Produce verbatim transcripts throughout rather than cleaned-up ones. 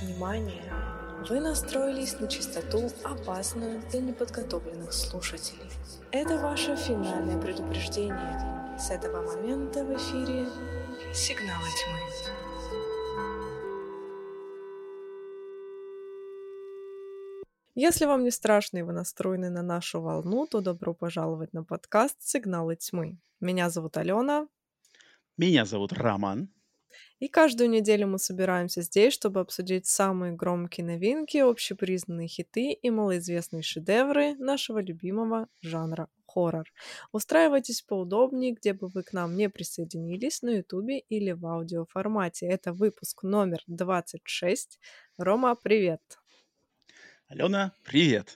Внимание! Вы настроились на частоту, опасную для неподготовленных слушателей. Это ваше финальное предупреждение. С этого момента в эфире «Сигналы тьмы». Если вам не страшно и вы настроены на нашу волну, то добро пожаловать на подкаст «Сигналы тьмы». Меня зовут Алена. Меня зовут Роман. И каждую неделю мы собираемся здесь, чтобы обсудить самые громкие новинки, общепризнанные хиты и малоизвестные шедевры нашего любимого жанра хоррор. Устраивайтесь поудобнее, где бы вы к нам не присоединились, на Ютубе или в аудиоформате. Это выпуск номер двадцать шесть. Рома, привет! Алена, привет!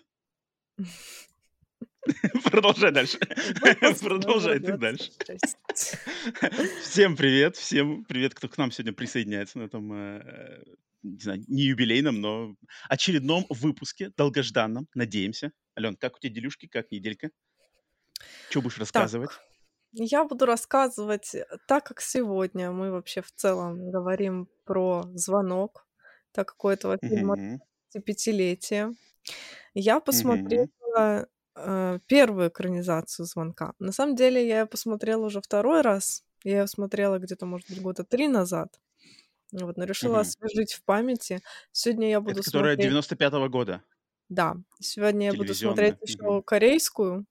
Продолжай дальше. Выпуск Продолжай номер ты дальше. двадцать шесть. Всем привет, всем привет, кто к нам сегодня присоединяется на этом, э, не знаю, не юбилейном, но очередном выпуске, долгожданном, надеемся. Ален, как у тебя делюшки, как неделька? Что будешь Так, рассказывать? я буду рассказывать, э, так как сегодня мы вообще в целом говорим про «Звонок», так как у этого фильма Мгм, пятилетие. Я мгм, посмотрела, э, первую экранизацию «Звонка». На самом деле я её посмотрела уже второй раз. Я её смотрела где-то, может быть, года три назад. Вот, но решила мгм. освежить в памяти. Сегодня я Это буду которая смотреть девяносто пятого года, Да, сегодня я буду смотреть телевизионная. Мгм, ещё корейскую.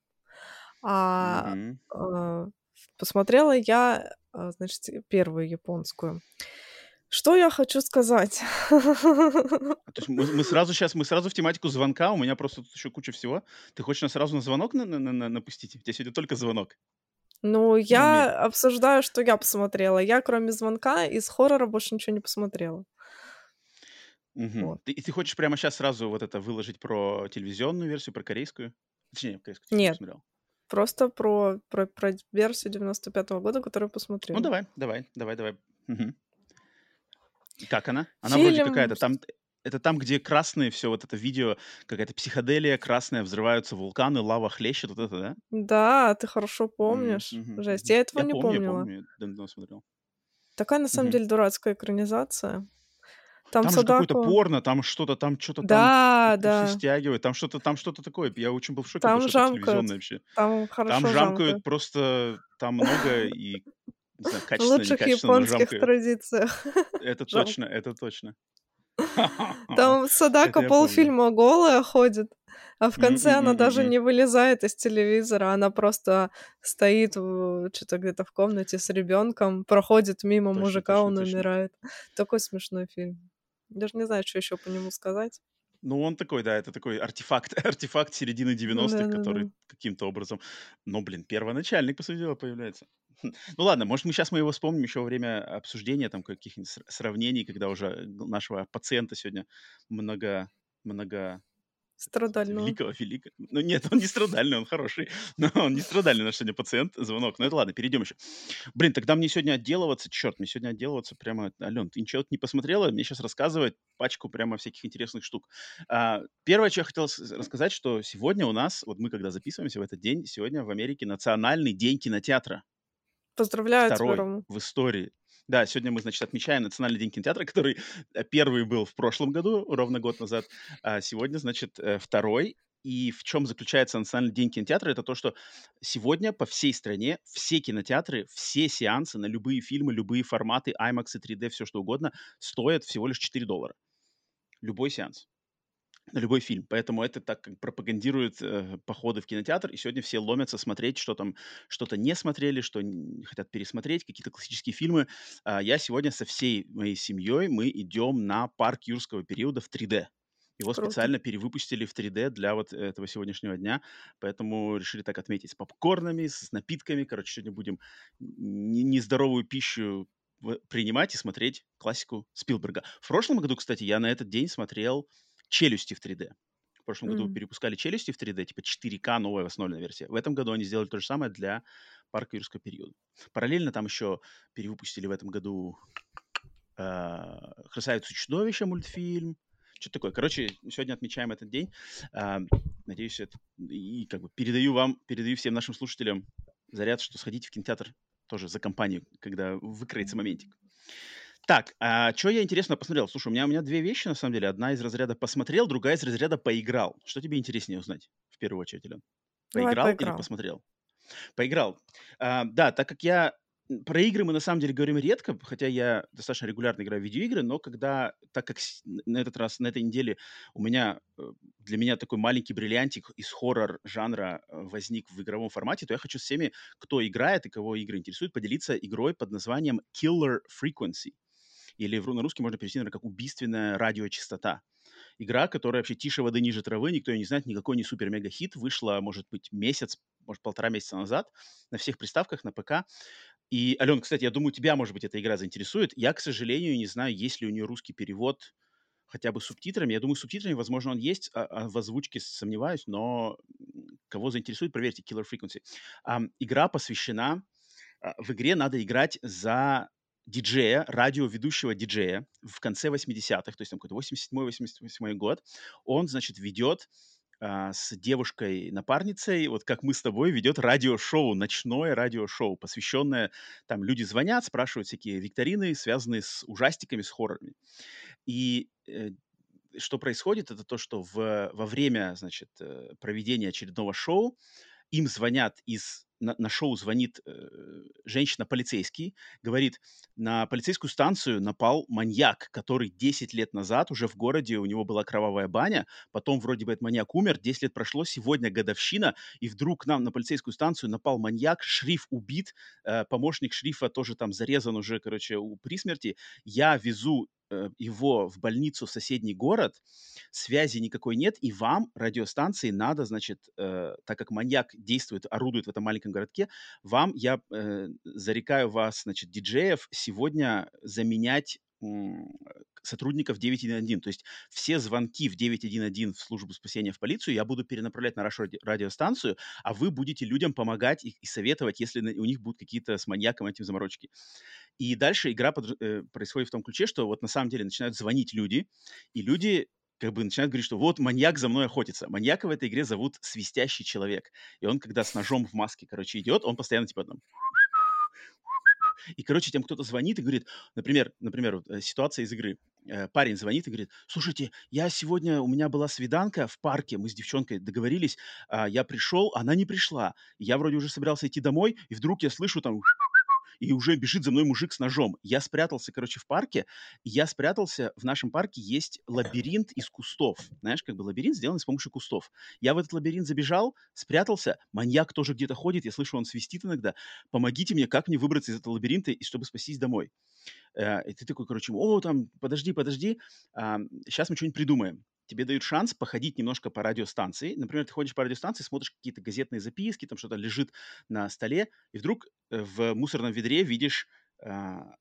А, мгм. э, посмотрела я, а, значит, первую японскую. Что я хочу сказать? А, то есть мы мы сразу сейчас, мы сразу в тематику звонка, у меня просто тут еще куча всего. Ты хочешь нас сразу на звонок на на на напустить? У тебя сегодня только звонок Ну, в уме. я обсуждаю, что я посмотрела. Я, кроме «Звонка», из хоррора больше ничего не посмотрела. Мгм. Вот. Ты и ты хочешь прямо сейчас сразу вот это выложить про телевизионную версию, про корейскую? Точнее, корейскую ты ещё не Нет, посмотрел. просто про про про версию девяносто пятого года, которую Ну, посмотрела. давай, давай, давай, давай. Мгм. И как она? Она вроде Фильм какая-то там, это там, где красные, все вот это видео, какая-то психоделия красная, взрываются вулканы, лава хлещет, вот это, да? Да, ты хорошо М, помнишь. мгм, Жесть, мгм. я этого Я не помню, я помнила. помню, я давно смотрел. Такая, на самом Мгм. деле, дурацкая экранизация. Там Там же какое-то Садако порно, там что-то там что то там Да, трусы да, стягивают, там что-то там что-то такое. Я очень был в шоке, потому там что это жамкают. телевизионное вообще. Там Там хорошо жамкают жамкают. просто, там много и, не знаю, В качественно, лучших некачественно, но японских жамкают. традициях Это точно, жамкают. это точно. Там Это Садако я помню. полфильма голая ходит, а в М, конце м, она м, м, даже м. не вылезает из телевизора, она просто стоит что то где-то в комнате с ребенком, проходит мимо Точно, мужика, точно, он точно. умирает. Такой смешной фильм. Даже не знаю, что еще по нему сказать. Ну, он такой, да, это такой артефакт, артефакт середины девяностых, Да-да-да. который каким-то образом, но, блин, первоначальник, по сути дела, появляется. Ну ладно, может, мы сейчас мы его вспомним еще во время обсуждения там каких-нибудь сра- сравнений, когда уже г- нашего пациента сегодня много, много как это называется, Страдального. великого, великого. Ну нет, он не страдальный, он хороший, но он не страдальный наш сегодня пациент, звонок. Ну это ладно, перейдем еще. Блин, тогда мне сегодня отделываться, черт, мне сегодня отделываться прямо, Ален, ты ничего не посмотрела, мне сейчас рассказывать пачку прямо всяких интересных штук. А, первое, что я хотел с- рассказать, что сегодня у нас, вот мы когда записываемся в этот день, сегодня в Америке Национальный день кинотеатра. Поздравляю тебя, Второй Рома. в истории. Да, сегодня мы, значит, отмечаем Национальный день кинотеатра, который э, первый был в прошлом году, ровно год назад, а сегодня, значит, э, второй. И в чем заключается Национальный день кинотеатра? Это то, что сегодня по всей стране все кинотеатры, все сеансы на любые фильмы, любые форматы, IMAX и три дэ, все что угодно, стоят всего лишь четыре доллара. Любой сеанс. На любой фильм. Поэтому это так как пропагандирует, э, походы в кинотеатр, и сегодня все ломятся смотреть, что там что-то не смотрели, что н хотят пересмотреть, какие-то классические фильмы. А, я сегодня со всей моей семьей, мы идем на парк юрского периода в три дэ. Его Круто. специально перевыпустили в три дэ для вот этого сегодняшнего дня, поэтому решили так отметить с попкорнами, с напитками. Короче, сегодня будем не нездоровую пищу в принимать и смотреть классику Спилберга. В прошлом году, кстати, я на этот день смотрел «Челюсти» в три дэ. В прошлом году М. перепускали «Челюсти» в три дэ, типа четыре ка, новая восстановленная версия. В этом году они сделали то же самое для парка юрского периода. Параллельно там еще перевыпустили в этом году а, «Красавицу и чудовище» мультфильм. Что-то такое. Короче, сегодня отмечаем этот день. А, Надеюсь, это и как бы передаю вам, передаю всем нашим слушателям заряд, что сходите в кинотеатр тоже за компанию, когда выкроется моментик. Так, а чё я интересно посмотрел? Слушай, у меня у меня две вещи, на самом деле. Одна из разряда посмотрел, другая из разряда поиграл. Что тебе интереснее узнать в первую очередь, Ален? Давай Поиграл или поиграл. посмотрел? Поиграл. А, да, так как я м, про игры мы на самом деле говорим редко, хотя я достаточно регулярно играю в видеоигры, но когда, так как с- н- на этот раз, на этой неделе у меня, э, для меня такой маленький бриллиантик из хоррор-жанра э, возник в игровом формате, то я хочу с всеми, кто играет и кого игры интересуют, поделиться игрой под названием Killer Frequency. Или в ру- на русский можно перевести, наверное, как убийственная радиочастота. Игра, которая вообще тише воды ниже травы, никто ее не знает, никакой не супер-мега-хит. Вышла, может быть, месяц, может, полтора месяца назад на всех приставках, на ПК. И, Ален, кстати, я думаю, тебя, может быть, эта игра заинтересует. Я, к сожалению, не знаю, есть ли у нее русский перевод хотя бы с субтитрами. Я думаю, с субтитрами, возможно, он есть, а, а в озвучке сомневаюсь, но м, кого заинтересует, проверьте Killer Frequency. Ам, игра посвящена а, в игре надо играть за диджея, радиоведущего диджея в конце восьмидесятых, то есть там какой-то восемьдесят седьмой восемьдесят восьмой год. Он, значит, ведет а, с девушкой-напарницей, вот как мы с тобой, ведет радиошоу, ночное радиошоу, посвященное, там люди звонят, спрашивают всякие викторины, связанные с ужастиками, с хоррорами. И э, что происходит, это то, что в, во время, значит, э, проведения очередного шоу им звонят из на, на шоу звонит э, женщина-полицейский, говорит, на полицейскую станцию напал маньяк, который десять лет назад уже в городе, у него была кровавая баня, потом вроде бы этот маньяк умер, десять лет прошло, сегодня годовщина, и вдруг к нам на полицейскую станцию напал маньяк, шриф убит, э, помощник шрифа тоже там зарезан уже, короче, у, при смерти. Я везу э, его в больницу в соседний город, связи никакой нет, и вам, радиостанции, надо, значит, э, так как маньяк действует, орудует в этом маленьком городке, вам, я э, зарекаю вас, значит, диджеев, сегодня заменять м, сотрудников девять один один. То есть все звонки в девять один один в службу спасения, в полицию я буду перенаправлять на нашу ради- радиостанцию, а вы будете людям помогать и, и советовать, если на- у них будут какие-то с маньяком этим заморочки. И дальше игра под- э, происходит в том ключе, что вот на самом деле начинают звонить люди, и люди как бы начинают говорить, что вот маньяк за мной охотится. Маньяка в этой игре зовут Свистящий Человек. И он, когда с ножом в маске, короче, идет, он постоянно типа там... И, короче, тем кто-то звонит и говорит, например, например, вот, э, ситуация из игры. Э, Парень звонит и говорит, слушайте, я сегодня, у меня была свиданка в парке, мы с девчонкой договорились, а, я пришел, она не пришла. Я вроде уже собирался идти домой, и вдруг я слышу там и уже бежит за мной мужик с ножом. Я спрятался, короче, в парке. Я спрятался, в нашем парке есть лабиринт из кустов. Знаешь, как бы лабиринт сделан с помощью кустов. Я в этот лабиринт забежал, спрятался, маньяк тоже где-то ходит, я слышу, он свистит иногда. Помогите мне, как мне выбраться из этого лабиринта, и чтобы спастись домой. Э, и ты такой, короче, о, там, подожди, подожди, а, сейчас мы что-нибудь придумаем. Тебе дают шанс походить немножко по радиостанции. Например, ты ходишь по радиостанции, смотришь какие-то газетные записки, там что-то лежит на столе, и вдруг э, в мусорном ведре видишь а,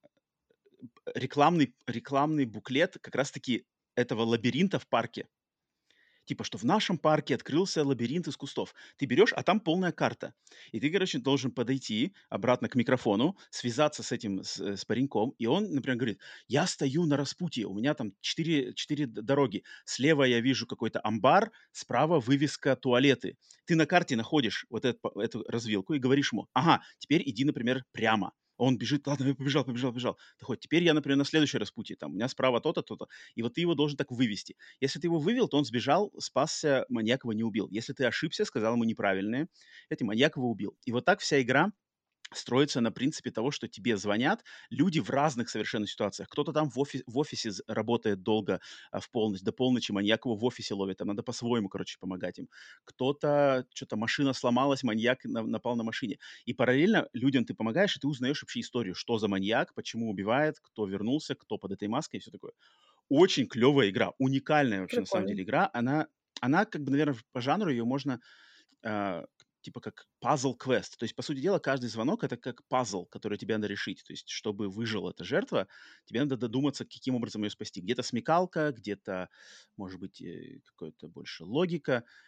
рекламный, рекламный буклет как раз-таки этого лабиринта в парке. Типа, что в нашем парке открылся лабиринт из кустов. Ты берешь, а там полная карта. И ты, короче, должен подойти обратно к микрофону, связаться с этим, с, э, с пареньком, и он, например, говорит, я стою на распутье, у меня там четыре, четыре д- дороги. Слева я вижу какой-то амбар, справа вывеска туалеты. Ты на карте находишь вот эту, по- эту развилку и говоришь ему, ага, теперь иди, например, прямо. Он бежит, ладно, я побежал, побежал, побежал. Ты хоть, теперь я, например, на следующее распутье, там, у меня справа то-то, то-то. И вот ты его должен так вывести. Если ты его вывел, то он сбежал, спасся, маньяк его не убил. Если ты ошибся, сказал ему неправильное, это маньяк его убил. И вот так вся игра строится на принципе того, что тебе звонят люди в разных совершенно ситуациях. Кто-то там в, офи- в офисе з- работает долго, а, в полночь, до полночи, маньяк его в офисе ловит, там надо по-своему, короче, помогать им. Кто-то, что-то машина сломалась, маньяк на- напал на машине. И параллельно людям ты помогаешь, и ты узнаешь вообще историю, что за маньяк, почему убивает, кто вернулся, кто под этой маской и все такое. Очень клевая игра, уникальная вообще на самом Прикольно. деле игра. Она, она как бы, наверное, по жанру ее можно а, типа как пазл-квест. То есть, по сути дела, каждый звонок это как пазл, который тебе надо решить. То есть, чтобы выжила эта жертва, тебе надо додуматься, каким образом ее спасти. Где-то смекалка, где-то, может быть, э, какая-то больше логика.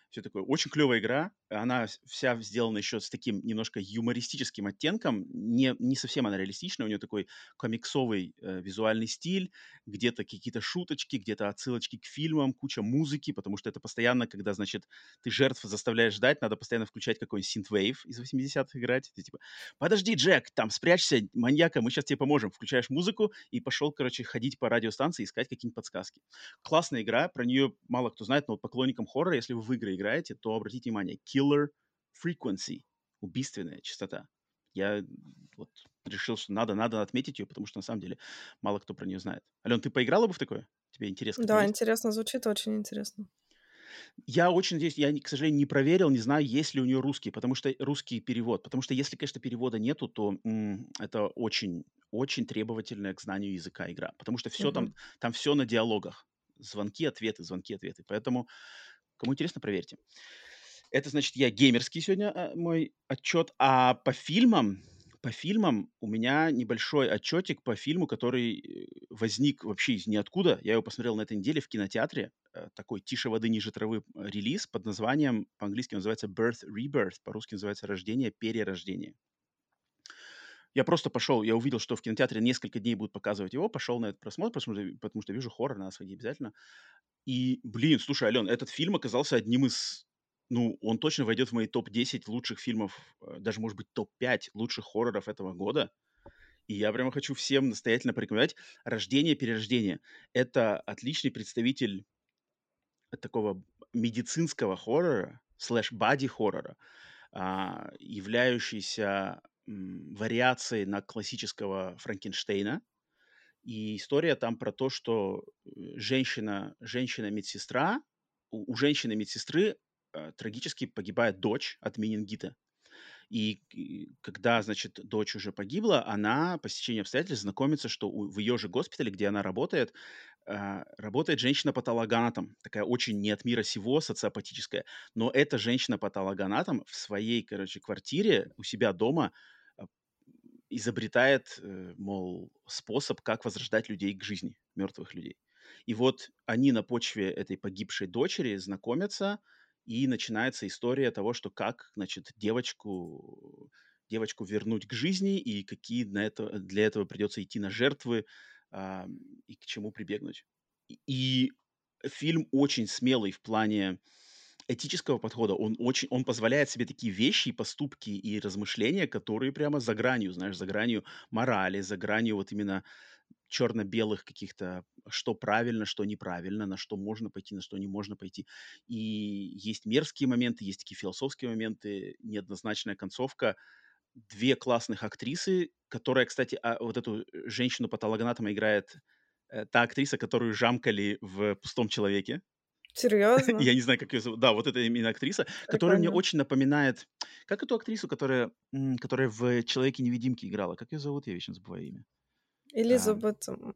Все такое. Очень клевая игра. Она с- вся сделана еще с таким немножко юмористическим оттенком. Не, не совсем она реалистичная. У нее такой комиксовый э, визуальный стиль. Где-то какие-то шуточки, где-то отсылочки к фильмам, куча музыки, потому что это постоянно, когда, значит, ты жертв заставляешь ждать, надо постоянно включать какой-нибудь синтвейв из восьмидесятых играть. Ты типа, подожди, Джек, там, спрячься, маньяка, мы сейчас тебе поможем. Включаешь музыку и пошел, короче, ходить по радиостанции, искать какие-нибудь подсказки. Классная игра, про нее мало кто знает, но вот поклонникам хоррора, если вы в игры играете, то обратите внимание, Killer Frequency, убийственная частота. Я вот решил, что надо, надо отметить ее, потому что на самом деле мало кто про нее знает. Ален, ты поиграла бы в такое? Тебе интерес к этому Да, есть? интересно звучит, очень интересно. Я очень надеюсь, я, не- к сожалению, не проверил, не знаю, есть ли у нее русский, потому что русский перевод. Потому что если, конечно, перевода нету, то м, это очень, очень требовательная к знанию языка игра. Потому что все там, Мгм. там все на диалогах. Звонки, ответы, звонки, ответы. Поэтому, кому интересно, проверьте. Это значит, я геймерский сегодня э, мой отчет, а по фильмам, по фильмам у меня небольшой отчетик по фильму, который э, возник вообще из ниоткуда. Я его посмотрел на этой неделе в кинотеатре. Э, Такой «Тише воды, ниже травы» э, релиз под названием, по-английски он называется «Birth, Rebirth», по-русски называется «Рождение, перерождение». Я просто пошел, я увидел, что в кинотеатре несколько дней будут показывать его, пошел на этот просмотр, потому что, потому что вижу хоррор, надо сходить обязательно. И, блин, слушай, Ален, этот фильм оказался одним из, ну, он точно войдет в мои топ десять лучших фильмов, э, даже, может быть, топ пять лучших хорроров этого года. И я прямо хочу всем настоятельно порекомендовать «Рождение, перерождение». Это отличный представитель такого медицинского хоррора, слэш-бади-хоррора, а, являющийся м, вариацией на классического Франкенштейна. И история там про то, что э, женщина, женщина-медсестра, у, у женщины-медсестры э, трагически погибает дочь от менингита. И, и когда, значит, дочь уже погибла, она по стечению обстоятельств знакомится, что у- в ее же госпитале, где она работает, а, работает женщина-патологоанатом, такая очень не от мира сего, социопатическая. Но эта женщина-патологоанатом в своей, короче, квартире у себя дома а, изобретает, э, мол, способ, как возрождать людей к жизни, мертвых людей. И вот они на почве этой погибшей дочери знакомятся, и начинается история того, что как, значит, девочку, девочку вернуть к жизни, и какие на это, для этого придется идти на жертвы, а, и к чему прибегнуть. И и фильм очень смелый в плане этического подхода. Он очень, он позволяет себе такие вещи, и поступки и размышления, которые прямо за гранью, знаешь, за гранью морали, за гранью вот именно черно-белых каких-то, что правильно, что неправильно, на что можно пойти, на что не можно пойти. И есть мерзкие моменты, есть такие философские моменты, неоднозначная концовка. Две классных актрисы, которая, кстати, а, вот эту женщину-патологоанатома играет э, та актриса, которую жамкали в «Пустом человеке». Серьезно? Я не знаю, как ее зовут. Да, вот это именно актриса, которая мне Прикольно. очень напоминает... Как эту актрису, которая, м, которая в «Человеке-невидимке» играла? Как ее зовут? Я вечно забываю имя. А, Элизабет, м,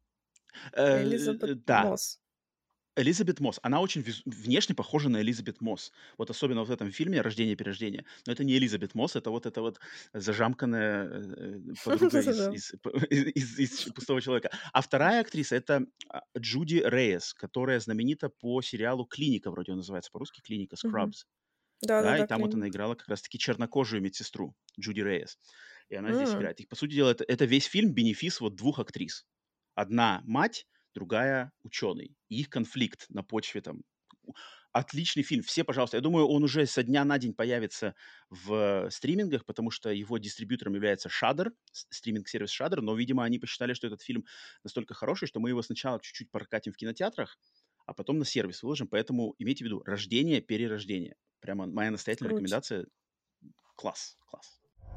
Элизабет э, да, Мосс. Элизабет Мосс. Она очень виз- внешне похожа на Элизабет Мосс. Вот особенно вот в этом фильме «Рождение, перерождение». Но это не Элизабет Мосс, это вот эта вот зажамканная э, э, подруга из, Да. из, из- из «Пустого человека». А вторая актриса — это а, Джуди Рейес, которая знаменита по сериалу «Клиника», вроде он называется по-русски, «Клиника», Мгм. «Scrubs». Да, и Да-да-да, там вот она клиник. играла как раз-таки чернокожую медсестру Джуди Рейес. И она здесь М. играет. И, по сути дела, это, это весь фильм бенефис вот двух актрис. Одна мать, другая ученый. И их конфликт на почве там. Отличный фильм. Все, пожалуйста. Я думаю, он уже со дня на день появится в стримингах, потому что его дистрибьютором является Shudder, с- стриминг-сервис Shudder, но, видимо, они посчитали, что этот фильм настолько хороший, что мы его сначала чуть-чуть прокатим в кинотеатрах, а потом на сервис выложим. Поэтому имейте в виду, рождение, перерождение. Прямо моя настоятельная Круть. рекомендация. Класс, класс.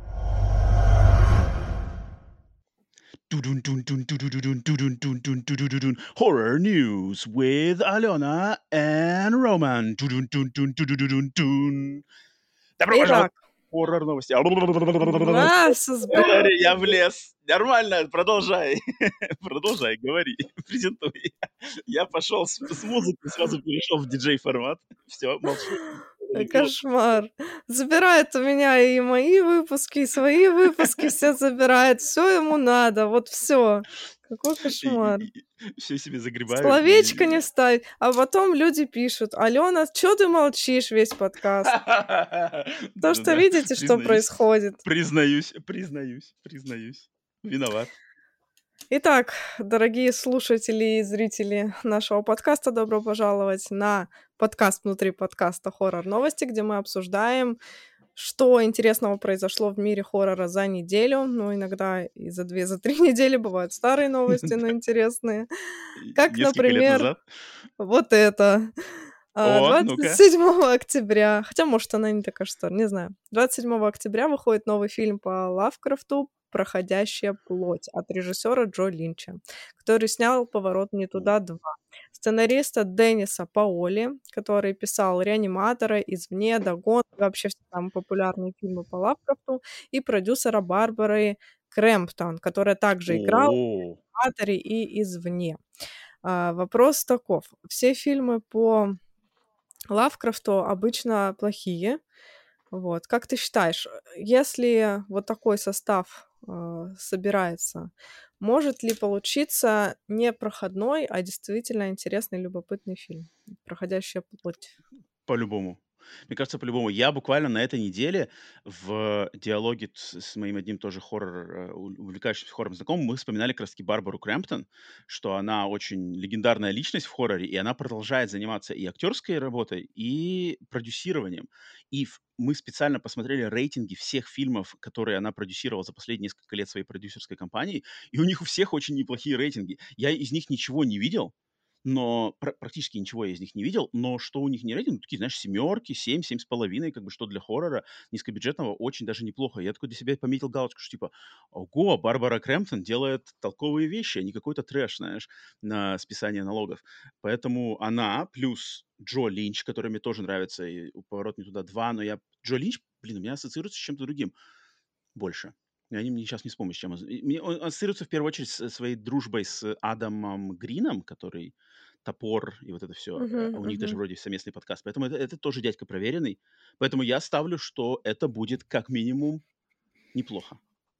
Дудун-дун-дун-дудун-дун-дун-дун-дун-дун-дун-дун. Horror news with Alena and Roman. Дудун-дун-дун-дун-дун-дун-дун. Добро пожаловать Итак, в хоррор новости. а, всё сбо Говори, я влез. Нормально, продолжай. Продолжай, говори, презентуй. Я пошел с, с музыки, сразу перешел в диджей формат. Все, молчу. Э, Далеко. Кошмар. Забирает у меня и мои выпуски, и свои выпуски, все забирает, все ему надо, вот все. Какой кошмар. И все себе загребают Словечко не и вставить, а потом люди пишут: "Алена, чё ты молчишь весь подкаст?" То, что Да-да-да, видите, что признаюсь, происходит. признаюсь, признаюсь, признаюсь. Виноват. Итак, дорогие слушатели и зрители нашего подкаста, добро пожаловать на подкаст внутри подкаста "Хоррор Новости", где мы обсуждаем, что интересного произошло в мире хоррора за неделю. Ну, иногда и за две, за три недели бывают старые новости, но интересные. И Как, несколько лет например, назад. вот это. А, О, двадцать ну-ка. седьмого октября, хотя, может, она не такая старая, не знаю. двадцать седьмого октября выходит новый фильм по Лавкрафту "Проходящая плоть" от режиссера Джо Линча, который снял "Поворот не О, туда два". Сценариста Денниса Паоли, который писал "Реаниматора", "Извне", "Дагон", вообще все самые популярные фильмы по Лавкрафту, и продюсера Барбары Крэмптон, которая также играла о, в "Реаниматоре" и "Извне". А, вопрос таков: все фильмы по Лавкрафту обычно плохие. Вот. Как ты считаешь, э, если вот такой состав, а, собирается, может ли получиться не проходной, а действительно интересный, любопытный фильм "Проходящая плоть"? по-любому. Мне кажется, по-любому. Я буквально на этой неделе в диалоге с, с моим одним тоже хоррор, э, у- увлекающимся хоррором знакомым, мы вспоминали как раз-таки Барбару Крэмптон, что она очень легендарная личность в хорроре, и она продолжает заниматься и актерской работой, и продюсированием. И в- мы специально посмотрели рейтинги всех фильмов, которые она продюсировала за последние несколько лет своей продюсерской компании, и у них у всех очень неплохие рейтинги. Я из них ничего не видел, но пра практически ничего я из них не видел, но что у них не рейтинг, такие, знаешь, семерки, семь, семь с половиной, как бы, что для хоррора низкобюджетного очень даже неплохо. Я такой для себя пометил галочку, что типа, ого, Барбара Крэмптон делает толковые вещи, а не какой-то трэш, знаешь, на списание налогов. Поэтому она плюс Джо Линч, который мне тоже нравится, и у "Поворот не туда два", но я Джо Линч, блин, у меня ассоциируется с чем-то другим больше. И они мне сейчас не вспомню, с чем. он- и Мне он ассоциируется в первую очередь с своей дружбой с Адамом Грином, который "Топор" и вот это все. Мгм, А у них даже мгм. вроде совместный подкаст. Поэтому это, это тоже дядька проверенный. Поэтому я ставлю, что это будет как минимум неплохо.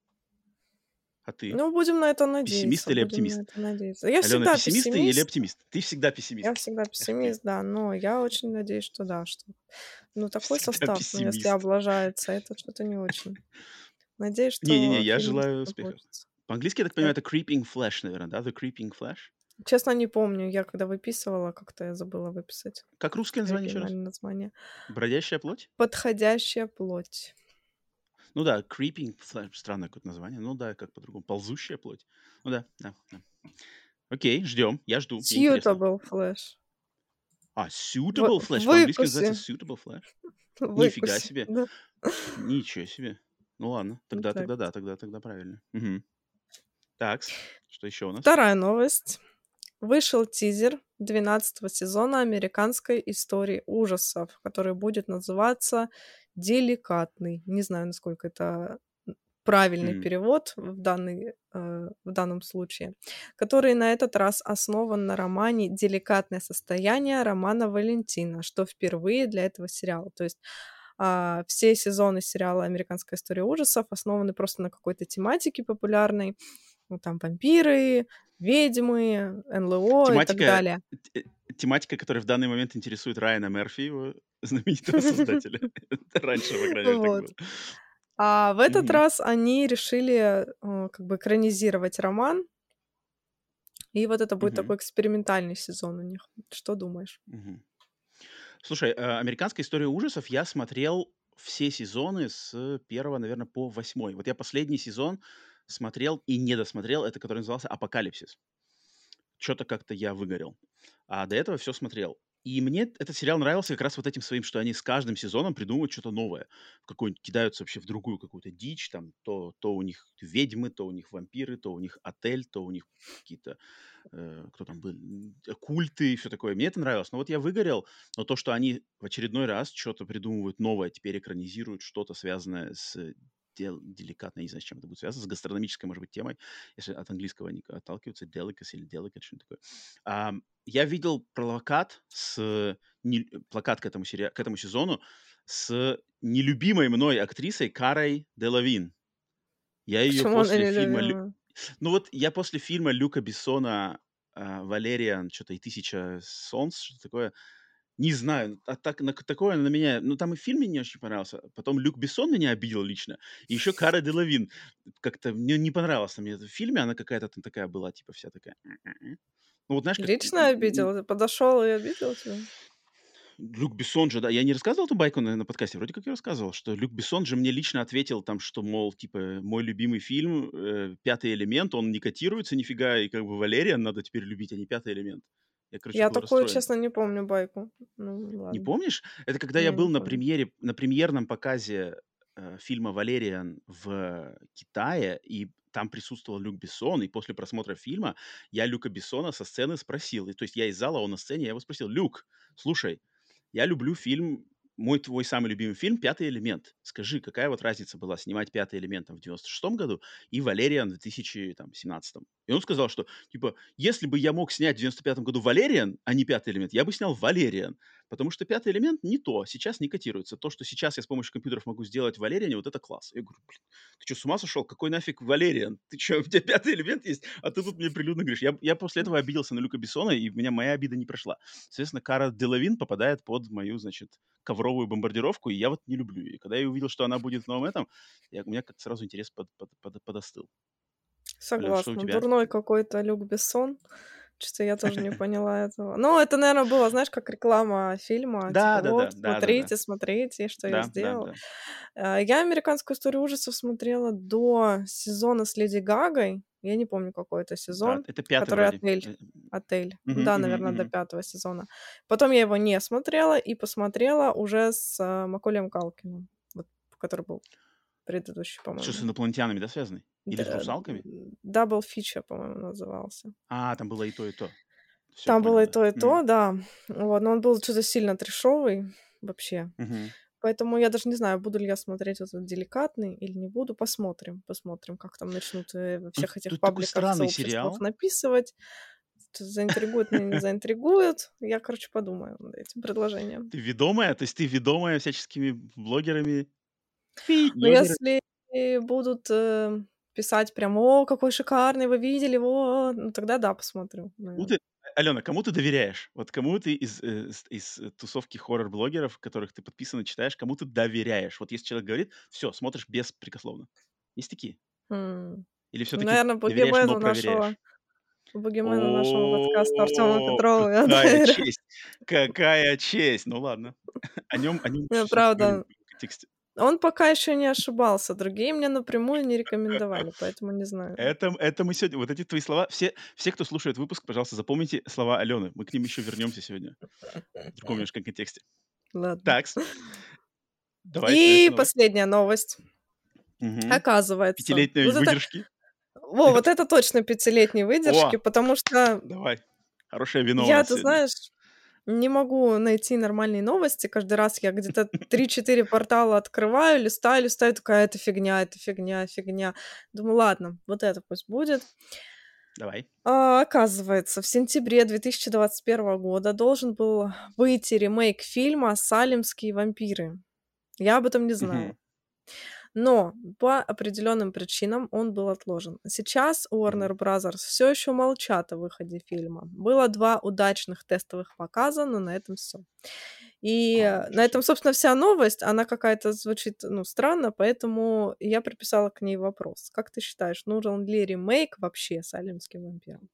А ты? Ну, будем на это Пессимист надеяться, или будем на оптимист? это надеяться. Я Алена, всегда пессимист ты или пессимист. оптимист? Ты всегда Я пессимист. всегда Эх ты, пессимист, да, но я очень надеюсь, что да, что ну, такой всегда состав, ну, если пессимист. облажается, это что-то не очень. Надеюсь, Не-не-не, что я фильм желаю действительно успеха. получится. По-английски, я так Э, понимаю, это Creeping Flash, наверное, да? The Creeping Flash? честно, не помню. Я когда выписывала, как-то я забыла выписать Как русское название еще раз? оригинальное название. Бродящая плоть? "Подходящая плоть". Ну да, creeping flesh, странное какое-то название. Ну да, как по-другому. Ползущая плоть. Ну да, да, да. Окей, ждем. Я жду. Мне интересно. "Suitable Flash". А, В suitable flash. По-английски называется выкуси, suitable flash. Нифига выкуси, себе. да. Ничего себе. Ну ладно, Вот тогда, так тогда вот. да, тогда, тогда правильно. Мгм. Такс, что еще у нас? Вторая новость. Вышел тизер двенадцатого сезона американской истории ужасов, который будет называться "Деликатный". Не знаю, насколько это м, правильный Мгм. перевод в данный, э, в данном случае, который на этот раз основан на романе "Деликатное состояние" романа Валентина, что впервые для этого сериала. То есть, а, все сезоны сериала "Американская история ужасов" основаны просто на какой-то тематике популярной. Ну, там вампиры, ведьмы, эн эл о и так Тематика, далее. т- э, тематика, которая в данный момент интересует Райана Мерфи, его знаменитого создателя. Раньше, по крайней мере, так Вот. было. А в этот Мгм. раз они решили, э, как бы экранизировать роман, и вот это будет Мгм. такой экспериментальный сезон у них. Что думаешь? Мгм. Слушай, э, "Американская история ужасов" я смотрел все сезоны с первого, наверное, по восьмой. Вот я последний сезон смотрел и не досмотрел, это который назывался "Апокалипсис". Чё-то как-то я выгорел. А до этого все смотрел. И мне этот сериал нравился как раз вот этим своим, что они с каждым сезоном придумывают что то новое. В какую-нибудь кидаются вообще в другую какую-то дичь. Там то то у них ведьмы, то у них вампиры, то у них отель, то у них какие-то, э, кто там был, м, э, культы и всё такое. Мне это нравилось. Но вот я выгорел, но то, что они в очередной раз что то придумывают новое, теперь экранизируют что-то, связанное с дел деликатно, я не знаю, с чем это будет связано, с гастрономической, может быть, темой, если от английского они отталкиваются, delicacy или delicate, что-нибудь такое. Ам, я видел плакат с не плакат к этому сериа к этому сезону. с нелюбимой мной актрисой Карой Делавин. Я ее Почему она после фильма Лю нелюбимая? ну вот я после фильма Люка Бессона, а, "Валериан", чё-то и "Тысяча солнц", что-то такое, не знаю, а так на такое она на меня, ну, там и фильм мне не очень понравился, потом Люк Бессон меня обидел лично, и еще Кара Делавин. Как-то мне не понравилась она мне в фильме, она какая-то там такая была, типа вся такая. м-м-м. Ну вот знаешь, как н Лично н обидел? Подошел и обидел тебя? Люк Бессон же, да, я не рассказывал эту байку на на подкасте? Вроде как я рассказывал, что Люк Бессон же мне лично ответил там, что, мол, типа, мой любимый фильм, э, "Пятый элемент", он не котируется нифига, и как бы "Валериан" надо теперь любить, а не "Пятый элемент". Я, короче, Я был такую, расстроен. честно, не помню байку. Ну Не ладно. помнишь? Это когда я Не, не был на помню. премьере на премьерном показе, э, фильма "Валериан" в Китае, и там присутствовал Люк Бессон, и после просмотра фильма я Люка Бессона со сцены спросил, и то есть я из зала, он на сцене, я его спросил: "Люк, слушай, я люблю фильм, мой твой самый любимый фильм "Пятый элемент". Скажи, какая вот разница была снимать "Пятый элемент" там в девяносто шестом году и "Валериан" в две тысячи там семнадцатом?" И он сказал, что типа: "Если бы я мог снять в девяносто пятом году "Валериан", а не "Пятый элемент", я бы снял "Валериан", потому что "Пятый элемент" не то, сейчас не котируется. То, что сейчас я с помощью компьютеров могу сделать в "Валериане", вот это класс. Я говорю: "Блин, ты чё, с ума сошел? Какой нафиг "Валериан"? Ты чё, у тебя "Пятый элемент" есть, а ты тут мне прилюдно говоришь". Я я после этого обиделся на Люка Бессона, и у меня моя обида не прошла. Соответственно, Кара Делавин попадает под мою, значит, ковровую бомбардировку, и я вот не люблю ее. Когда я увидел, что она будет в новом этом, я у меня как-то сразу интерес под под под подостыл. Ален, что у Согласна. тебя? Дурной какой-то Люк Бессон. Что-то я тоже не поняла этого. Ну, это, наверно, было, знаешь, как реклама фильма, типа: Да-да-да, "Вот, да-да-да. смотрите, смотрите, что я Да, да, сделал". да. Э, я "Американскую историю ужасов" смотрела до сезона с Леди Гагой. Я не помню, какой это Да, сезон, это пятый который вроде. "Отель". Э, "Отель". мгм, Да, мгм, наверно, до мгм. пятого сезона. Потом я его не смотрела и посмотрела уже с, э, Маколием Калкиным, вот который был предыдущий, Что, с по-моему. инопланетянами, да, связанный? Или с Д русалками? Double Feature, по-моему, назывался. А, там было и то, и то. Всё, Там было понял, и да. то, и Мгм. то, да. Вот, но он был чё-то сильно трэшовый вообще. Мгм. Поэтому я даже не знаю, буду ли я смотреть этот "Деликатный" или не буду. Посмотрим, посмотрим, как там начнут, э, во Ну, всех этих тут такой пабликах, странный сообществах сериал. написывать. Т заинтригует, меня не заинтригует. Я, короче, подумаю над этим предложением. Ты ведомая? То есть ты ведомая всяческими блогерами? Пи Но блогеры. если будут, э, писать прям: "О, какой шикарный, вы видели, во!" Ну, тогда да, посмотрю, Кому наверно. ты Алена, кому ты доверяешь? Вот кому ты из, э, с из э, тусовки хоррор-блогеров, которых ты подписана, читаешь, кому ты доверяешь? Вот если человек говорит, всё, смотришь беспрекословно. Есть такие? М. Или всё-таки Наверно, доверяешь, но бугимену нашего проверяешь? бугимену нашего подкаста Артему О, Петрову я какая доверяю. честь! Какая честь! Ну ладно. О нем о нем Ну, чуть-чуть поговорим правда, в другом контексте. он пока еще не ошибался, другие мне напрямую не рекомендовали, поэтому не знаю. Это это мы сегодня вот эти твои слова все все, кто слушает выпуск, пожалуйста, запомните слова Алены. Мы к ним еще вернемся сегодня в другом немножко контексте. Ладно. Такс. Давай, И следующая новость. последняя новость. Мгм. Оказывается, Пятилетней вот это выдержки? во, вот Нет? это точно пятилетней выдержки, О, потому что давай. Хорошее вино у я, нас ты сегодня. знаешь, не могу найти нормальные новости. Каждый раз я где-то три четыре портала открываю, листаю, листаю, такая: "Это фигня, это фигня, фигня". Думаю: "Ладно, вот это пусть будет". Давай. А, оказывается, в сентябре две тысячи двадцать первого года должен был выйти ремейк фильма "Салемские вампиры". Я об этом не знала. Мгм. Но по определенным причинам он был отложен. Сейчас Мгм. Warner Brothers всё еще молчат о выходе фильма. Было два удачных тестовых показа, но на этом всё. И А, на ничего этом, себе. собственно, вся новость. Она какая-то звучит, ну, странно, поэтому я приписала к ней вопрос. Как ты считаешь, нужен ли ремейк вообще "Салемским вампирам"?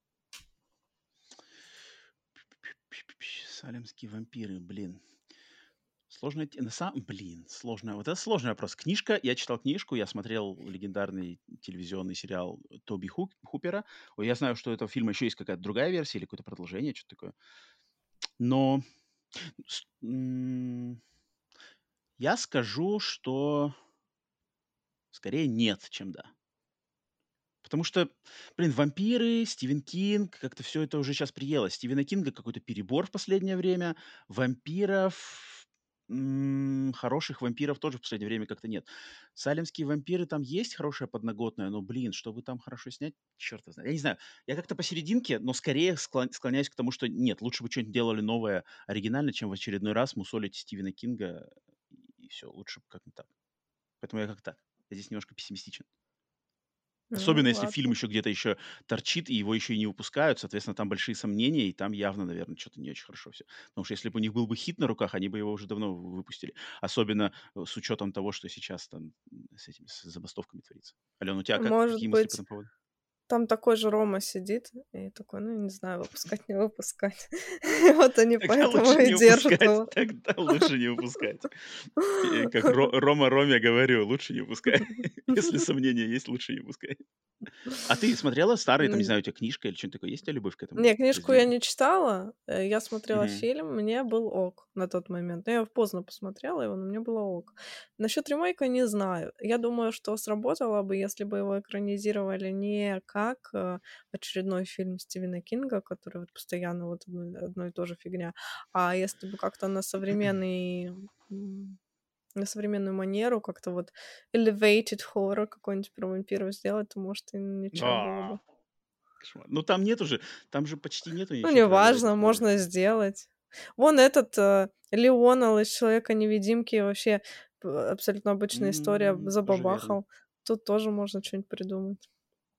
"Салемские вампиры", блин. Сложная те на самом блин, сложно. Вот это сложный вопрос. Книжка, я читал книжку, я смотрел легендарный телевизионный сериал Тоби Хуп Хупера. Ой, я знаю, что у этого фильма еще есть какая-то другая версия или какое-то продолжение, чё-то такое. Но с м я скажу, что скорее нет, чем да. Потому что, блин, вампиры, Стивен Кинг, как-то всё это уже щас приелось. Стивена Кинга какой-то перебор в последнее время. Вампиров, м, хороших вампиров тоже в последнее время как-то нет. "Салемские вампиры", там есть хорошая подноготная, но, блин, чтобы там хорошо снять, черт его знает. Я не знаю, я как-то посерединке, но скорее скло склоняюсь к тому, что нет, лучше бы чё-нибудь делали новое, оригинальное, чем в очередной раз мусолить Стивена Кинга. все, лучше как-то так. Поэтому я как так. Я здесь немножко пессимистичен. Ну, Особенно если фильм ладно. еще где-то еще торчит, и его еще и не выпускают, соответственно, там большие сомнения, и там явно, наверное, что-то не очень хорошо все. Потому что если бы у них был бы хит на руках, они бы его уже давно вы- выпустили. Особенно э, с учетом того, что сейчас там м, с этими с забастовками творится. Алена, у тебя как? Может Какие мысли по быть, этому поводу? там такой же Рома сидит и такой: "Ну, не знаю, выпускать, не выпускать". Вот они Тогда поэтому лучше и не держат выпускать. его. Тогда лучше не выпускать. И как Ро- Рома Роме говорю, лучше не выпускай. Если сомнения есть, лучше не выпускай. А ты смотрела старые, там, не Ну, знаю, у тебя книжка или что-нибудь такое? Есть у тебя любовь к этому не, книжку я произведению? не читала, э, я смотрела Мгм. фильм, мне был ок на тот момент. Но я поздно посмотрела его, но мне было ок. Насчет ремейка не знаю. Я думаю, что сработало бы, если бы его экранизировали не как, э, очередной фильм Стивена Кинга, который вот постоянно вот одно одно и то же фигня, а если бы как-то на современный, м, на современную манеру, как-то вот elevated horror какой-нибудь про вампиров сделать, то, может, и ничего было А, бы. кошмар. Ну, там нет уже, там же почти нету Ну, ничего про elevated неважно, horror. можно сделать. Вон этот, э, Леонел из "Человека-невидимки", вообще п абсолютно обычная история, М, тоже верно. забабахал. Тут тоже можно чё-нибудь придумать.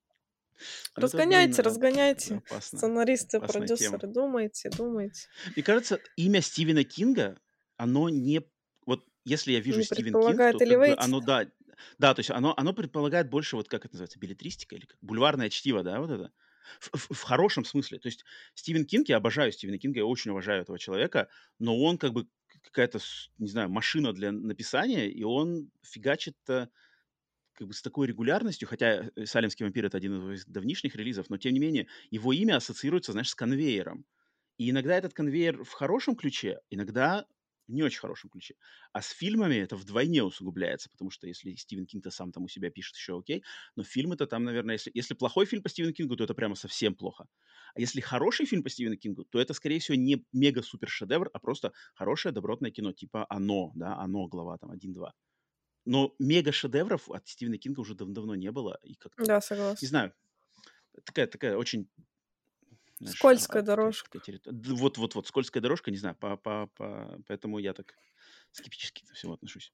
Ну, это, блин, Разгоняйте, а, разгоняйте, опасно. сценаристы, Опасная тема. продюсеры, думайте, думайте. Мне кажется, имя Стивена Кинга, оно не... Вот если я вижу Не Стивен Кинг, предполагает то как бы elevated? оно, да, да, то есть оно, оно предполагает больше, вот как это называется, беллетристика или как? Бульварное чтиво, да, вот это? В, в- в хорошем смысле. То есть Стивен Кинг, я обожаю Стивена Кинга, я очень уважаю этого человека, но он как бы какая-то, с- не знаю, машина для написания, и он фигачит э, как бы с такой регулярностью, хотя э, «Салемский вампир» — это один из его из давнишних релизов, но тем не менее его имя ассоциируется, знаешь, с конвейером. И иногда этот конвейер в хорошем ключе, иногда в не очень хорошем ключе. А с фильмами это вдвойне усугубляется, потому что если Стивен Кинг-то сам там у себя пишет, еще окей, но фильмы-то там, наверное, если, если плохой фильм по Стивену Кингу, то это прямо совсем плохо. А если хороший фильм по Стивену Кингу, то это, скорее всего, не мега-супер-шедевр, а просто хорошее добротное кино, типа «Оно», да, «Оно», глава там один-два. Но мега-шедевров от Стивена Кинга уже дав давно не было, и как-то, Да, не согласна. знаю, такая такая очень, знаешь, а, Скользкая а, такая дорожка. такая террито д вот вот вот скользкая дорожка, не знаю, по по по поэтому я так скептически ко всему отношусь.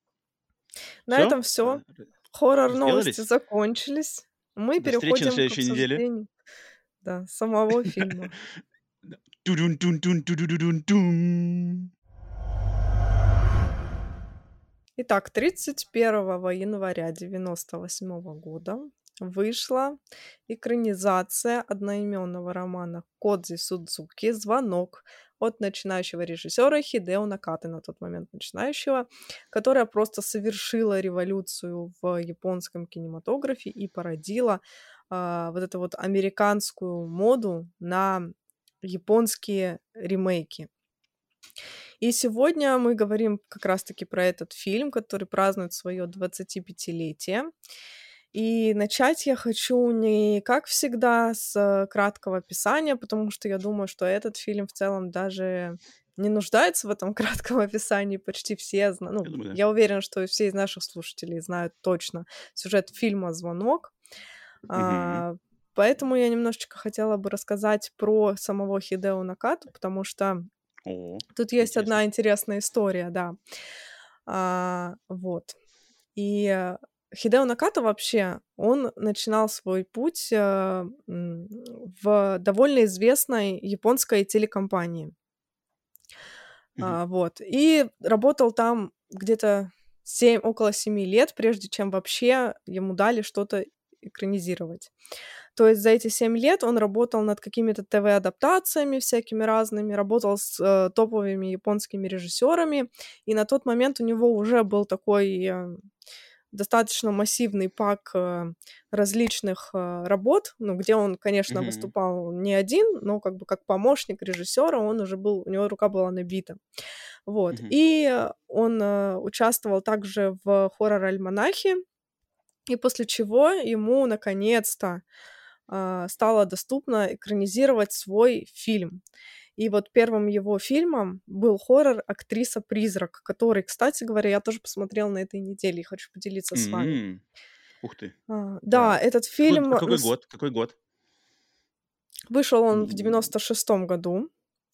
На Все, этом все. Хоррор-новости разделались? закончились. Мы До встречи на переходим к следующей неделе. обсуждению, да, самого фильма. Да. Тудун-тун-тун, ту-ду-ду-дун-тун. Итак, тридцать первого января девяносто восьмого года вышла экранизация одноименного романа Кодзи Судзуки «Звонок» от начинающего режиссера Хидео Накаты, на тот момент начинающего, которая просто совершила революцию в японском кинематографе и породила а, вот эту вот американскую моду на японские ремейки. И сегодня мы говорим как раз-таки про этот фильм, который празднует свое двадцатипятилетие. И начать я хочу не как всегда с э, краткого описания, потому что я думаю, что этот фильм в целом даже не нуждается в этом кратком описании. Почти все зна Я ну, думаю, да. я уверена, что все из наших слушателей знают точно сюжет фильма "Звонок". Мгм. А, поэтому я немножечко хотела бы рассказать про самого Хидео Накату, потому что О, тут есть интересно. одна интересная история, да. А, вот. И, э, Хидео Наката вообще, он начинал свой путь, э, м, в довольно известной японской телекомпании. Мгм. А, вот. И работал там где-то семь около семи лет, прежде чем вообще ему дали что-то экранизировать. То есть за эти семь лет он работал над какими-то тэ вэ-адаптациями всякими разными, работал с, э, топовыми японскими режиссерами, и на тот момент у него уже был такой, э, достаточно массивный пак, э, различных, э, работ, ну, где он, конечно, Мгм. выступал не один, но как бы как помощник режиссера он уже был, у него рука была набита. Вот. Мгм. И, э, он, э, участвовал также в хоррор-альманахе, и после чего ему наконец-то, а, стало доступно экранизировать свой фильм. И вот первым его фильмом был хоррор "Актриса-призрак", который, кстати говоря, я тоже посмотрела на этой неделе и хочу поделиться с вами. М. Ух ты. А, да, Так. этот Какой фильм а какой нас год? Какой год? вышел он в М. девяносто шестом году.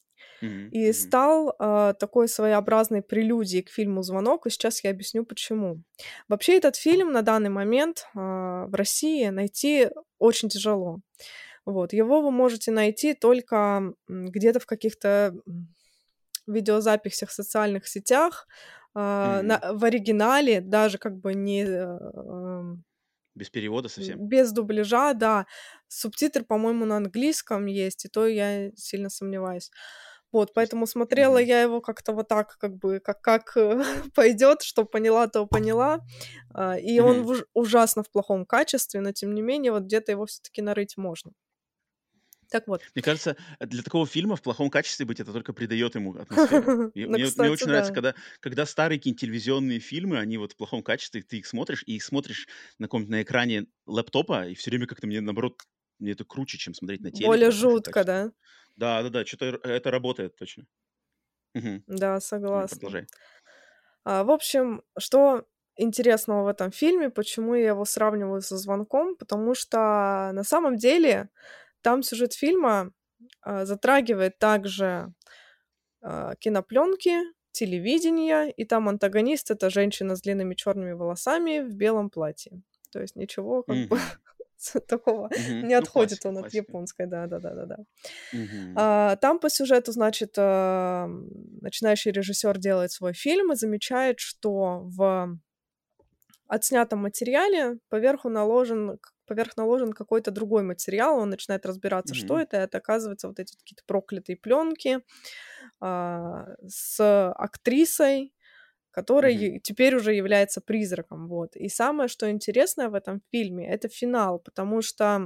Мгм, и мгм. стал, а, такой своеобразной прелюдией к фильму "Звонок", и сейчас я объясню почему. Вообще этот фильм на данный момент, а, в России найти очень тяжело. Вот. Его вы можете найти только, м, где-то в каких-то, м, видеозаписях в социальных сетях, а, на Мгм. в оригинале, даже как бы не, э, ам, Без перевода совсем? без дубляжа, да. Субтитры, по-моему, на английском есть, и то я сильно сомневаюсь. Вот, То есть поэтому смотрела Мгм. я его как-то вот так, как бы, как как пойдет, что поняла, то поняла. А, и он Мгм. в уж ужасно в плохом качестве, но тем не менее, вот где-то его все таки нарыть можно. Так вот. Мне кажется, э, для такого фильма в плохом качестве быть это только придает ему атмосферу. И Ну, мне вот мне кстати, очень нравится, да. когда когда старые какие-нибудь телевизионные фильмы, они вот в плохом качестве, ты их смотришь, и их смотришь на каком-нибудь на экране лэптопа, и все время как-то мне, наоборот, мне это круче, чем смотреть на телеке Более в хорошем жутко, качестве. да? Да-да-да, что то это работает точно. Мгм. Да, Давай, согласна. продолжай. А, в общем, что интересного в этом фильме, почему я его сравниваю со "Звонком"? Потому что на самом деле там сюжет фильма, а, затрагивает также, а, кинопленки, телевидение, и там антагонист — это женщина с длинными черными волосами в белом платье. То есть ничего как бы Мгм. с такого Мгм. не Ну, отходит классика, он от классика. японской. Да-да-да-да-да. Мгм. А, там по сюжету, значит, ам, начинающий режиссер делает свой фильм и замечает, что в отснятом материале поверху наложен к поверх наложен какой-то другой материал. Он начинает разбираться, что Мгм. это. Это, оказывается, вот эти вот какие-то проклятые пленки, а, с актрисой, которая Мгм. е теперь уже является призраком. Вот. И самое, что интересное в этом фильме — это финал, потому что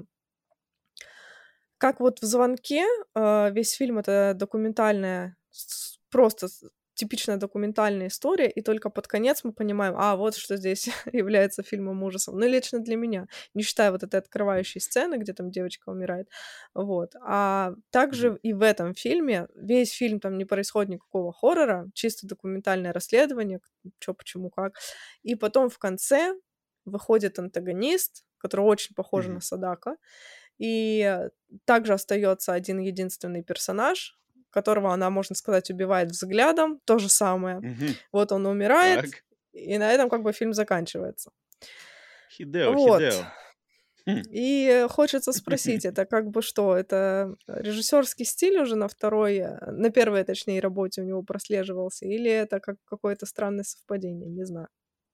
как вот в "Звонке", а, весь фильм — это документальная, с просто с типичная документальная история, и только под конец мы понимаем: а, вот что здесь является фильмом ужасов. Ну, лично для меня, не считая вот этой открывающей сцены, где там девочка умирает. Вот. А Мгм. также и в этом фильме весь фильм, там не происходит никакого хоррора, чисто документальное расследование, чё, почему, как. И потом в конце выходит антагонист, который очень похож на Мгм. Садако, и, э, также остается один единственный персонаж, которого она, можно сказать, убивает взглядом. То же самое. Мгм. Вот он умирает, Так. и на этом как бы фильм заканчивается. Хидео, Вот. Хидео. Хм. И э, хочется спросить, это как бы что, это режиссерский стиль уже на второй, э, на первой, точнее, работе у него прослеживался, или это как какое-то странное совпадение, не знаю.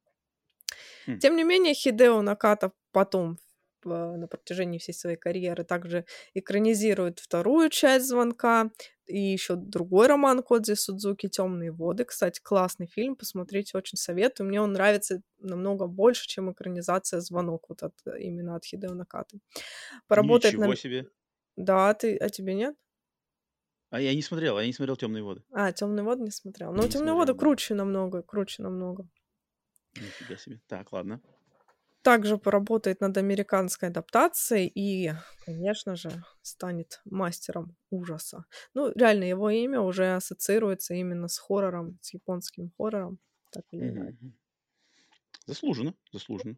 Хм. Тем не менее, Хидео Наката потом в на протяжении всей своей карьеры также экранизирует вторую часть "Звонка" и еще другой роман Кодзи Судзуки "Темные воды". Кстати, классный фильм, посмотрите, очень советую. Мне он нравится намного больше, чем экранизация "Звонок", вот от э, именно от Хидео Накаты. Поработает Ничего на себе! Да, ты а тебе нет? А я не смотрел, я не смотрел "Темные воды". А, "Темные воды" не смотрел. Ну, Не "Темные воды" смотрел, да. круче намного, круче намного. Нифига себе. Так, ладно. Также поработает над американской адаптацией и, конечно же, станет мастером ужаса. Ну, реально, его имя уже ассоциируется именно с хоррором, с японским хоррором, так или Мгм, иначе. мгм. Заслуженно, заслуженно.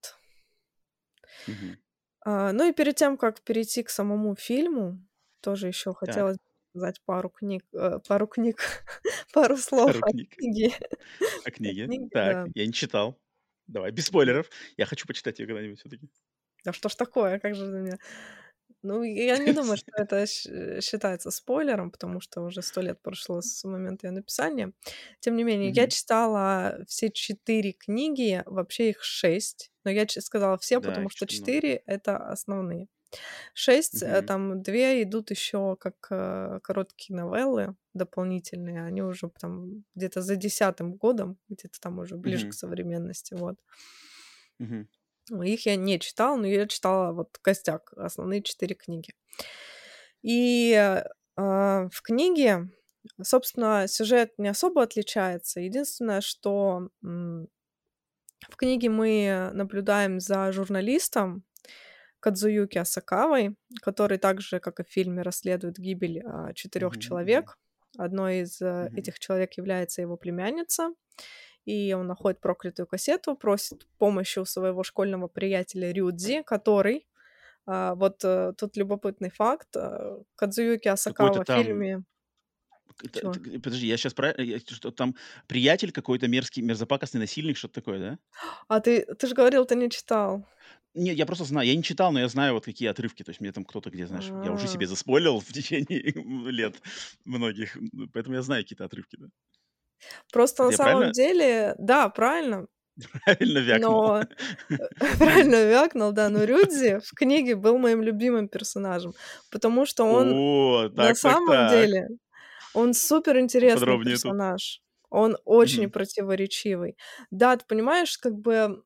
Мгм. А, ну и перед тем, как перейти к самому фильму, тоже еще Так, хотелось сказать пару книг, э, пару книг, пару слов пару о книг. книге. О О книге. книге, Так, да. я не читал. Давай, без спойлеров. Я хочу почитать ее когда-нибудь все таки. Да что ж такое, как же ты меня. Ну, я не думаю, что это щ считается спойлером, потому что уже сто лет прошло с момента её написания. Тем не менее, я Мгм. читала все четыре книги, вообще их шесть, но я че сказала все, Да, потому их что что-то много. четыре это основные. Шесть, э, Мгм. там две идут еще как, э, короткие новеллы дополнительные, они уже там где-то за десятым годом, где-то там уже ближе к Мгм. современности, вот. Мгм. Ну, их я не читала, но я читала вот костяк, основные четыре книги. И, э, а, в книге, собственно, сюжет не особо отличается. Единственное, что, м, в книге мы наблюдаем за журналистом Кадзуюки Асакавой, который так же, как и в фильме, расследует гибель, а, четырёх Мгм. Мгм. человек. Одной из, э, Мгм. этих человек является его племянница, и он находит проклятую кассету, просит помощи у своего школьного приятеля Рюдзи, который, а, вот, э, тут любопытный факт, э, Кадзуюки Какой-то Асакава в там фильме К т Чего? т подожди, я сейчас про я что там приятель какой-то мерзкий, мерзопакостный насильник, что-то такое, да? А ты ты ж говорил, ты не читал. Не, я просто знаю. Я не читал, но я знаю вот какие отрывки. То есть мне там кто-то где, знаешь, я уже себе А. заспойлерил в течение лет многих, м, поэтому я знаю какие-то отрывки, да. Просто на Это я самом правильно деле да, правильно, правильно вякнул? но правильно вякнул, да, но Рюдзи в книге был моим любимым персонажем, потому что он О, на так так самом так. деле, он суперинтересный Поподробнее тут. персонаж. Он очень Мгм. противоречивый. Да, ты понимаешь, как бы,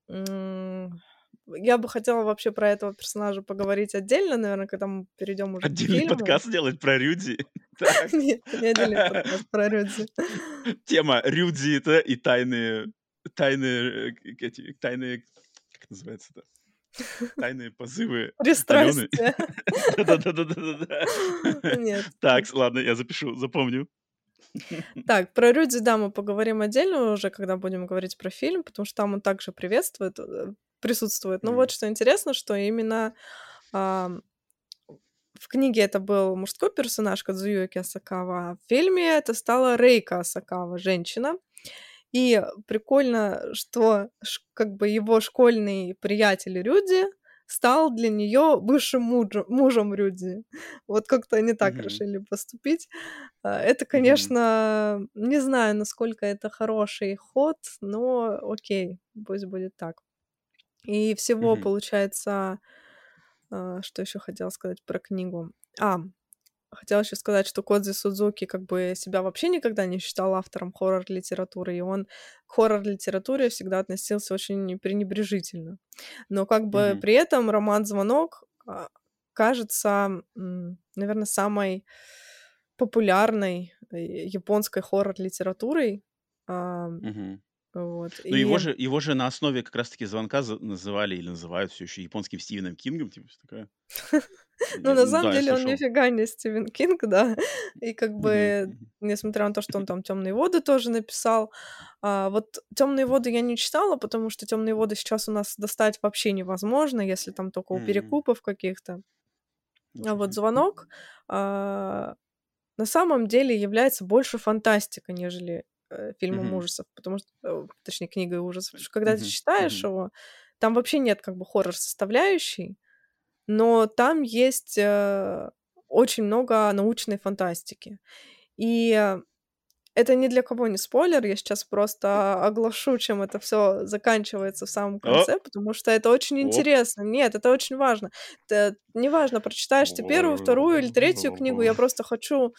м, я бы хотела вообще про этого персонажа поговорить отдельно, наверно, когда мы перейдем уже к Отдельный фильму. подкаст сделать про Рюдзи? Так. Нет, это не отдельный подкаст про Рюдзи. Тема Рюдзи, да, и тайные тайные, э, к эти, тайные, как это называется-то? Тайные позывы Алены. Пристрастие. Да-да-да-да-да-да. Нет, Так, нет. с ладно, я запишу, запомню. Так, про Рюдзи, да, мы поговорим отдельно уже, когда будем говорить про фильм, потому что там он также приветствует, э, присутствует. Но Мгм. вот что интересно, что именно, ам, в книге это был мужской персонаж Кадзуюки Асакава, а в фильме это стала Рейка Асакава, женщина. И прикольно, что ш как бы его школьный приятель Рюдзи стал для неё бывшим муджем мужем Рюдзи. Вот как-то они так Мгм. решили поступить. А, это, Мгм. конечно, не знаю, насколько это хороший ход, но окей, пусть будет так. И всего Мгм. получается, а, что ещё хотела сказать про книгу? А, хотела ещё сказать, что Кодзи Судзуки как бы себя вообще никогда не считал автором хоррор-литературы, и он к хоррор-литературе всегда относился очень пренебрежительно. Но как бы Мгм. при этом роман "Звонок", а, кажется, м, наверно, самой популярной, э, японской хоррор-литературой. Ам, Мгм. вот, Ну, его и же его же на основе как раз таки "Звонка" за называли или называют всё ещё японским Стивеном Кингом, типа всё такое. Ну, Я на ну самом да, я деле он слышал. нифига не Стивен Кинг, да. И как Мгм, бы, мгм. несмотря на то, что он там "Тёмные воды" тоже написал. А, вот "Тёмные воды" я не читала, потому что "Тёмные воды" сейчас у нас достать вообще невозможно, если там тока у М. перекупов каких-то. А Ничего вот себе. "Звонок", а, на самом деле является больше фантастикой, нежели, э, фильмом Мгм. ужасов, потому что, э, точнее, книгой ужасов. Потому что когда ты Мгм, читаешь мгм. его, там вообще нет как бы хоррор-составляющей, но там есть, э, очень много научной фантастики. И это ни для кого не спойлер. Я сейчас просто оглашу, чем это всё заканчивается в самом О! конце, потому что это очень Оп! интересно. Нет, это очень важно. Т неважно, прочитаешь ты первую, вторую или третью книгу, я просто хочу,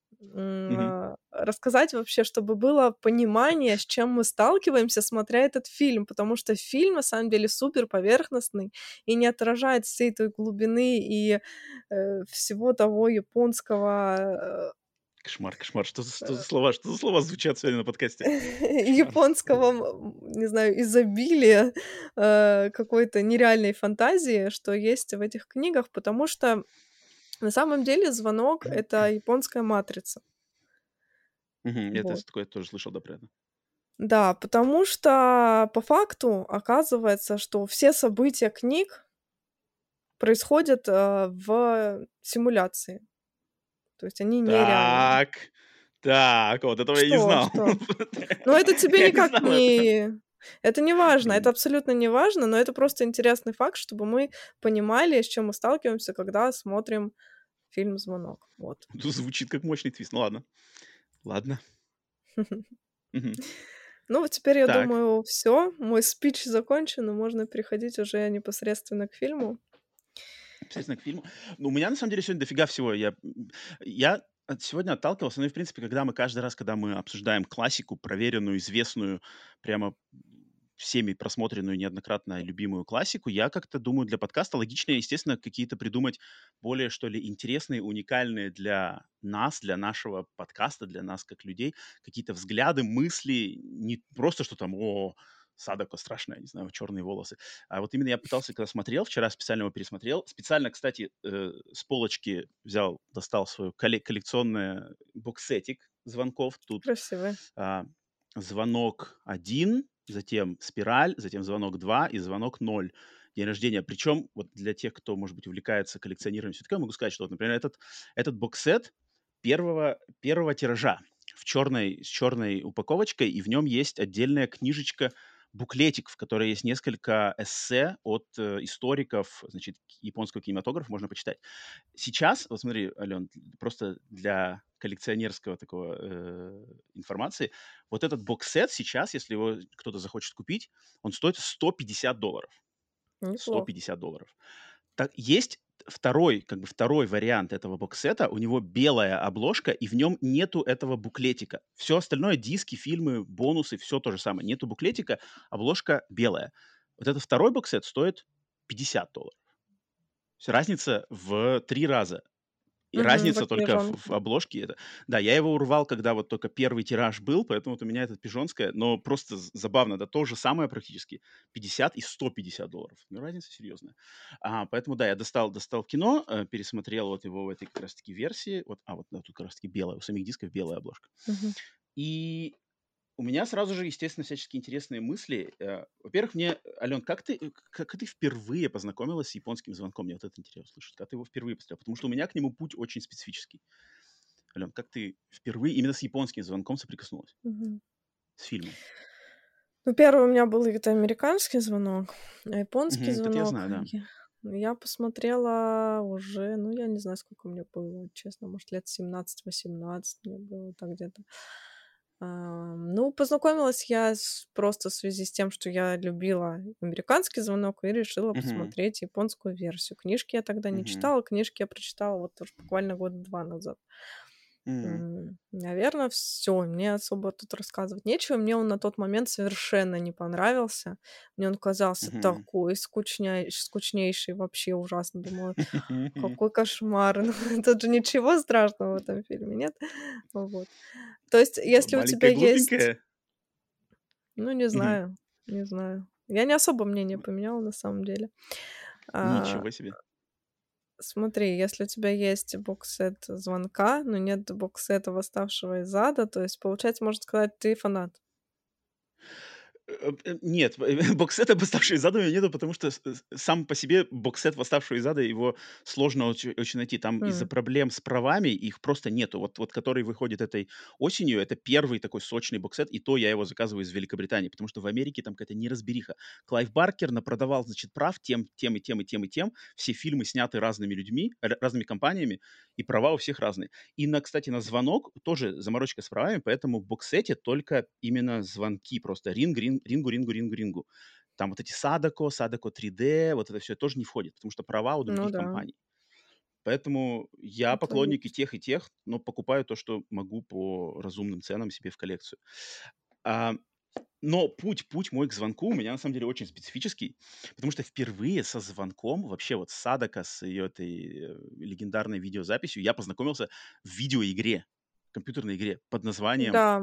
м, Мгм. а, рассказать вообще, чтобы было понимание, с чем мы сталкиваемся, смотря этот фильм. Потому что фильм на самом деле супер поверхностный и не отражает всей той глубины и, э, всего того японского, э Кошмар, кошмар. Что за что за э слова что за слова звучат сегодня на подкасте? Кошмар. японского, м, не знаю, изобилия, э, какой-то нереальной фантазии, что есть в этих книгах, потому что на самом деле "Звонок"- это японская "Матрица". Мгм. Я тес Вот. такое тоже слышал, да, про это. Да, потому что по факту оказывается, что все события книг происходят, а, в симуляции. То есть они нереальные. Так, так, вот этого я не Что знал. что? Ну, это тебе Я не никак знал этого. не это не важно, это М. абсолютно не важно, но это просто интересный факт, чтобы мы понимали, с чем мы сталкиваемся, когда смотрим фильм "Звонок". Вот. Ну, звучит как мощный твист. Ну ладно. Ладно. Мгм. Ну, вот теперь, я Так. думаю, всё. Мой спич закончен, и можно переходить уже непосредственно к фильму. Непосредственно к фильму. Ну, у меня на самом деле сегодня дофига всего. Я, м, я от сегодня отталкивался, ну и, в принципе, когда мы каждый раз, когда мы обсуждаем классику, проверенную, известную, прямо всеми просмотренную неоднократно любимую классику, я как-то думаю, для подкаста логичнее, естественно, какие-то придумать более, что ли, интересные, уникальные для нас, для нашего подкаста, для нас как людей какие-то взгляды, мысли. Не просто, что там: "О, Садако страшная, не знаю, черные волосы". А вот именно я пытался, когда смотрел, вчера специально его пересмотрел, специально, кстати, э, с полочки взял, достал свой колле коллекционный боксетик "Звонков". Тут, Красивый. а, "Звонок один", затем "Спираль", затем "Звонок два" и "Звонок ноль". День рождения. Причем вот для тех, кто, может быть, увлекается коллекционированием, всё такое, могу сказать, что вот, например, этот этот боксет первого, первого тиража в черной, с черной упаковочкой, и в нем есть отдельная книжечка, буклетик, в которой есть несколько эссе от э, историков, значит, к- японского кинематографа, можно почитать. Сейчас, вот смотри, Ален, просто для коллекционерского такого э, информации, вот этот бокс-сет сейчас, если его кто-то захочет купить, он стоит сто пятьдесят долларов. сто Неплохо. пятьдесят долларов. Так, есть второй, как бы второй вариант этого боксета. У него белая обложка, и в нем нету этого буклетика. Все остальное, диски, фильмы, бонусы, все то же самое. Нету буклетика, обложка белая. Вот этот второй боксет стоит пятьдесят долларов. То есть разница в три раза. И Мгм, разница вот только в, в книжонка. обложке. Это. Да, я его урвал, когда вот только первый тираж был, поэтому вот у меня этот пижонская, но просто з- забавно, да, то же самое практически, пятьдесят и сто пятьдесят долларов. Ну, разница серьезная. А, поэтому, да, я достал, достал кино, э, пересмотрел вот его в этой как раз-таки версии, вот, а вот да, тут как раз-таки белая, у самих дисков белая обложка. Мгм. И у меня сразу же, естественно, всяческие интересные мысли. Э, Во-первых, мне, Ален, как ты, э, как ты впервые познакомилась с японским звонком? Мне вот это интересно услышать. Как ты его впервые посмотрел? Потому что у меня к нему путь очень специфический. Ален, как ты впервые именно с японским звонком соприкоснулась? Мгм. С фильмом? Ну, первый у меня был это американский звонок, а японский Мгм, этот я звонок знаю, да. я я посмотрела уже, ну, я не знаю, сколько мне было, честно, может, лет семнадцать восемнадцать мне было, так где-то. Ам, ну, познакомилась я с просто в связи с тем, что я любила американский звонок и решила Мгм, посмотреть японскую версию. Книжки я тогда не мгм, читала, книжки я прочитала вот тоже буквально года два назад. м, Наверное, все. Мне особо тут рассказывать нечего. Мне он на тот момент совершенно не понравился. Мне он казался мгм. такой скучняй скучнейший, вообще ужасно. Думаю: "Какой кошмар". Ну, тут же ничего страшного в этом фильме, нет? Вот. То есть, если у тебя Маленькая есть глупенькая. ну, не Мгм. знаю, не знаю. Я не особо мнение поменяла на самом деле. А Ничего себе. Смотри, если у тебя есть боксет "Звонка", но нет боксета "Восставшего из ада", то есть, получается, можно сказать, ты фанат. Э, э, нет, боксета "Восставшие из ада" у меня нету, потому что с с сам по себе боксет "Восставшего из ада" его сложно очень очень найти. Там из-за М. проблем с правами их просто нету. Вот вот который выходит этой осенью, это первый такой сочный боксет, и то я его заказываю из Великобритании, потому что в Америке там какая-то неразбериха. Клайв Баркер напродавал, значит, прав тем тем и тем, и тем, и тем. Все фильмы сняты разными людьми, р разными компаниями, и права у всех разные. И на, кстати, на "Звонок" тоже заморочка с правами, поэтому в боксете только именно звонки, просто ринг, ринг, рингу, рингу, рингу, рингу. Там вот эти Садако, Садако три дэ, вот это все тоже не входит, потому что права у Ну других да, компаний. Поэтому я это поклонник и есть. тех, и тех, но покупаю то, что могу по разумным ценам себе в коллекцию. А, но путь путь мой к звонку у меня на самом деле очень специфический, потому что впервые со звонком, вообще вот с Садако, с ее этой, э, легендарной видеозаписью я познакомился в видеоигре, компьютерной игре под названием Да,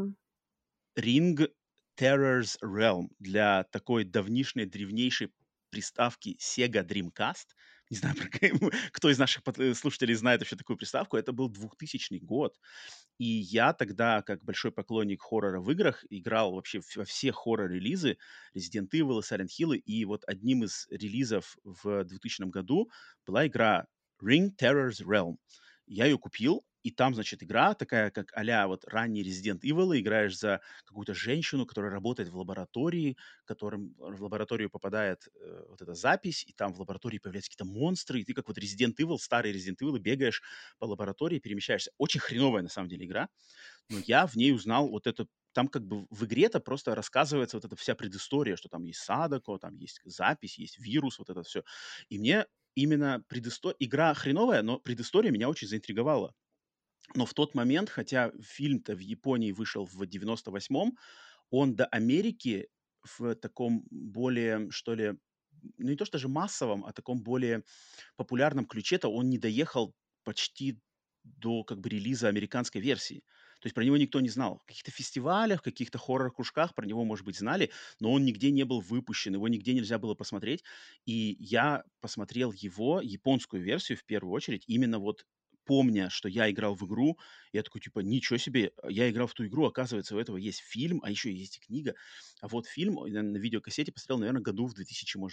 Ring Terror's Realm для такой давнишней, древнейшей приставки Sega Dreamcast. Не знаю, про ка- кто из наших пот- э, слушателей знает вообще такую приставку. Это был двухтысячный год. И я тогда, как большой поклонник хоррора в играх, играл вообще в- во все хоррор-релизы Resident Evil, Silent Hill. И вот одним из релизов в двухтысячном году была игра Ring Terror's Realm. Я ее купил, и там, значит, игра такая, как а вот ранний Resident Evil. Играешь за какую-то женщину, которая работает в лаборатории, которым в лабораторию попадает э, вот эта запись, и там в лаборатории появляются какие-то монстры, и ты как вот Resident Evil, старый Resident Evil, бегаешь по лаборатории, перемещаешься. Очень хреновая на самом деле игра, но я в ней узнал вот это, там как бы в игре-то просто рассказывается вот эта вся предыстория, что там есть Садако, там есть запись, есть вирус, вот это все. И мне именно предыстория, игра хреновая, но предыстория меня очень заинтриговала. Но в тот момент, хотя фильм-то в Японии вышел в девяносто восьмом, он до Америки в таком более, что ли, ну не то что же массовом, а таком более популярном ключе-то он не доехал почти до как бы релиза американской версии. То есть про него никто не знал. В каких-то фестивалях, в каких-то хоррор-кружках про него, может быть, знали, но он нигде не был выпущен, его нигде нельзя было посмотреть. И я посмотрел его, японскую версию в первую очередь, именно вот помня, что я играл в игру, я такой, типа, ничего себе, я играл в ту игру, оказывается, у этого есть фильм, а еще есть и книга. А вот фильм э, на, на видеокассете посмотрел, наверное, году в двухтысячном, может быть.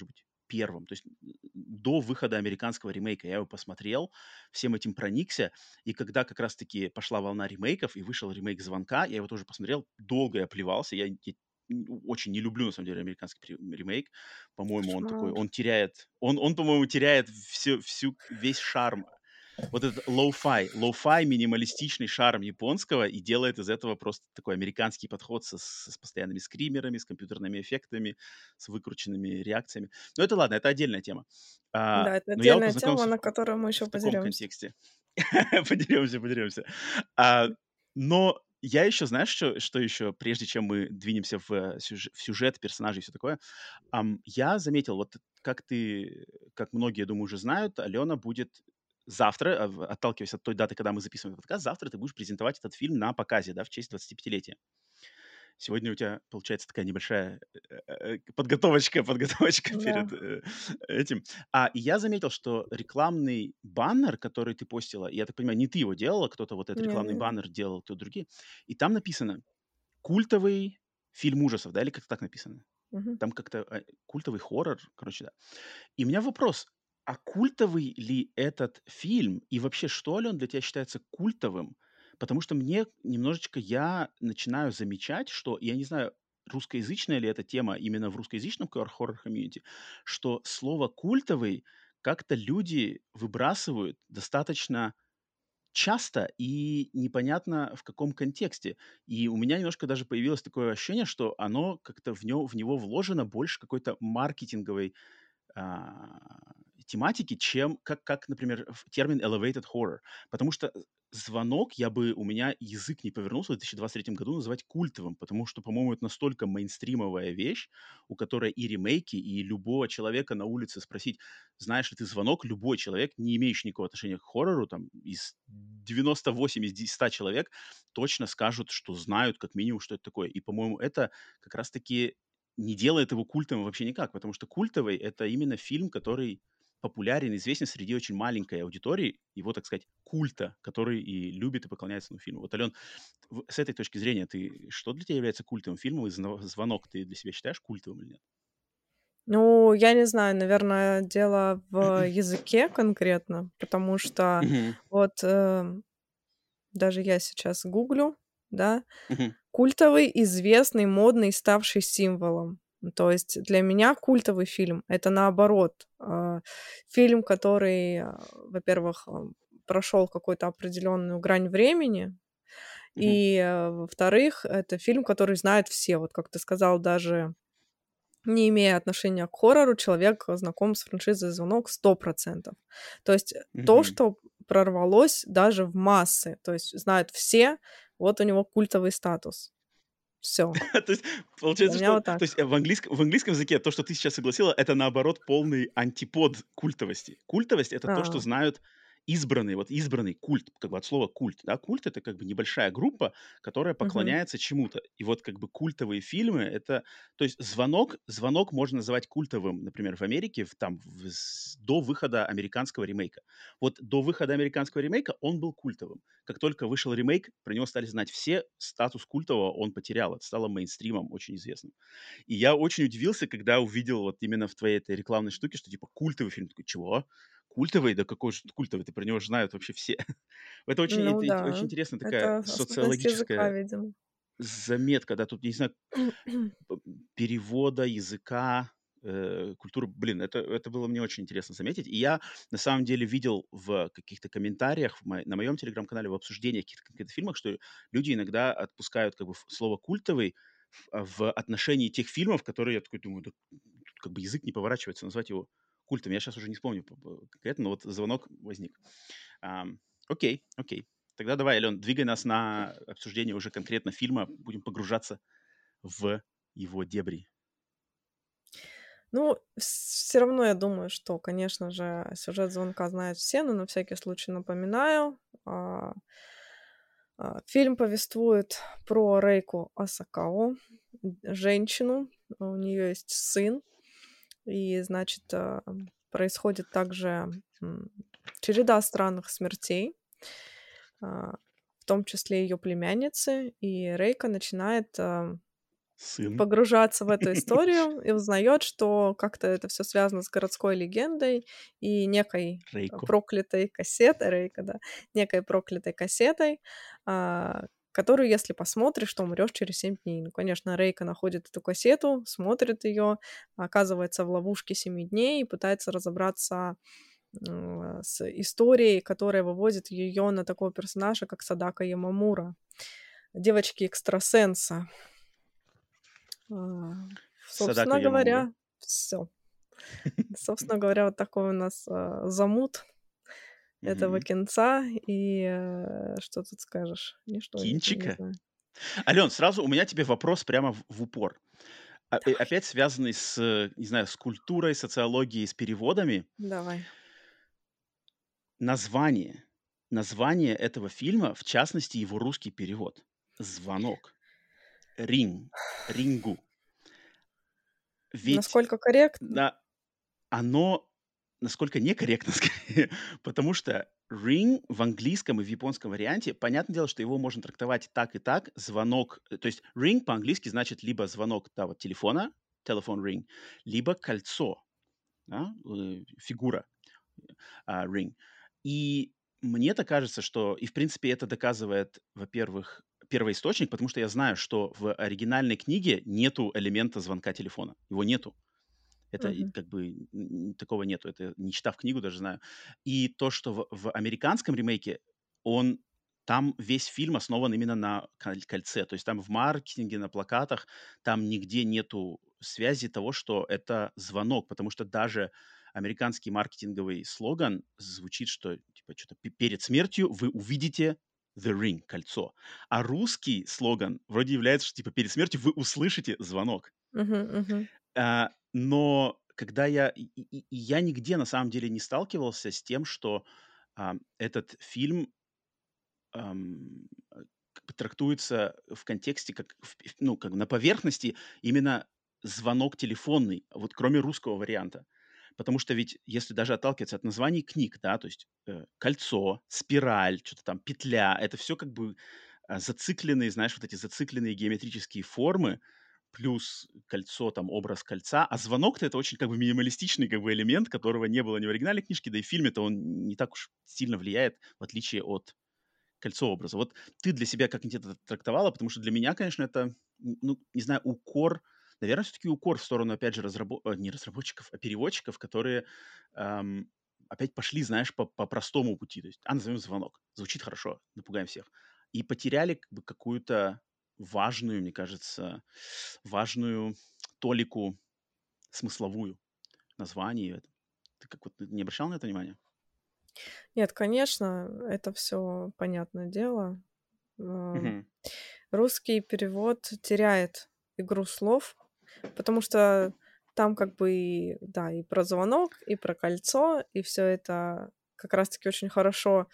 первом, то есть до выхода американского ремейка. Я его посмотрел, всем этим проникся, и когда как раз-таки пошла волна ремейков и вышел ремейк «Звонка», я его тоже посмотрел, долго я плевался, я, я очень не люблю, на самом деле, американский ремейк. По-моему, он такой, Кошмар. он теряет, он, он по-моему, теряет всю, всю, весь шарм. Вот этот лоу-фай, лоу-фай, минималистичный шарм японского и делает из этого просто такой американский подход со, с постоянными скримерами, с компьютерными эффектами, с выкрученными реакциями. Но это ладно, это отдельная тема. А, Да, это но я вот отдельная тема, познакомился на в, которую мы еще в таком подеремся. контексте. Подеремся, подеремся. А, но я еще, знаешь, что, что еще, прежде чем мы двинемся в сюжет, в сюжет персонажей и все такое, ам, я заметил, вот как ты, как многие, я думаю, уже знают, Алена будет завтра, а, в- отталкиваясь от той даты, когда мы записываем этот подкаст, завтра ты будешь презентовать этот фильм на показе, да, в честь двадцатипятилетия. Сегодня у тебя получается такая небольшая э, э, подготовочка, подготовочка Да. перед э, этим. А и я заметил, что рекламный баннер, который ты постила, я так понимаю, не ты его делала, кто-то вот этот рекламный Не-не-не. баннер делал, кто другие, и там написано культовый фильм ужасов, да, или как-то так написано? Мгм. Там как-то э, культовый хоррор, короче, да. И у меня вопрос, а культовый ли этот фильм? И вообще, что ли он для тебя считается культовым? Потому что мне немножечко я начинаю замечать, что, я не знаю, русскоязычная ли эта тема именно в русскоязычном хоррор-комьюнити, что слово «культовый» как-то люди выбрасывают достаточно часто и непонятно в каком контексте. И у меня немножко даже появилось такое ощущение, что оно как-то в, него, в него вложено больше какой-то маркетинговой а, тематики, чем как, как, например, в термин elevated horror. Потому что «Звонок» я бы, у меня язык не повернулся в две тысячи двадцать третьем году называть культовым, потому что, по-моему, это настолько мейнстримовая вещь, у которой и ремейки, и любого человека на улице спросить, знаешь ли ты «Звонок», любой человек, не имеющий никакого отношения к хоррору, там, из девяносто восемь из ста человек точно скажут, что знают как минимум, что это такое. И, по-моему, это как раз-таки не делает его культовым вообще никак, потому что культовый — это именно фильм, который популярен, известен среди очень маленькой аудитории, его, так сказать, культа, который и любит и поклоняется этому фильму. Вот, Ален, в- с этой точки зрения, ты что для тебя является культовым фильмом? И «Зно- «Звонок» ты для себя считаешь культовым или нет? Ну, я не знаю, наверное, дело в языке конкретно, потому что Мгм. вот, эм, даже я сейчас гуглю, да, Мгм. культовый, известный, модный, ставший символом. Ну, то есть для меня культовый фильм — это наоборот, а, фильм, который, а, во-первых, ам, прошёл какую-то определенную грань времени, Мгм. и, а, во-вторых, это фильм, который знают все. Вот как ты сказал, даже не имея отношения к хоррору, человек э, знаком с франшизой «Звонок» сто процентов. То есть э, то, Мгм. что прорвалось даже в массы, то есть знают все, вот у него культовый статус. Все. То есть Для получается, меня что вот то так. есть э, в английском в английском языке то, что ты сейчас согласила, это, наоборот, полный антипод культовости. Культовость — это то, что А, знают избранные, вот избранный культ, как бы от слова культ, да. Культ — это как бы небольшая группа, которая мгм, поклоняется чему-то. И вот как бы культовые фильмы — это то есть «Звонок» «Звонок» можно называть культовым, например, в Америке в там в с до выхода американского ремейка. Вот до выхода американского ремейка он был культовым. Как только вышел ремейк, про него стали знать все, статус культового он потерял. Это стало мейнстримом очень известным. И я очень удивился, когда увидел вот именно в твоей этой рекламной штуке, что типа культовый фильм. Такой, чего? Культовый? Да какой же тут культовый? Ты про него же знают вообще все. Это очень, ну это ин- да, очень интересная такая это особенность языка, социологическая видимо. заметка, да, тут, не знаю, п- перевода, языка, э, культуры. Блин, это, это было мне очень интересно заметить. И я, на самом деле, видел в каких-то комментариях в мо- на моем телеграм-канале, в обсуждениях каких-то конкретных фильмов, что люди иногда отпускают как бы ф- слово «культовый» в, а, в отношении тех фильмов, которые я такой думаю, да, тут как бы язык не поворачивается назвать его культом. Я сейчас уже не вспомню п- п- конкретно, но вот звонок возник. Ам, окей, окей. Тогда давай, Ален, двигай нас на обсуждение уже конкретно фильма. Будем погружаться в его дебри. Ну, все равно я думаю, что, конечно же, сюжет «Звонка» знают все, но на всякий случай напоминаю. А, а, фильм повествует про Рейку Асакаву, м, женщину. У нее есть сын. И, значит, а, происходит также, м, череда странных смертей, а, в том числе ее племянницы. И Рейка начинает, а, Сын. погружаться в эту историю и узнает, что как-то это все связано с городской легендой и некой, э, Рейко. проклятой кассетой, Рейка, да, некой проклятой кассетой, а, которую, если посмотришь, то умрёшь через семь дней. Ну, конечно, Рейка находит эту кассету, смотрит её, оказывается в ловушке семи дней и пытается разобраться, м, с историей, которая выводит её на такого персонажа, как Садака Ямамура, девочки-экстрасенса. А, Садако собственно Ямамура. говоря, всё. Собственно говоря, вот такой у нас, а, замут этого Мгм. кинца. И, э, что тут скажешь? Ничто, ничего не Кинчика? знаю. Алён, сразу у меня тебе вопрос прямо в в упор. А, э, Давай. опять связанный с, э, не знаю, с культурой, социологией, с переводами. Давай. Название название этого фильма, в частности, его русский перевод. "Звонок", "Ring", "Рингу". Ведь Насколько корректно? на оно насколько некорректно скорее, потому что ring в английском и в японском варианте, понятное дело, что его можно трактовать так и так. Звонок, э, то есть ring по-английски значит либо звонок, да, вот телефона, telephone ring, либо кольцо, да, э, фигура, а, ring. И мне-то кажется, что и в принципе это доказывает, во-первых, первоисточник, потому что я знаю, что в оригинальной книге нету элемента звонка телефона. Его нету. Это и Мгм. как бы н такого нету. Это не читав книгу, даже знаю. И то, что в в американском ремейке, он там весь фильм основан именно на коль кольце. То есть там в маркетинге, на плакатах, там нигде нету связи того, что это звонок, потому что даже американский маркетинговый слоган звучит, что типа чё-то пе перед смертью вы увидите the ring- кольцо. А русский слоган вроде является, что типа перед смертью вы услышите звонок. Мгм, мгм. А, но когда я и и и я нигде на самом деле не сталкивался с тем, что, ам, этот фильм, ам, э, как бы трактуется в контексте как в в ну, как бы на поверхности именно звонок телефонный, вот кроме русского варианта. Потому что ведь если даже отталкиваться от названий книг, да, то есть, э, кольцо, спираль, чё-то там, петля- это всё как бы, а, зацикленные, знаешь, вот эти зацикленные геометрические формы, плюс кольцо, там образ кольца. А звонок-то- это очень как бы минималистичный как бы элемент, которого не было ни в оригинальной книжке, да и в фильме-то он не так уж сильно влияет, в отличие от кольцо-образа. Вот ты для себя как-нибудь это трактовала? Потому что для меня, конечно, это, н ну, не знаю, укор, наверно, всё-таки укор в сторону, опять же, разрабо э, не разработчиков, а переводчиков, которые, ам, опять пошли, знаешь, по по простому пути. То есть, а, назовем "Звонок". Звучит хорошо, напугаем всех. И потеряли как бы какую-то важную, мне кажется, важную толику смысловую в названии этом. Ты как вот не обращала на это внимания? Нет, конечно, это всё понятное дело. Ам, Мгм. русский перевод теряет игру слов, потому что там как бы и, да, и про звонок, и про кольцо, и всё это как раз таки очень хорошо,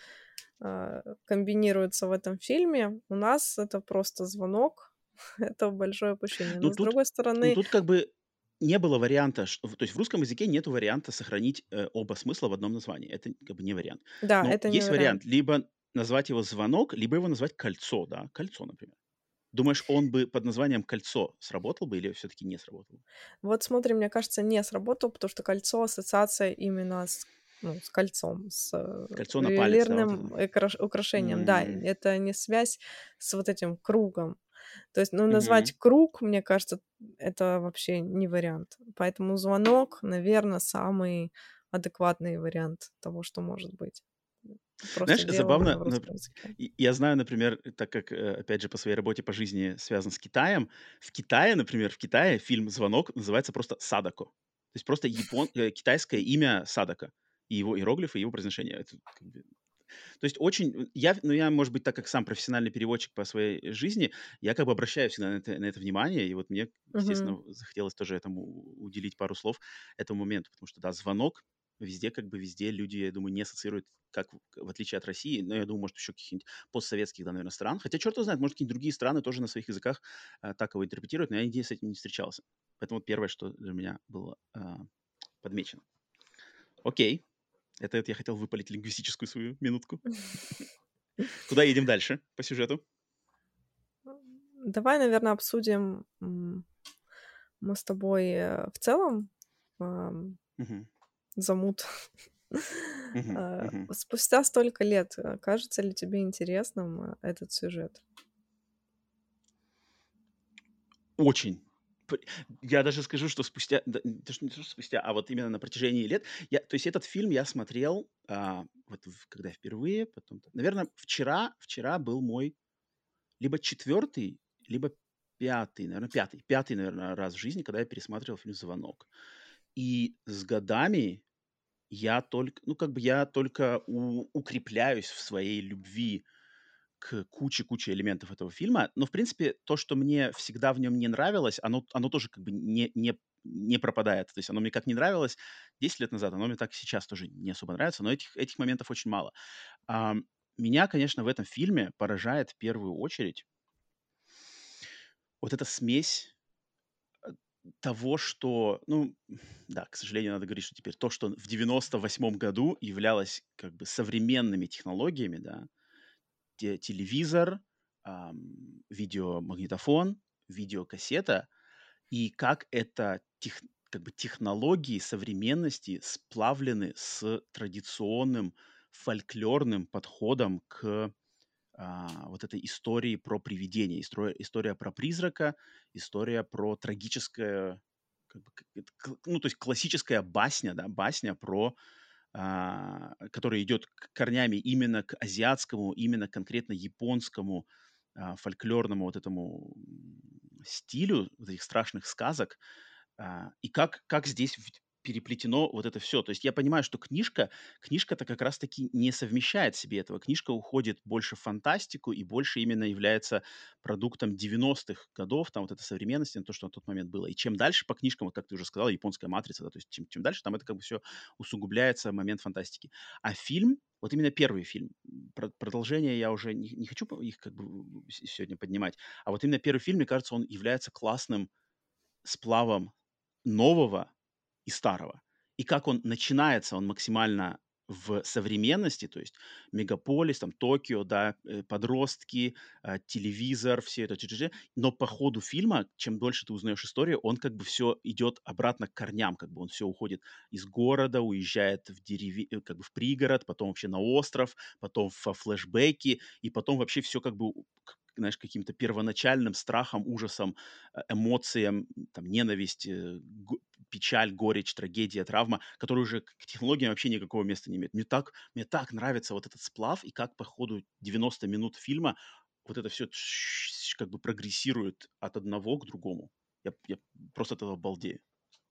а, комбинируется в этом фильме. У нас это просто звонок, это большое упущение. Ну Но, с тут другой ну стороны тут как бы не было варианта, ш в то есть в русском языке нету варианта сохранить, э, оба смысла в одном названии. Это как бы не вариант. Да, Но это не есть вариант. вариант: либо назвать его "Звонок", либо его назвать "Кольцо", да, "Кольцо", например. Думаешь, он бы под названием "Кольцо" сработал бы или всё-таки не сработал? Вот смотри, мне кажется, не сработал, потому что кольцо- ассоциация именно с, ну, с кольцом, с, э, Кольцо на палец, да, вот это? ювелирным экраш украшением. Да, М. это не связь с вот этим кругом. То есть, ну, назвать Мгм. круг, мне кажется, это вообще не вариант. Поэтому "Звонок", наверно, самый адекватный вариант того, что может быть. Просто Знаешь, дело именно забавно, в напр русском языке. и я знаю, например, так как, э, опять же, по своей работе по жизни связан с Китаем. В Китае, например, в Китае фильм "Звонок" называется просто "Садако". То есть просто япон э, китайское имя Садако, и его иероглифы, и его произношение. Это как бы то есть очень, м, я, ну, я, может быть, так как сам профессиональный переводчик по своей жизни, я как бы обращаю всегда на это на это внимание. И вот мне, Мгм. естественно, захотелось тоже этому уделить пару слов этому моменту. Потому что, да, звонок везде, как бы везде люди, я думаю, не ассоциируют, как в в отличие от России. Но я думаю, может, еще каких-нибудь постсоветских, да, наверно, стран. Хотя черт его знает, может, какие-нибудь другие страны тоже на своих языках, а, так его интерпретируют, но я нигде с этим не встречался. Поэтому вот первое, что для меня было, а, подмечено. Окей, это вот я хотел выпалить лингвистическую свою минутку. Куда едем дальше по сюжету? давай, наверное, обсудим м, мы с тобой э, в целом ам, Мгм. замут. Мгм. А, Мгм. Спустя столько лет, э, кажется ли тебе интересным э, этот сюжет? Очень. П Я даже скажу, что спустя, да, н то, что не то, что спустя, а вот именно на протяжении лет я, то есть этот фильм я смотрел, а, вот в когда впервые, потом, наверное, вчера вчера был мой либо четвертый, либо пятый, наверное, пятый, пятый, наверное, раз в жизни, когда я пересматривал фильм "Звонок". И с годами я только, ну, как бы я только у укрепляюсь в своей любви к куче-куче элементов этого фильма. Но, в принципе, то, что мне всегда в нем не нравилось, оно оно тоже как бы не не не пропадает. То есть оно мне как не нравилось десять лет назад, оно мне так сейчас тоже не особо нравится, но этих этих моментов очень мало. Ам, Меня, конечно, в этом фильме поражает в первую очередь вот эта смесь того, что, ну, да, к сожалению, надо говорить, что теперь то, что в девяносто восьмом году являлось как бы современными технологиями, да, те телевизор, ам, видеомагнитофон, видеокассета, и как это тех как бы технологии современности сплавлены с традиционным фольклорным подходом к, а, вот этой истории про привидения. История история про призрака, история про трагическое, как бы, как это, к ну, то есть классическая басня, да, басня про, а, которая идет к корнями именно к азиатскому, именно конкретно японскому, а, фольклорному вот этому, м, стилю вот этих страшных сказок. А, и как как здесь в переплетено вот это все. То есть я понимаю, что книжка книжка-то как раз таки не совмещает в себе этого. Книжка уходит больше в фантастику и больше именно является продуктом девяностых годов, там вот этой современности, на то, что на тот момент было. И чем дальше по книжкам, вот как ты уже сказала, "Японская матрица", да, то есть чем чем дальше, там это как бы все усугубляется, момент фантастики. А фильм, вот именно первый фильм, м, про продолжение я уже не не хочу по их как бы с сегодня поднимать, а вот именно первый фильм, мне кажется, он является классным сплавом нового и старого. И как он начинается, он максимально в современности, то есть мегаполис, там Токио, да, э, подростки, а, телевизор, все это, ча-ча-ча. Но по ходу фильма, чем дольше ты узнаешь историю, он как бы все идет обратно к корням, как бы он все уходит из города, уезжает в дереве э, как бы в пригород, потом вообще на остров, потом во флешбеки, и потом вообще все как бы, у к знаешь, каким-то первоначальным страхом, ужасом, э, эмоциям, там, ненависть, э, го печаль, горечь, трагедия, травма, которые уже к к технологиям вообще никакого места не имеют. Мне так мне так нравится вот этот сплав, и как по ходу девяноста минут фильма вот это все как бы прогрессирует от одного к другому. Я я просто от этого балдею.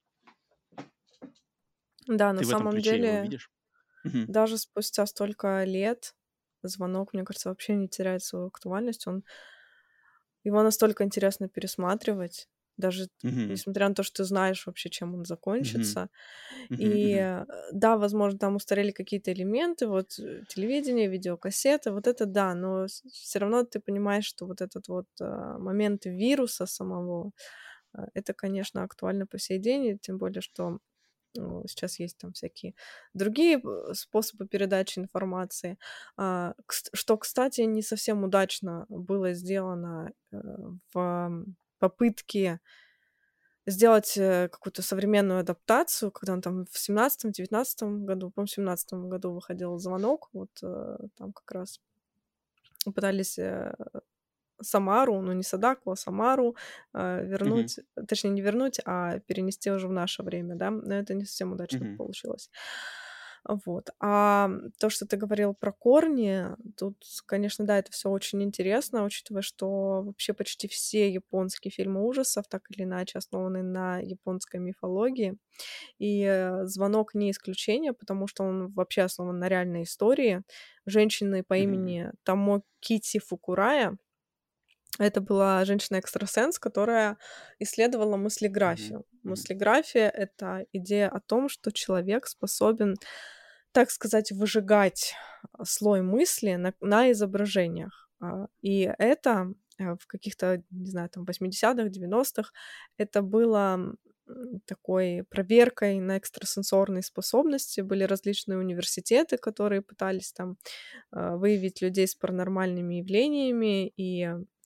Да, на Ты в этом самом ключе его деле, видишь? Мгм. даже спустя столько лет "Звонок", мне кажется, вообще не теряет свою актуальность. Он Его настолько интересно пересматривать, даже т Мгм. несмотря на то, что ты знаешь вообще, чем он Мгм. закончится. Мгм. И, Мгм. э, да, возможно, там устарели какие-то элементы, вот, э, телевидение, видеокассеты, вот это да, но все равно ты понимаешь, что вот этот вот, а, момент вируса самого, а, это, конечно, актуально по сей день, и тем более, что ну, сейчас есть там всякие другие э, способы передачи информации. А, кс- что, кстати, не совсем удачно было сделано э, в м, попытке сделать э, какую-то современную адаптацию, когда он там в семнадцатом-девятнадцатом году, по-моему, в семнадцатом году выходил «Звонок», вот э, там как раз пытались э, Самару, ну, не Садаку, а Самару, а, Мгм. вернуть, точнее, не вернуть, а перенести уже в наше время, да, но это не совсем удачно Мгм. получилось. Вот. А то, что ты говорил про корни, тут, конечно, да, это все очень интересно, учитывая, что вообще почти все японские фильмы ужасов так или иначе основаны на японской мифологии. И э, "Звонок" не исключение, потому что он вообще основан на реальной истории женщины по Мгм. имени Томо Кити Фукурая. Это была женщина-экстрасенс, которая исследовала Мгм. мыслеграфию. Мгм. Мыслеграфия — это идея о том, что человек способен, так сказать, выжигать а, слой мысли на, на изображениях. А, И это э, в каких-то, не знаю, там, восьмидесятых, девяностых это было м, такой проверкой на экстрасенсорные способности. Были различные университеты, которые пытались там э, выявить людей с паранормальными явлениями, и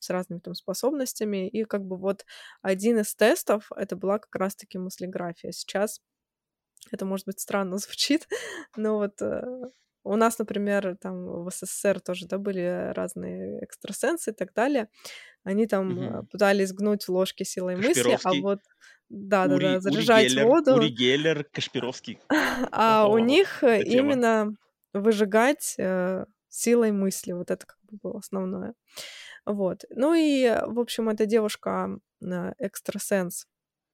с разными там способностями. И как бы вот один из тестов- это была как раз-таки мыслеграфия. Сейчас это, может быть, странно звучит, но вот, э, у нас, например, там в СССР тоже, да, были разные экстрасенсы и так далее. Они там, э, Мгм. пытались гнуть ложки силой мысли, а Кашпировский, вот Ури да-да-да, Ури заряжать Геллер, Ури воду, Геллер, Кашпировский. а у О, них э, эта тема. именно выжигать, э, силой мысли. Вот это как бы было основное. Вот. Ну и, э, в общем, эта девушка, э, экстрасенс,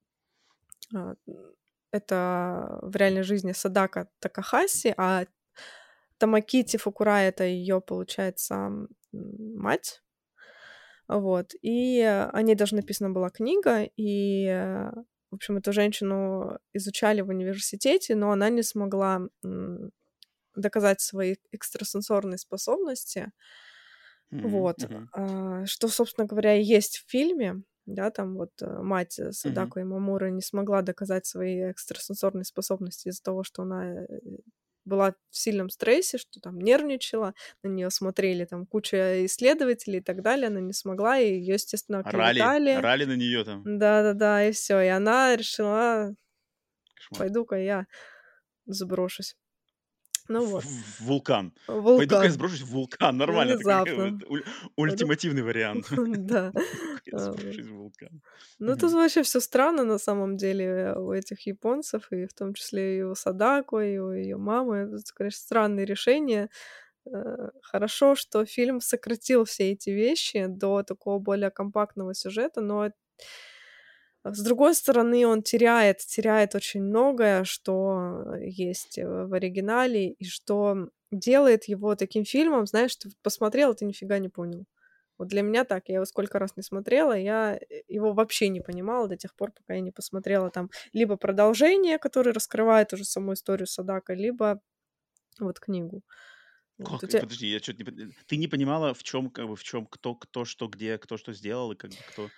а, м, это в реальной жизни Садака Такахаси, а Тамакити Фукурай- это её, получается, м, мать. Вот. И о ней даже написана была книга, и, э, в общем, эту женщину изучали в университете, но она не смогла, м, доказать свои экстрасенсорные способности. М, Вот. мгм. А, что, собственно говоря, и есть в фильме. Да, там вот, э, мать Мгм. Садако Имамуры не смогла доказать свои экстрасенсорные способности из-за того, что она, э, была в сильном стрессе, что там нервничала, на неё смотрели там куча исследователей и так далее. Она не смогла, и её, естественно, Орали, оклеветали. орали на неё там. Да-да-да, и всё. И она решила: Кошмар. "Пойду-ка я заброшусь". Ну В вот. в вулкан. В Пойду-ка я вулкан. сброшусь в вулкан. Нормально, такой как бы Внезапно. это уль Пойду ультимативный вариант. Да. Пойду-ка я А, вот. сброшусь в вулкан. Ну, тут Мгм. вообще всё странно на самом деле, э, у этих японцев, и в том числе и у Садако, и у её мамы. Это, конечно, странные решения. Э, хорошо, что фильм сократил все эти вещи до такого более компактного сюжета, но эт с другой стороны, он теряет теряет очень многое, что есть, э, в оригинале, и что делает его таким фильмом, знаешь, ты вот посмотрел, и ты нифига не понял. Вот для меня так. Я его сколько раз не смотрела, я, э, его вообще не понимала до тех пор, пока я не посмотрела там либо продолжение, которое раскрывает уже саму историю Садако, либо вот книгу. Вот у Как? тя Подожди, я чё-то не пон Ты не понимала, в чём, как бы, в чём, кто кто что где, кто что сделал, и как бы кто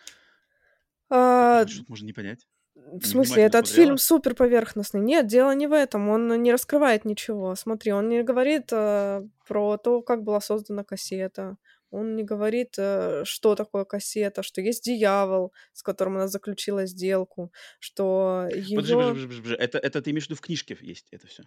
Как А, это что-то можно не понять? в смысле, Невнимательно этот фильм смотрела? супер поверхностный. Нет, дело не в этом, он не раскрывает ничего. Смотри, он не говорит, э, про то, как была создана кассета. Он не говорит, э, что такое кассета, что есть дьявол, с которым она заключила сделку, что Подожди подожди её подожди подожди. Это это ты имеешь в виду в книжке есть это всё?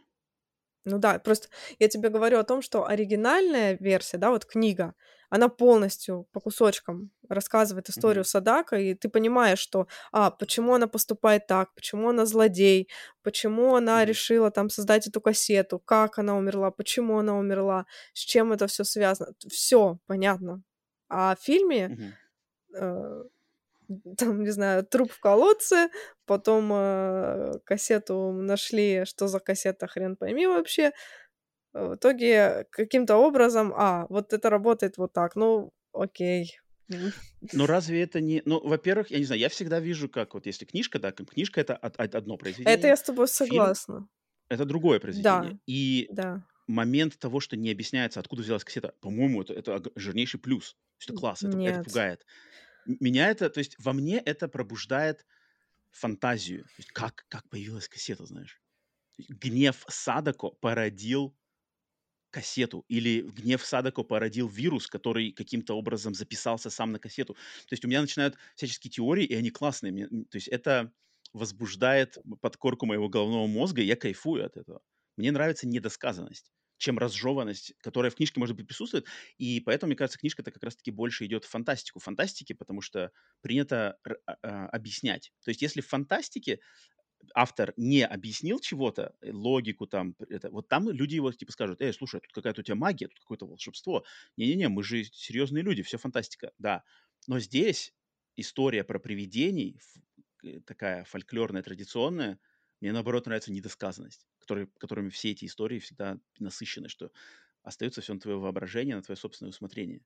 Ну да, просто я тебе говорю о том, что оригинальная версия, да, вот книга, она полностью по кусочкам рассказывает историю Мгм. Садако, и ты понимаешь, что, а, почему она поступает так, почему она злодей, почему она Мгм. решила там создать эту кассету, как она умерла, почему она умерла, с чем это всё связано. Т всё понятно. А в фильме, Мгм. э, там, не знаю, труп в колодце, потом, э, кассету нашли, что за кассета, хрен пойми вообще. В итоге каким-то образом, а, вот это работает вот так. Ну, окей. М. Но разве это не Ну, во-первых, я не знаю, я всегда вижу, как вот если книжка, да, как книжка- это од од одно Это произведение, я с тобой фильм- согласна. это другое произведение. Да, И да. момент того, что не объясняется, откуда взялась кассета, по-моему, это это ог жирнейший плюс. Это Н класс, это это нет. пугает. М меня это то есть во мне это пробуждает фантазию. То есть как как появилась кассета, знаешь? То есть гнев Садако породил кассету, или гнев Садако породил вирус, который каким-то образом записался сам на кассету. То есть у меня начинают всяческие теории, и они классные. Мне, м, то есть это возбуждает м подкорку моего головного мозга, и я кайфую от этого. Мне нравится недосказанность, чем разжеванность, которая в книжке, может быть, присутствует. И поэтому, мне кажется, книжка-то как раз таки больше идет в фантастику. В фантастике, потому что принято р а, а, объяснять. То есть если в фантастике автор не объяснил чего-то, э, логику там, п это, вот там люди его типа скажут: "Эй, слушай, тут какая-то у тя магия, тут какое-то волшебство. Не-не-не, мы же серьезные люди, всё фантастика". Да. Но здесь история про привидений, ф э, такая фольклорная, традиционная, мне, наоборот, нравится недосказанность, которой которыми все эти истории всегда насыщены, что остается всё на твоё воображение, на твоё собственное усмотрение.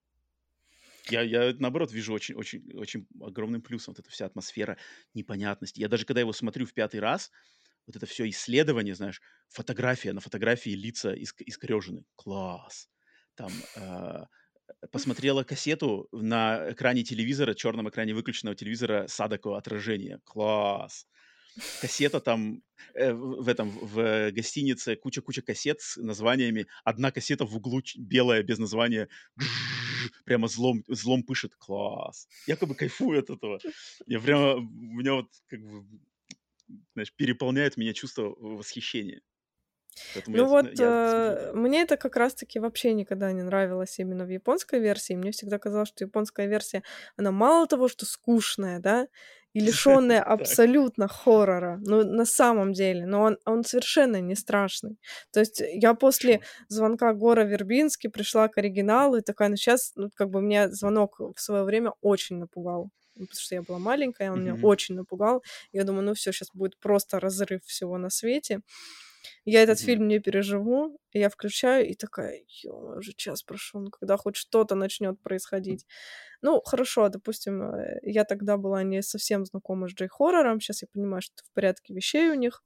Я я, наоборот, вижу очень очень очень огромным плюсом вот эта вся атмосфера непонятности. Я даже когда его смотрю в пятый раз, вот это всё исследование, знаешь, фотография, на фотографии лица иск искорёжены. Класс! Там, а, посмотрела кассету на экране телевизора, чёрном экране выключенного телевизора, Садако отражение. Класс! Кассета там, э, в в этом, в гостинице куча куча кассет с названиями. Одна кассета в углу ч белая без названия. прямо злом злом пышет. Класс! Я как бы кайфую от этого. Я прямо у меня вот как бы, знаешь, переполняет меня чувство восхищения. Поэтому я Ну с вот, я смотрю, э, да. мне это как раз таки вообще никогда не нравилось именно в японской версии. Мне всегда казалось, что японская версия, она мало того, что скучная, да, и лишённая Так. абсолютно хоррора, ну, на самом деле, но он он совершенно не страшный. То есть я после Хорошо. "Звонка Гора Вербински" пришла к оригиналу и такая: "Ну, щас", ну, как бы меня "Звонок" в своё время очень напугал, ну, потому что я была маленькая, он меня Мгм. очень напугал. Я думаю: "Ну всё, щас будет просто разрыв всего на свете". Я этот Мгм. фильм не переживу. И я включаю и такая: "Ё-моё, уже час прошёл, ну когда хоть что-то начнёт происходить?" Ну, хорошо, допустим, э, я тогда была не совсем знакома с джей-хоррором. Щас я понимаю, что это в порядке вещей у них.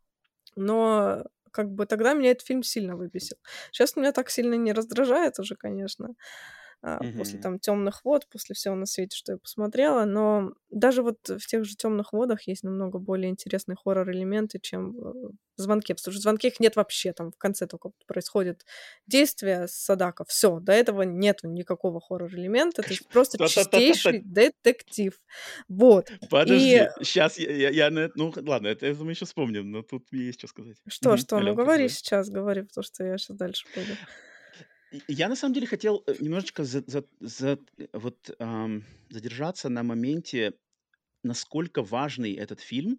Но как бы тогда меня этот фильм сильно выбесил. Щас меня так сильно не раздражает уже, конечно, а, после Мгм. там "Тёмных вод", после всего на свете, что я посмотрела. Но даже вот в тех же "Тёмных водах" есть намного более интересные хоррор-элементы, чем в в "Звонке". Потому что в "Звонке" их нет вообще. Там в конце тока происходит действие Садако. Всё, до этого нету никакого хоррор-элемента. То Кошм есть просто та-та-та-та-та. чистейший детектив. Вот. И Подожди, щас я я я на это ну х ладно, это это мы еще вспомним, но тут мне есть чё сказать. Что Мгм. что? Ну, Алло, говори продолжай. сейчас, говори, потому что я щас дальше пойду. И я на самом деле хотел, э, немножечко за зат зат вот, ам, задержаться на моменте, насколько важный этот фильм.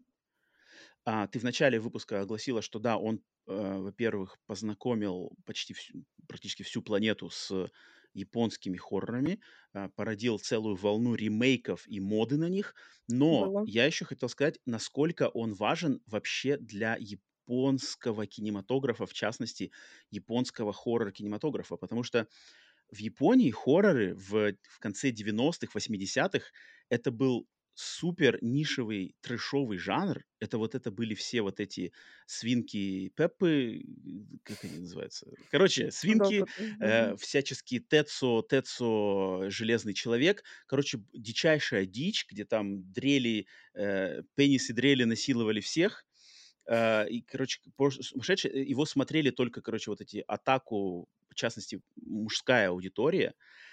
А, ты в начале выпуска огласила, что да, он, э, во-первых, познакомил почти всю практически всю планету с японскими хоррорами, а, породил целую волну ремейков и моды на них. Но Было. я еще хотел сказать, насколько он важен вообще для японского кинематографа, в частности, японского хоррор-кинематографа. Потому что в Японии хорроры в в конце девяностых, восьмидесятых это был супер нишевый трэшовый жанр. Это вот это были все вот эти свинки Пеппы, как они называются? Короче, свинки, Да-да-да. э, Мгм. всяческие Тетсо Тетсо, Железный человек. Короче, б дичайшая дичь, где там дрели, э, пенисы дрели насиловали всех. Э, и, короче, пош сумасшедший. Э, его смотрели только, короче, вот эти otaku, в частности, мужская аудитория.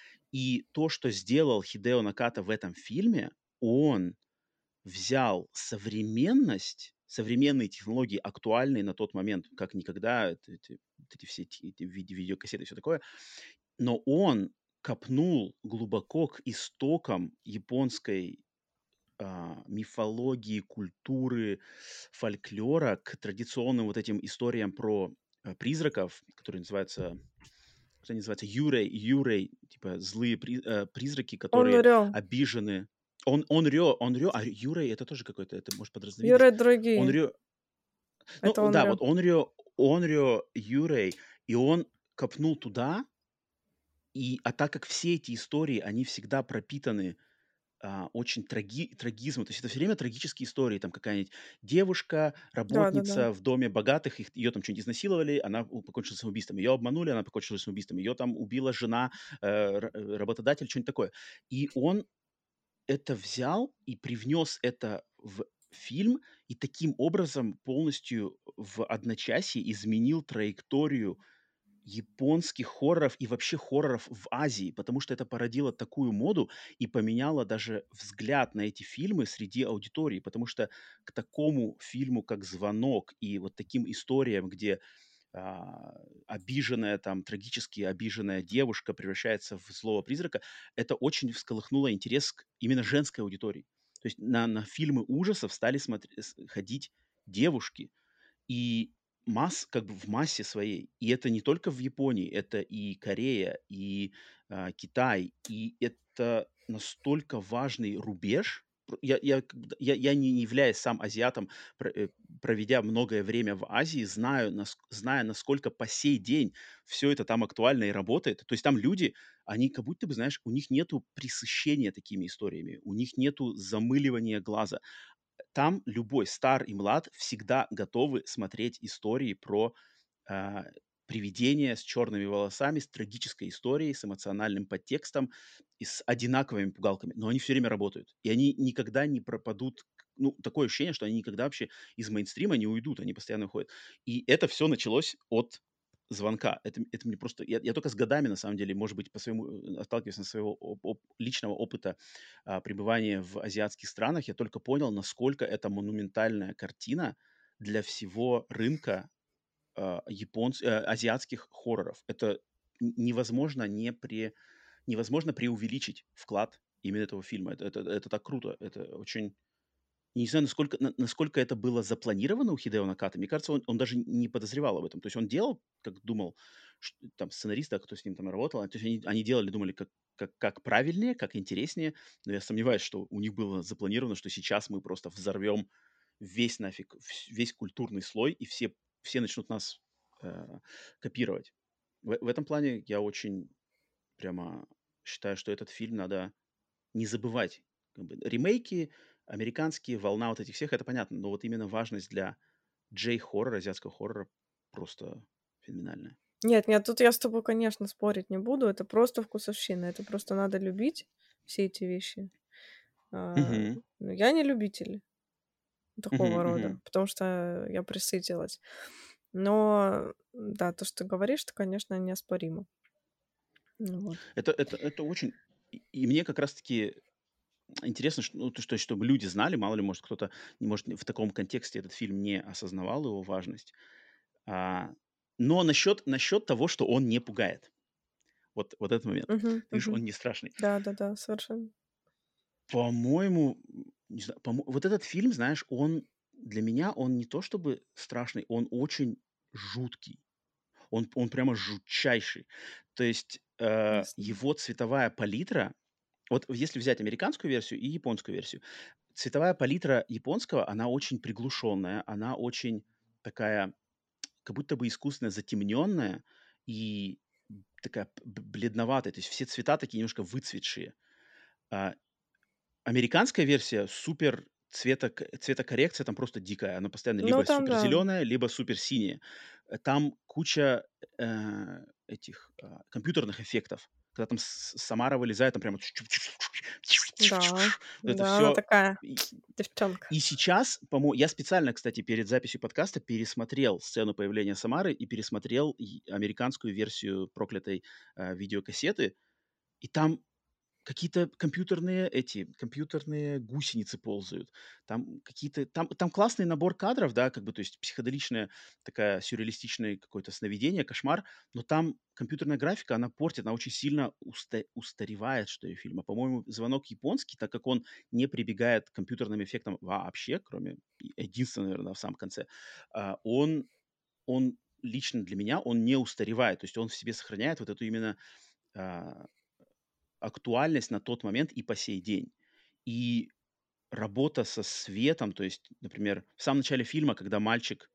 И то, что сделал Хидео Наката в этом фильме, он взял современность, современные технологии, актуальные на тот момент, как никогда, эт эти вот эти все ти эти виде видеокассеты и всё такое. Но он копнул глубоко к истокам японской, а, мифологии, культуры, фольклора, к традиционным вот этим историям про, э, призраков, которые называются как они называются, юрей юрей, типа злые при э, призраки, которые Онрё. обижены. Он онрё онрё, а юрей- это тоже какой-то, это, может, под разновидность. Юрей-дорогие. Онрё Это ну да, онрё. вот онрё онрё юрей, и он копнул туда. И, а так как все эти истории, они всегда пропитаны, а, очень траги трагизмом, то есть это всё время трагические истории. Там какая-нибудь девушка, Да-да-да. работница в доме богатых, их ее там чё-нибудь изнасиловали, она у покончила самоубийством. Ее обманули, она покончила самоубийством. Ее там убила жена, э, ра э, работодателя, чё-нибудь такое. И он это взял и привнес это в фильм, и таким образом полностью в одночасье изменил траекторию японских хорроров и вообще хорроров в Азии. Потому что это породило такую моду и поменяло даже взгляд на эти фильмы среди аудитории. Потому что к такому фильму, как "Звонок", и вот таким историям, где, а, обиженная, там трагически обиженная девушка превращается в злого призрака, это очень всколыхнуло интерес к именно женской аудитории. То есть на на фильмы ужасов стали смотре с ходить девушки. И масс как бы в массе своей. И это не только в Японии, это и Корея, и, а, Китай. И это настолько важный рубеж. Пр я я как бы я я не являясь сам азиатом, про э, проведя многое время в Азии, знаю, наск зная, насколько по сей день всё это там актуально и работает. То есть там люди, они как будто бы, знаешь, у них нету пресыщения такими историями, у них нету замыливания глаза. Там любой, стар и млад, всегда готовы смотреть истории про, а, привидения с черными волосами, с трагической историей, с эмоциональным подтекстом и с одинаковыми пугалками. Но они всё время работают. И они никогда не пропадут. К ну, такое ощущение, что они никогда вообще из мейнстрима не уйдут, они постоянно выходят. И это всё началось от звонка. Это, это мне просто... Я, я только с годами, на самом деле, может быть, по своему, э, отталкиваясь от своего оп- оп- личного опыта а, пребывания в азиатских странах, я только понял, насколько это монументальная картина для всего рынка а, японц... э, азиатских хорроров. Это н- невозможно не пре... невозможно преувеличить вклад именно этого фильма. Это, это, это так круто. Это очень... Не знаю, насколько, на- насколько это было запланировано у Хидео Наката. Мне кажется, он, он даже не подозревал об этом. То есть он делал, как думал, ш- там, сценаристы, кто с ним там работал, то есть они, они делали, думали, как, как, как правильнее, как интереснее. Но я сомневаюсь, что у них было запланировано, что сейчас мы просто взорвем весь нафиг, вс- весь культурный слой, и все, все начнут нас э, копировать. В, в этом плане я очень прямо считаю, что этот фильм надо не забывать. Как бы, ремейки американские, волна вот этих всех, это понятно, но вот именно важность для джей-хоррора, азиатского хоррора просто феноменальная. Нет, нет, тут я с тобой, конечно, спорить не буду. Это просто вкусовщина. Это просто надо любить все эти вещи. А, Мгм. ну, я не любитель Мгм, такого рода, мгм. потому что я присытилась. Но да, то, что ты говоришь, это, конечно, неоспоримо. Ну вот. Это, это, это очень... И и мне как раз-таки интересно, что, ну, то, что, чтобы люди знали, мало ли, может, кто-то не может в таком контексте этот фильм не осознавал его важность. А, но насчет, насчет того, что он не пугает. Вот, вот этот момент. Мгм, Ты говоришь, мгм. он не страшный. Да-да-да, совершенно. По-моему, м, не знаю, помо вот этот фильм, знаешь, он для меня, он не то чтобы страшный, он очень жуткий. Он он прямо жутчайший. То есть, Не э, знаю. его цветовая палитра вот если взять американскую версию и японскую версию, цветовая палитра японского, она очень приглушенная, она очень такая, как будто бы искусственно затемненная и такая б бледноватая. То есть все цвета такие немножко выцветшие. А Американская версия супер цвета цветокоррекция там просто дикая. Она постоянно Ну, либо там супер да. зеленая, либо супер синяя. Э, там куча, э, этих, а, компьютерных эффектов. Когда там С Самара вылезает, там прямо Да, вот это да, она все. такая И девчонка. и сейчас, по я специально, кстати, перед записью подкаста пересмотрел сцену появления Самары и пересмотрел и американскую версию проклятой, э, видеокассеты. И там какие-то компьютерные эти, компьютерные гусеницы ползают. Там какие-то там там классный набор кадров, да, как бы, то есть психоделичная такая сюрреалистичное какое-то сновидение, кошмар, но там компьютерная графика, она портит, она очень сильно уста устаревает, что ли, фильм. А, по-моему, "Звонок" японский, так как он не прибегает к компьютерным эффектам вообще, кроме е единственного, наверно, в самом конце, а, он он лично для меня, он не устаревает. То есть он в себе сохраняет вот эту именно, а актуальность на тот момент и по сей день. И работа со светом, то есть, например, в самом начале фильма, когда мальчик,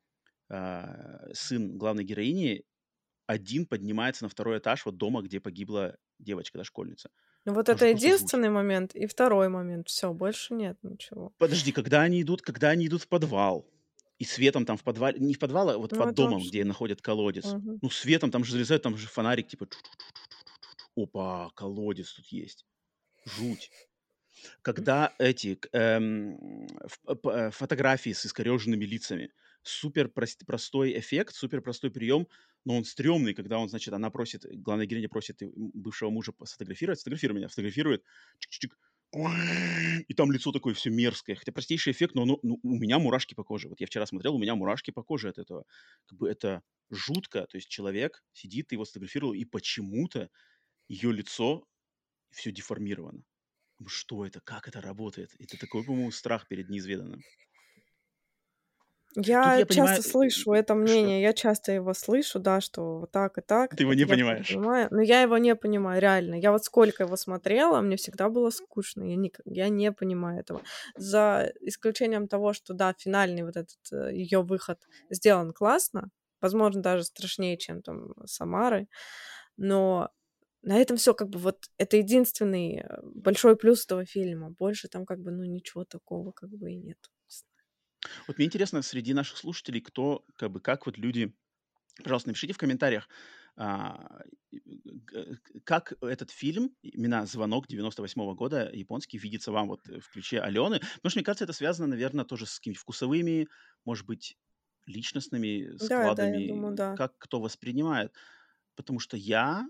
а, сын главной героини, один поднимается на второй этаж вот дома, где погибла девочка, да, школьница. Ну, вот Там это же просто жуть. единственный момент. И второй момент. Все, больше нет ничего. Подожди, когда они идут когда они идут в подвал, и светом там в подвале не в подвал, а вот Ну, под это домом, вообще. где находят колодец. Мгм. Ну, светом там же залезают, там же фонарик типа чу-чу-чу-чу-чу-чу-чу. Опа, колодец тут есть. Жуть. Когда эти, к эм, ф п э, фотографии с искорёженными лицами. Супер прост простой эффект, супер простой прием, но он стрёмный, когда он, значит, она просит, э, главная героиня просит, м, бывшего мужа сфотографировать. "Сфотографируй меня". Фотографирует. Чик-чик-чик. И там лицо такое всё мерзкое. Хотя простейший эффект, но оно ну, у меня мурашки по коже. Вот я вчера смотрел, у меня мурашки по коже от этого. Как бы это жутко. То есть человек сидит, ты его сфотографировал, и почему-то её лицо всё деформировано. Ну что это? Как это работает? Это такой, по-моему, страх перед неизведанным. Тут Я я понимаю, часто э, слышу это э, что мнение, я часто его слышу, да, что вот так и так. ты его Это не я всё понимаешь. понимаю, но я его не понимаю, реально. Я вот сколько его смотрела, мне всегда было скучно. Я ника я не понимаю этого. За исключением того, что, да, финальный вот этот, э, её выход сделан классно, возможно, даже страшнее, чем там "Самары", но на этом всё. Как бы вот это единственный, э, большой плюс этого фильма. Больше там как бы, ну, ничего такого как бы и нету. Не знаю. Вот мне интересно, среди наших слушателей, кто, как бы, как вот люди пожалуйста, напишите в комментариях, а, и, г к как этот фильм, именно "Звонок" девяносто восьмого года, японский, видится вам вот в ключе Алены. Потому что, мне кажется, это связано, наверно, тоже с какими-то вкусовыми, может быть, личностными Да, да, я думаю, складами, да. как кто воспринимает. Потому что я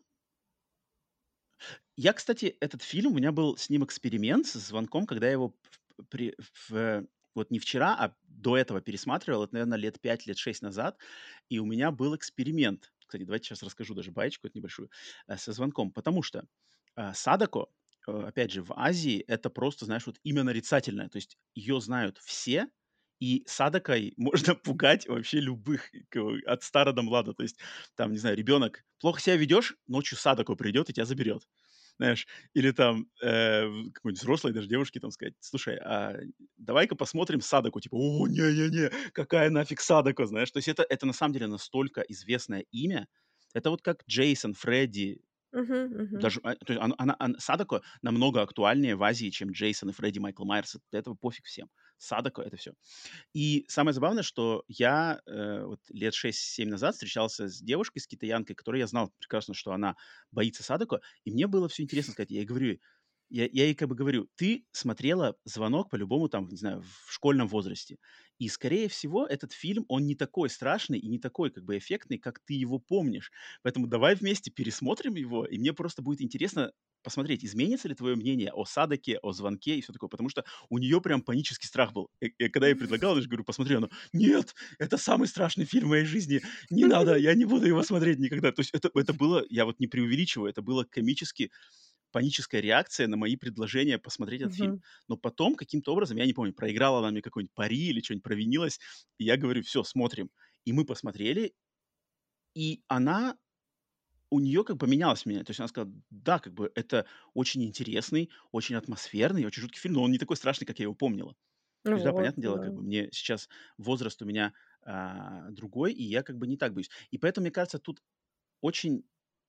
я, кстати, этот фильм, у меня был с ним эксперимент, с "Звонком", когда я его в при в вот не вчера, а до этого пересматривал. Это, наверно, лет пять, лет шесть назад. И у меня был эксперимент. Кстати, давайте сейчас расскажу даже баечку эту небольшую, э, со "Звонком". Потому что, э, Садако, э, опять же, в Азии это просто, знаешь, вот имя нарицательное. То есть ее знают все, и Садакой можно пугать вообще любых, кого от стара до млада. То есть там, не знаю, ребенок: "Плохо себя ведешь"- ночью Садако придет и тебя заберет. Знаешь, или там, э, в какой-нибудь взрослой даже девушке там сказать: "Слушай, а давай-ка посмотрим Садако". Типа: "О, не-не-не, какая нафиг Садако?" Знаешь, то есть это это на самом деле настолько известное имя. Это вот как Джейсон, Фредди. Мгм, мгм. Даже, а, то есть она она ан Садако намного актуальнее в Азии, чем Джейсон и Фредди, Майкл Майерс. От этого пофиг всем. Садако- это всё. И самое забавное, что я, э, вот лет шесть семь назад встречался с девушкой, с китаянкой, которой я знал прекрасно, что она боится Садако, и мне было всё интересно сказать. Я ей говорю, я я ей как бы говорю: "Ты смотрела "Звонок" по-любому там, не знаю, в школьном возрасте. И, скорее всего, этот фильм, он не такой страшный и не такой как бы эффектный, как ты его помнишь. Поэтому давай вместе пересмотрим его, и мне просто будет интересно посмотреть, изменится ли твое мнение о Садаке, о "Звонке" и всё такое". Потому что у нее прям панический страх был. И и когда я ей предлагал, я же говорю: "Посмотри". Она: "Нет, это самый страшный фильм в моей жизни. Не надо, я не буду его смотреть никогда". То есть это это было, я вот не преувеличиваю, это было комически паническая реакция на мои предложения посмотреть этот фильм. Мгм. Но потом каким-то образом, я не помню, проиграла она мне какое-нибудь пари или чё-нибудь провинилась, и я говорю: "Всё, смотрим". И мы посмотрели, и она у нее как поменялось мнение. То есть она сказала: "Да, как бы это очень интересный, очень атмосферный, очень жуткий фильм, но он не такой страшный, как я его помнила". То Ну есть да, вот, понятное дело, как да. бы мне сейчас возраст у меня, а, другой, и я как бы не так боюсь. И поэтому, мне кажется, тут очень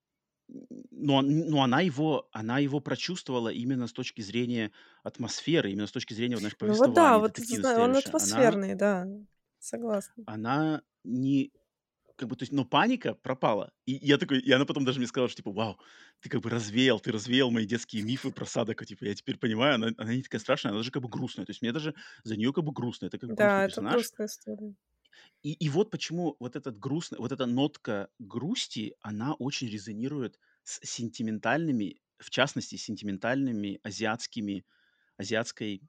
н но он но она его она его прочувствовала именно с точки зрения атмосферы, именно с точки зрения, вот знаешь, Ну вот да, повествования, вот это детективности знаю, он следующего. Она атмосферный, да, согласна. она не как бы, то есть, но паника пропала. И я такой, и она потом даже мне сказала, что типа: "Вау, ты как бы развеял, ты развеял мои детские мифы про Садако". Типа я теперь понимаю, она она не такая страшная, она даже как бы грустная. То есть мне даже за нее как бы грустно. Это как бы грустный Да, это персонаж. грустная история. И и вот почему вот этот грустный вот эта нотка грусти, она очень резонирует с сентиментальными, в частности, сентиментальными азиатскими азиатской,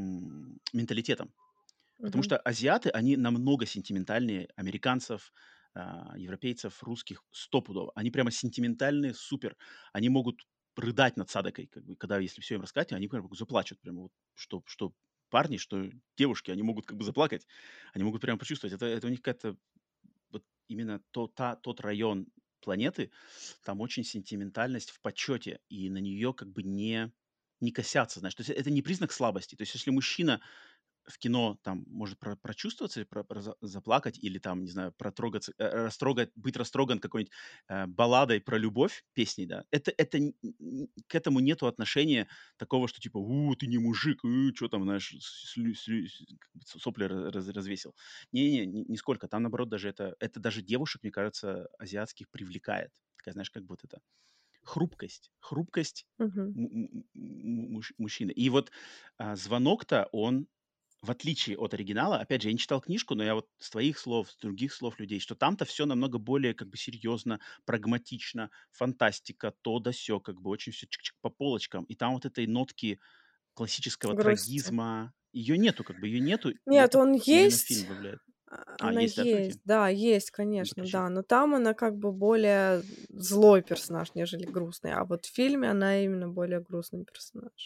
м, менталитетом. Потому Мгм. что азиаты, они намного сентиментальнее американцев, а, европейцев, русских стопудово. Они прямо сентиментальные супер. Они могут рыдать над Садакой, как бы, когда если всё им рассказать, они прям заплачут. Прямо вот что что парни, что девушки, они могут как бы заплакать. Они могут прямо почувствовать. Это это у них какая-то вот именно то та тот район планеты, там очень сентиментальность в почете, и на нее как бы не не косятся, знаешь. То есть это не признак слабости. То есть если мужчина в кино там может про прочувствоваться, про про за заплакать или там, не знаю, протрогаться, э, растрогать, быть растроган какой-нибудь, э, балладой про любовь, песней, да, это это н н к этому нету отношения такого, что типа: "У, ты не мужик, у, чё там, знаешь, с слю слю как бы сопли ра раз развесил". Не не, ни нисколько. Там, наоборот, даже это это даже девушек, мне кажется, азиатских привлекает. Такая, знаешь, как бы вот эта хрупкость хрупкость Мгм. му му му муж мужчины. И вот, а, "Звонок"-то, он, в отличие от оригинала, опять же, я не читал книжку, но я вот с твоих слов, с других слов людей, что там-то всё намного более как бы серьезно, прагматично, фантастика, то да сё, как бы очень всё чик-чик по полочкам. И там вот этой нотки классического Грусти. трагизма, ее нету, как бы ее нету, и Нет, это он именно фильм есть, добавляет. а А, она есть, да, есть, всё-таки? да, есть, Ну, конечно, заключи. да. Но там она как бы более злой персонаж, нежели грустный, а вот в фильме она именно более грустный персонаж.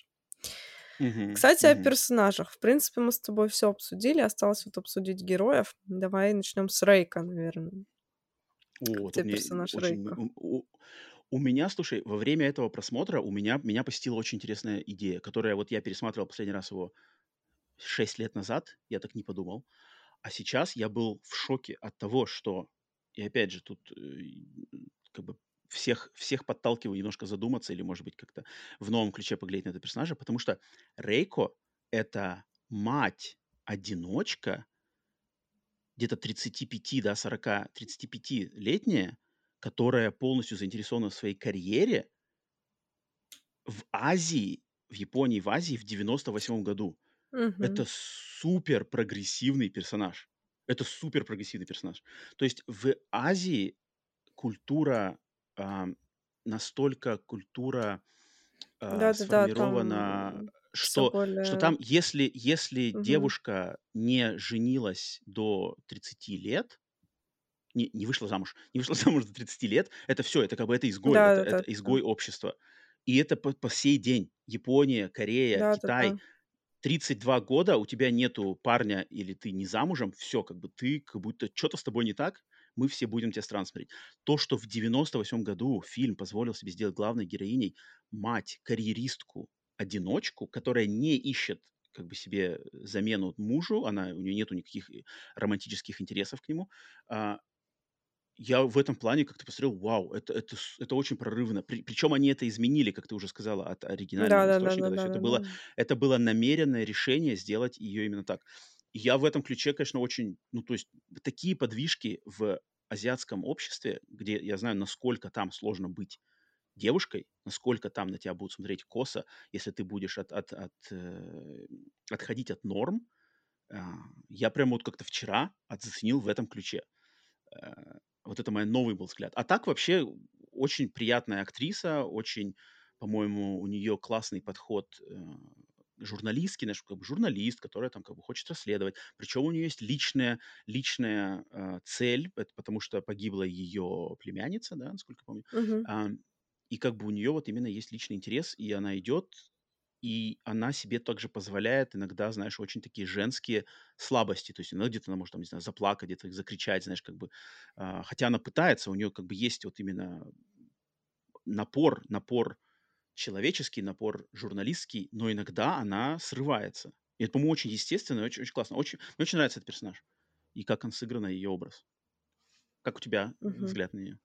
Мгм, Кстати, о мгм. персонажах. В принципе, мы с тобой всё обсудили, осталось вот обсудить героев. Давай начнем с Рейко, наверно. Как О, тут те мне персонаж очень мы Рейко? ум у у меня, слушай, во время этого просмотра у меня меня посетила очень интересная идея, которая вот я пересматривал последний раз его шесть лет назад, я так не подумал. А сейчас я был в шоке от того, что и опять же тут, э, м, как бы всех всех подталкиваю немножко задуматься или, может быть, как-то в новом ключе поглядеть на этого персонажа, потому что Рейко- это мать-одиночка где-то тридцати пяти, да, сорока, тридцатипятилетняя, которая полностью заинтересована в своей карьере в Азии, в Японии, в Азии в девяносто восьмом году. Мгм. Это супер прогрессивный персонаж. Это супер прогрессивный персонаж. То есть в Азии культура, ам, настолько культура, а, Да-да-да, сформирована, там всё что что более там, если если Мгм. девушка не женилась до тридцати лет, не не вышла замуж, не вышла замуж до тридцати лет, это всё, это как бы это изгой, это Да-да-да, это да. изгой общества. И это по по сей день. Япония, Корея, Китай. Да-да-да. тридцать два года у тебя нету парня или ты не замужем, всё, как бы ты как будто чё-то с тобой не так, мы все будем тебя странно смотреть. То, что в девяносто восьмом году фильм позволил себе сделать главной героиней мать-карьеристку-одиночку, которая не ищет как бы себе замену мужу, она у нее нету никаких, э, романтических интересов к нему. А, я в этом плане как-то посмотрел: "Вау, это это с это очень прорывно". При причем они это изменили, как ты уже сказала, от оригинального источника. То есть это было Да-да-да-да-да-да-да. это было намеренное решение сделать ее именно так. И я в этом ключе, конечно, очень, ну, то есть такие подвижки в азиатском обществе, где я знаю, насколько там сложно быть девушкой, насколько там на тебя будут смотреть косо, если ты будешь от от от, э, отходить от норм. А, я прям вот как-то вчера от заценил в этом ключе. Э, вот это мой новый был взгляд. А так вообще очень приятная актриса, очень, по-моему, у нее классный подход, э, журналистский, знаешь, как бы журналист, которая там как бы хочет расследовать. Причем у нее есть личная личная, а, цель, это потому что погибла ее племянница, да, насколько я помню. Мгм. Ам, и как бы у нее вот именно есть личный интерес, и она идет, и она себе также позволяет иногда, знаешь, очень такие женские слабости. То есть иногда где-то она может, там, не знаю, заплакать, где-то закричать, знаешь, как бы. А, хотя она пытается, у нее как бы есть вот именно напор напор человеческий, напор журналистский, но иногда она срывается. И это, по-моему, очень естественно и очень очень классно. Очень мне очень нравится этот персонаж и как он сыгран, ее образ. Как у тебя Мгм. взгляд на нее?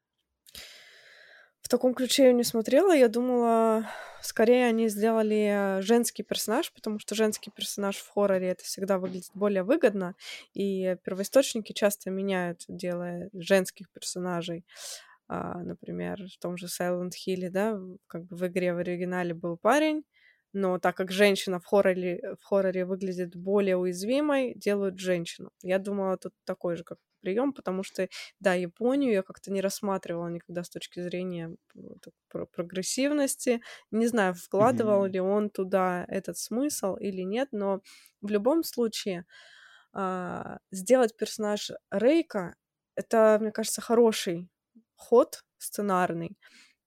В таком ключе я не смотрела. Я думала, скорее они сделали женский персонаж, потому что женский персонаж в хорроре- это всегда выглядит более выгодно, и первоисточники часто меняют, делая женских персонажей. А, например, в том же Silent Hill, да, в как бы в игре в оригинале был парень, но так как женщина в хорроре в хорроре выглядит более уязвимой, делают женщину. Я думала, тут такой же как прием, потому что, да, Японию я как-то не рассматривала никогда с точки зрения вот про прогрессивности. Не знаю, вкладывал Мгм. ли он туда этот смысл или нет, но в любом случае, а, сделать персонаж Рейка- это, мне кажется, хороший ход сценарный.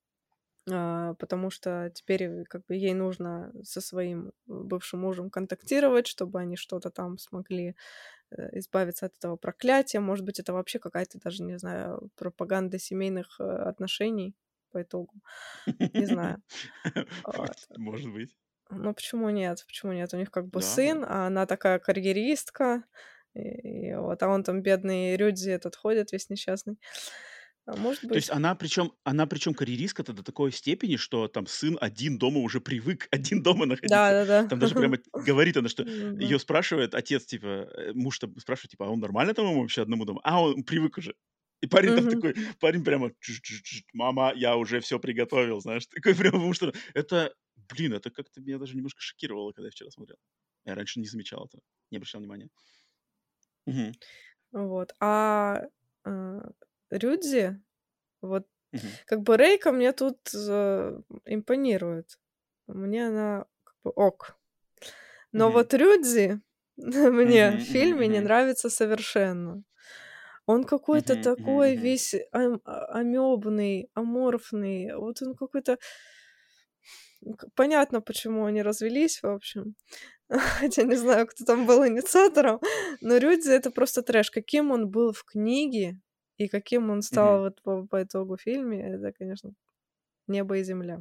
А, потому что теперь, э, как бы ей нужно со своим бывшим мужем контактировать, чтобы они что-то там смогли, э, избавиться от этого проклятия. Может быть, это вообще какая-то даже, не знаю, пропаганда семейных, э, отношений по итогу. Не знаю. Вот. Может быть. Ну, почему нет? Почему нет? У них как бы Да, да. сын, а она такая карьеристка, и вот, а он там, бедный Рюдзи этот, ходит весь несчастный. А может То есть быть. она причем она причем карьеристка-то до такой степени, что там сын один дома уже привык один дома находиться. Да-да-да. Там даже прямо говорит она, что М-да. ее спрашивает отец, типа, э, муж там спрашивает, типа: "А он нормально там ему вообще одному дома?" А он привык уже. И парень там Мгм. такой, парень прямо: "Чш чш чш, мама, я уже всё приготовил", знаешь, такой прям, потому что это, блин, это как-то меня даже немножко шокировало, когда я вчера смотрел. Я раньше не замечал этого, не обращал внимания. Мгм. Вот. А, э, Рюдзи, вот Мгм. как бы Рейка мне тут, э, импонирует. Мне она как бы ок. Но Мгм. вот Рюдзи мне в Мгм мгм фильме не мгм. нравится совершенно. Он какой-то Мгм мгм такой мгм. весь ам а амебный, аморфный. Вот он какой-то Ну, к понятно, почему они развелись, в общем. Хотя не знаю, кто там был инициатором, но Рюдзи- это просто трэш. Каким он был в книге и каким он стал Мгм. вот по по итогу в фильме- это, конечно, небо и земля.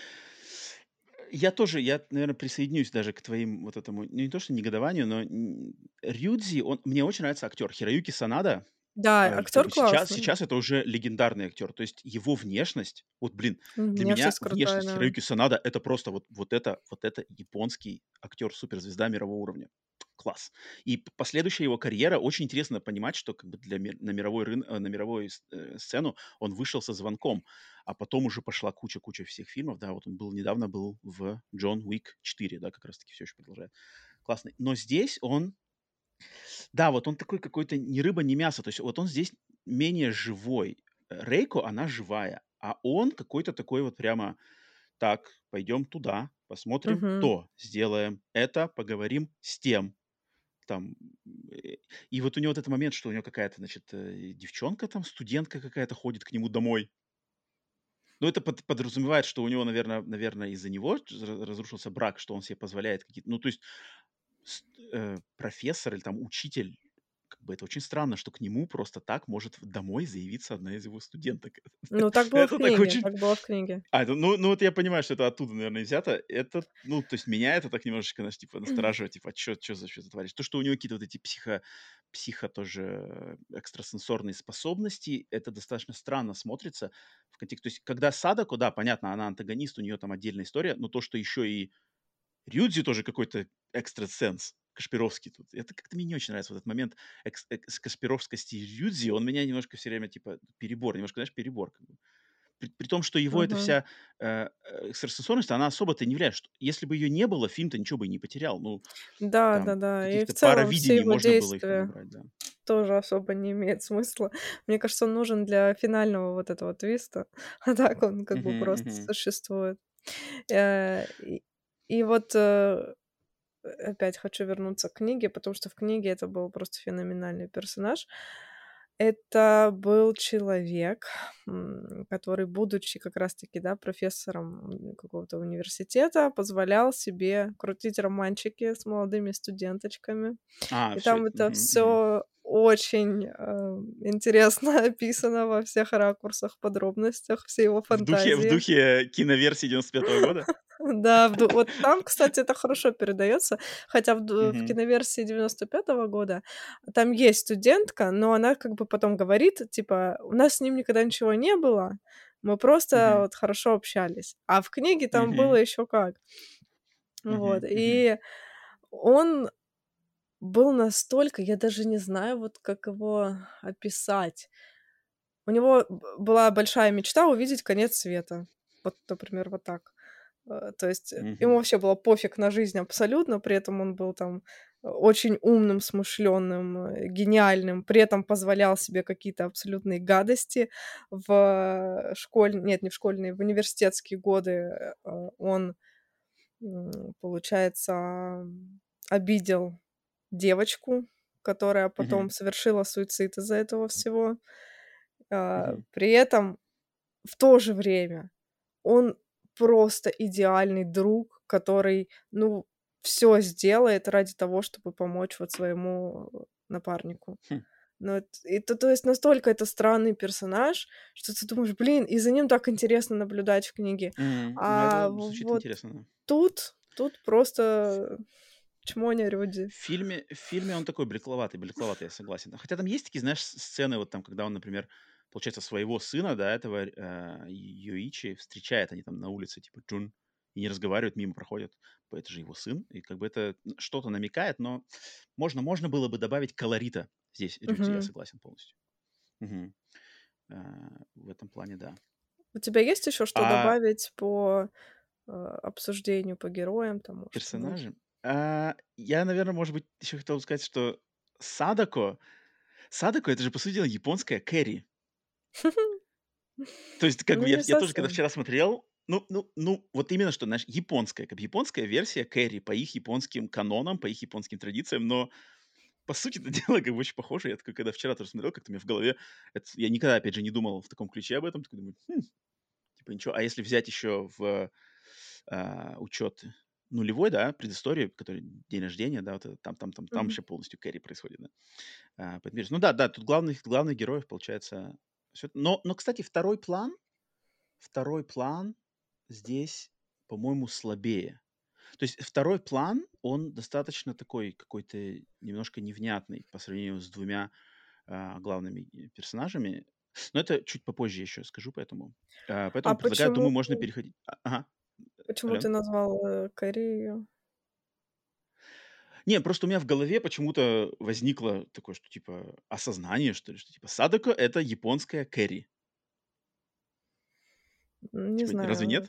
Я тоже, я, наверно, присоединюсь даже к твоим вот этому, ну, не то что негодованию, но н Рюдзи, он мне очень нравится актер Хироюки Санада. Да, А, как актер бы сейчас классный. сейчас это уже легендарный актер. То есть его внешность, вот, блин, М, для меня внешность крутая, внешность да. Хироюки Санада- это просто вот вот это вот это японский актер, суперзвезда мирового уровня. Класс. И п последующая его карьера очень интересно понимать, что как бы для ми на мировой рын э, на мировой с э, сцену он вышел со "Звонком", а потом уже пошла куча куча всех фильмов. Да, вот он был недавно был в "Джон Уик четыре", да, как раз таки всё еще продолжает. Классный. Но здесь он Да, вот он такой какой-то ни рыба, ни мясо. То есть вот он здесь менее живой. Э, Рейко, она живая, а он какой-то такой вот прямо: "Так, пойдем туда, посмотрим Мгм. то, сделаем это, поговорим с тем". Там, э, и вот у него вот этот момент, что у него какая-то, значит, э, девчонка там, студентка какая-то ходит к нему домой. Ну, это под подразумевает, что у него, наверно наверно, из-за него ч ра разрушился брак, что он себе позволяет какие-то, ну, то есть ст э, профессор или там учитель, как бы это очень странно, что к нему просто так может в домой заявиться одна из его студенток. Ну, так было в Это так книге, очень. так было в книге. А, это, ну ну, вот я понимаю, что это оттуда, наверное, взято. Это, ну, то есть меня это так немножечко, знаешь, типа настораживает, типа: "Чё чё за чё за творишь?" То, что у него какие-то вот эти психо психо тоже, э, экстрасенсорные способности, это достаточно странно смотрится в контексте. То есть когда Садако, да, понятно, она антагонист, у нее там отдельная история, но то, что еще и Рюдзи тоже какой-то экстрасенс кашпировский тут. Это как-то мне не очень нравится вот этот момент экс экс кашпировскости Рюдзи. Он меня немножко все время типа перебор, немножко, знаешь, перебор как бы. При при том, что его эта Мгм. вся, э, э, экстрасенсорность, она особо-то не влияет. Что если бы ее не было, фильм-то ничего бы и не потерял. Ну, там Да-да-да. И в каких-то пара целом все видений его можно было их действия подобрать, да. тоже особо не имеет смысла. Мне кажется, он нужен для финального вот этого твиста, а так он как бы Мгм, просто мгм, существует. Э, и и вот, э, опять хочу вернуться к книге, потому что в книге это был просто феноменальный персонаж. Это был человек, м, который, будучи как раз-таки, да, профессором, м, какого-то университета, позволял себе крутить романчики с молодыми студенточками. А, И все, там это мгм, мгм. все очень, э, интересно описано во всех ракурсах, подробностях, все его В духе в фантазии. духе киноверсии девяносто пятого года? Да, в ду вот там, кстати, это хорошо передается, хотя в ду в Мгм, киноверсии девяносто пятого года там есть студентка, но она как бы потом говорит, типа: "У нас с ним никогда ничего не было, мы просто мгм, вот хорошо общались". А в книге там было мгм, еще как. Вот, мгм, мгм, и он был настолько, я даже не знаю, вот как его описать. У него б была большая мечта увидеть конец света. Вот, например, вот так. Э, то есть, э, ему мгм, вообще было пофиг на жизнь абсолютно, при этом он был там, э, очень умным, смышленым, э, гениальным, при этом позволял себе какие-то абсолютные гадости. В школь нет, не в школьные, в университетские годы, э, э, он, м, получается, м, обидел девочку, которая потом мгм, совершила суицид из-за этого всего. А, мгм, при этом в то же время он просто идеальный друг, который, ну, все сделает ради того, чтобы помочь вот своему э, напарнику. хм. Ну, эт и то то есть настолько это странный персонаж, что ты думаешь: "Блин", и за ним так интересно наблюдать в книге. М, ну, А это звучит вот интересно, да. тут тут просто чмоня Рюдзи. В фильме в фильме он такой блекловатый блекловатый, я согласен. Хотя там есть такие, знаешь, с сцены, вот там, когда он, например, получается, своего сына, да, этого, э, Йоичи встречает, они там на улице, типа, Джун, и не разговаривают, мимо проходят. Это же его сын, и как бы это н что-то намекает, но можно можно было бы добавить колорита здесь Рюдзи, я Мгм. согласен полностью. Мгм. Э, в этом плане, да. У тебя есть еще что А добавить по, э, обсуждению, по героям, там, может, знаешь? персонажи? А, я, наверное, может быть, еще хотел бы сказать, что Садако Садако — это же, по сути дела, японская Кэрри. То есть, как Ну, бы, я не я тоже, когда совсем. вчера смотрел, ну ну ну, вот именно что, знаешь, японская, как бы японская версия Кэрри по их японским канонам, по их японским традициям, но по сути это дело как бы очень похоже. Я такой, когда вчера тоже смотрел, как-то у меня в голове это я никогда, опять же, не думал в таком ключе об этом. Такой думаю: "Хм, типа ничего". А если взять еще в, а, учет нулевой, да, предыстории, который день рождения, да, вот это там там там там Мгм. вообще полностью Кэрри происходит, да. А, поэтому видишь, ну да, да, тут главных главных героев получается всё. Но но, кстати, второй план Второй план здесь, по-моему, слабее. То есть второй план, он достаточно такой какой-то немножко невнятный по сравнению с двумя а, главными э, персонажами. Но это чуть попозже еще скажу, поэтому. А, А поэтому предлагаю, почему думаю, можно переходить. А, ага, почему Алена? ты назвал, э, Корею? Не, просто у меня в голове почему-то возникло такое, что типа осознание, что ли, что типа Садако — это японская Кэрри. Не Типа, разве знаю. нет?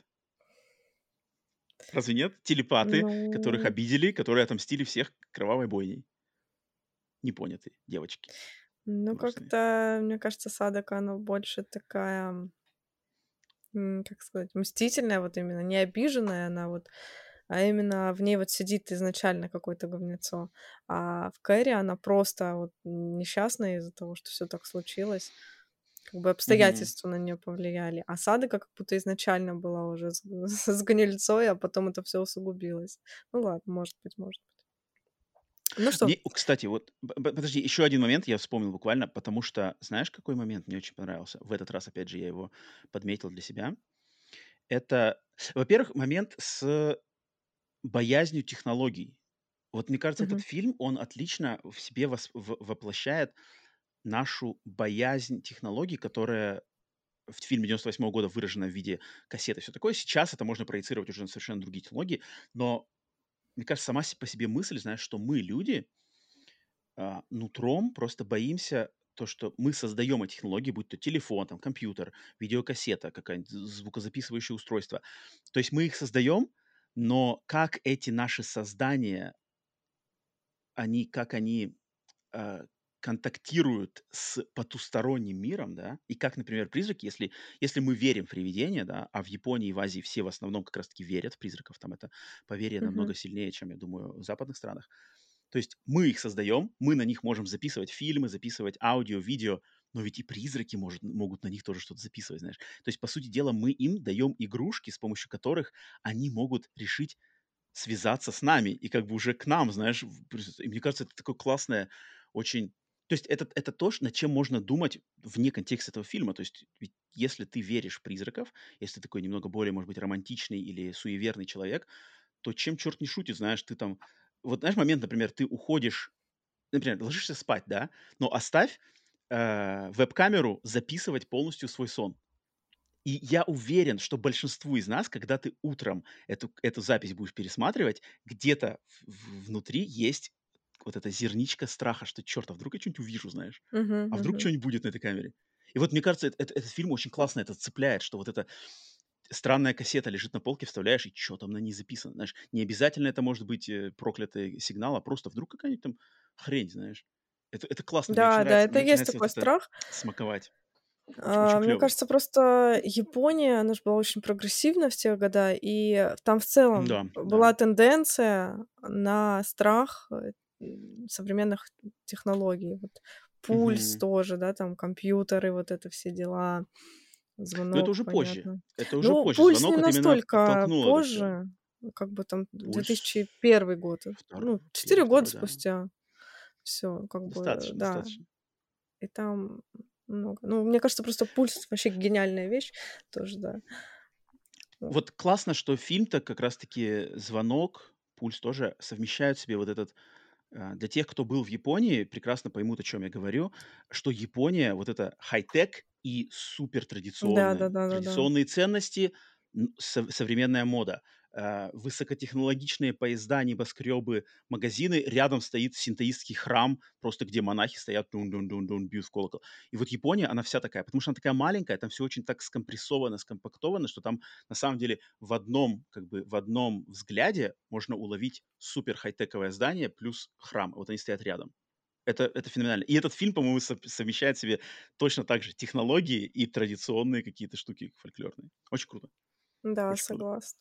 Разве нет? Телепаты, которых Ну, обидели, которые отомстили всех кровавой бойней. непонятые девочки Ну, художественные. как-то, мне кажется, Садека, она больше такая, м, как сказать, мстительная, вот именно, не обиженная она вот, а именно в ней вот сидит изначально какое-то говнецо. А в Кэрри она просто вот несчастная из-за того, что все так случилось. Как бы Мгм. обстоятельства на нее повлияли. А Садека как будто изначально была уже с, с гнильцой, а потом это все усугубилось. Ну ладно, может быть, может быть. Ну что? Мне, о, кстати, вот, п- п- подожди, еще один момент я вспомнил буквально, потому что, знаешь, какой момент мне очень понравился? В этот раз, опять же, я его подметил для себя. Это, во-первых, момент с боязнью технологий. Вот мне кажется, этот Мгм. фильм, он отлично в себе вос- в- воплощает нашу боязнь технологий, которая в фильме девяносто восьмого года выражена в виде кассеты, все такое. Сейчас это можно проецировать уже на совершенно другие технологии, но мне кажется, сама се- по себе мысль, знаешь, что мы, люди, а, нутром просто боимся то, что мы создаем эти технологии, будь то телефон, там, компьютер, видеокассета, какая-нибудь з- звукозаписывающее устройство. То есть мы их создаем, но как эти наши создания, они, как они а, контактируют с потусторонним миром, да, и как, например, призраки, если, если мы верим в привидения, да, а в Японии и в Азии все в основном как раз-таки верят в призраков, там это поверье Мгм. намного сильнее, чем, я думаю, в западных странах. То есть мы их создаем, мы на них можем записывать фильмы, записывать аудио, видео, но ведь и призраки может, могут на них тоже что-то записывать, знаешь. То есть, по сути дела, мы им даем игрушки, с помощью которых они могут решить связаться с нами и как бы уже к нам, знаешь. в- прис- И мне кажется, это такое классное, очень... То есть это, это то, ш- над чем можно думать вне контекста этого фильма. То есть ведь если ты веришь в призраков, если ты такой немного более, может быть, романтичный или суеверный человек, то чем черт не шутит, знаешь, ты там... Вот знаешь, момент, например, ты уходишь, например, ложишься спать, да, но оставь э, веб-камеру записывать полностью свой сон. И я уверен, что большинству из нас, когда ты утром эту, эту запись будешь пересматривать, где-то в- в- внутри есть вот эта зерничка страха, что черт, а вдруг я что-нибудь увижу, знаешь? Мгм. А вдруг Мгм. что-нибудь будет на этой камере? И вот мне кажется, эт- эт- этот фильм очень классно это цепляет, что вот эта странная кассета лежит на полке, вставляешь, и что там на ней записано, знаешь? Не обязательно это может быть э, проклятый сигнал, а просто вдруг какая-нибудь там хрень, знаешь? Это, это классно, мне очень Да, да, нравится, это мне и очень есть нравится вот такой это страх. смаковать. Очень, очень А, мне клево. кажется, просто Япония, она же была очень прогрессивна в те года, и там в целом Да, да. была тенденция на страх, э, м, современных технологий. Вот пульс Мгм. тоже, да, там компьютеры, вот это все дела, Но это звонок, уже позже. понятно. Это уже Ну, позже. пульс не Звонок вот именно настолько подтолкнул это все. позже, ну, как бы там две Пульс тысячи первый год, э, втор ну, первый, четыре года второй, да. спустя. Все, как бы, Достаточно, да. достаточно. И там много. Ну, мне кажется, просто "Пульс" вообще гениальная вещь тоже, да. Вот. Вот классно, что фильм-то как раз-таки "Звонок", "Пульс" тоже совмещают в себе вот этот, а, для тех, кто был в Японии, прекрасно поймут, о чем я говорю, что Япония вот это хай-тек и супер традиционная. Да-да-да-да-да. Традиционные ценности, н сов современная мода. А, высокотехнологичные поезда, небоскребы, магазины. Рядом стоит синтоистский храм, просто где монахи стоят, дун-дун-дун-дун, бьют в колокол. И вот Япония, она вся такая, потому что она такая маленькая, там все очень так скомпрессовано, скомпактовано, что там на самом деле в одном, как бы, в одном взгляде можно уловить супер хай-тековое здание плюс храм. Вот они стоят рядом. Это, это феноменально. И этот фильм, по-моему, со- совмещает в себе точно так же технологии и традиционные какие-то штуки фольклорные. Очень круто. Да, Очень круто. согласна.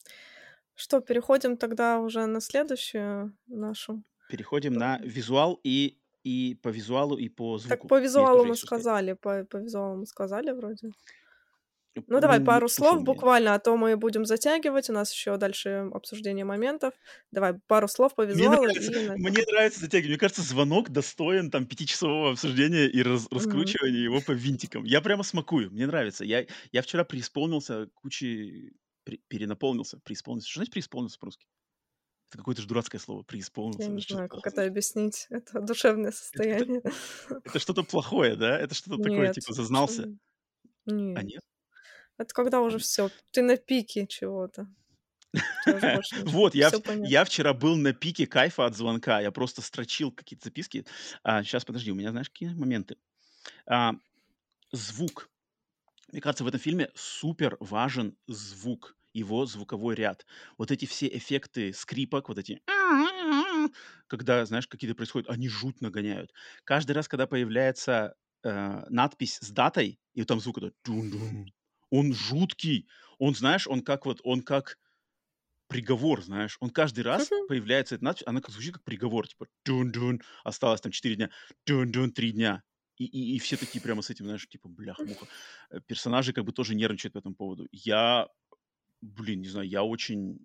Что, переходим тогда уже на следующую нашу Переходим п на визуал и, и по визуалу, и по Так звуку. по У меня визуалу тоже мы есть что сказать. сказали, по по визуалу мы сказали вроде. Ну, давай Ну, пару слушай, слов мне, буквально, а то мы будем затягивать, у нас еще дальше обсуждение моментов. Давай пару слов по мне визуалу нравится, и на мне нравится затягивать. Мне кажется, звонок достоин там пятичасового обсуждения и раз- Мгм. раскручивания его по винтикам. Я прямо смакую, мне нравится. Я, я вчера преисполнился кучей, пре- перенаполнился, преисполнился. Что значит преисполнился по-русски? Это какое-то же дурацкое слово, Я преисполнился. не Это что-то знаю, как плохо это значит. объяснить. Это душевное Это, это, состояние. это что-то плохое, да? Это что-то такое, Нет, типа, зазнался. почему? А Нет. нет? Это когда уже Ладно. все, ты на пике чего-то. У тя уже больше ничего. Вот, я, Все в- понятно. я вчера был на пике кайфа от звонка. Я просто строчил какие-то записки. А, сейчас, подожди, у меня, знаешь, какие моменты? А, звук. Мне кажется, в этом фильме супер важен звук, его звуковой ряд. Вот эти все эффекты скрипок, вот эти когда, знаешь, какие-то происходят, они жуть нагоняют. Каждый раз, когда появляется э, надпись с датой, и там звук этот тун-дун, он жуткий. Он, знаешь, он как вот, он как приговор, знаешь. Он каждый раз появляется эта надпись, она как звучит как приговор, типа тун-дун, осталось там четыре дня, тун-дун, три дня. И, и, и все такие прямо с этим, знаешь, типа, бляха-муха. Э, Персонажи как бы тоже нервничают по этому поводу. Я, блин, не знаю, я очень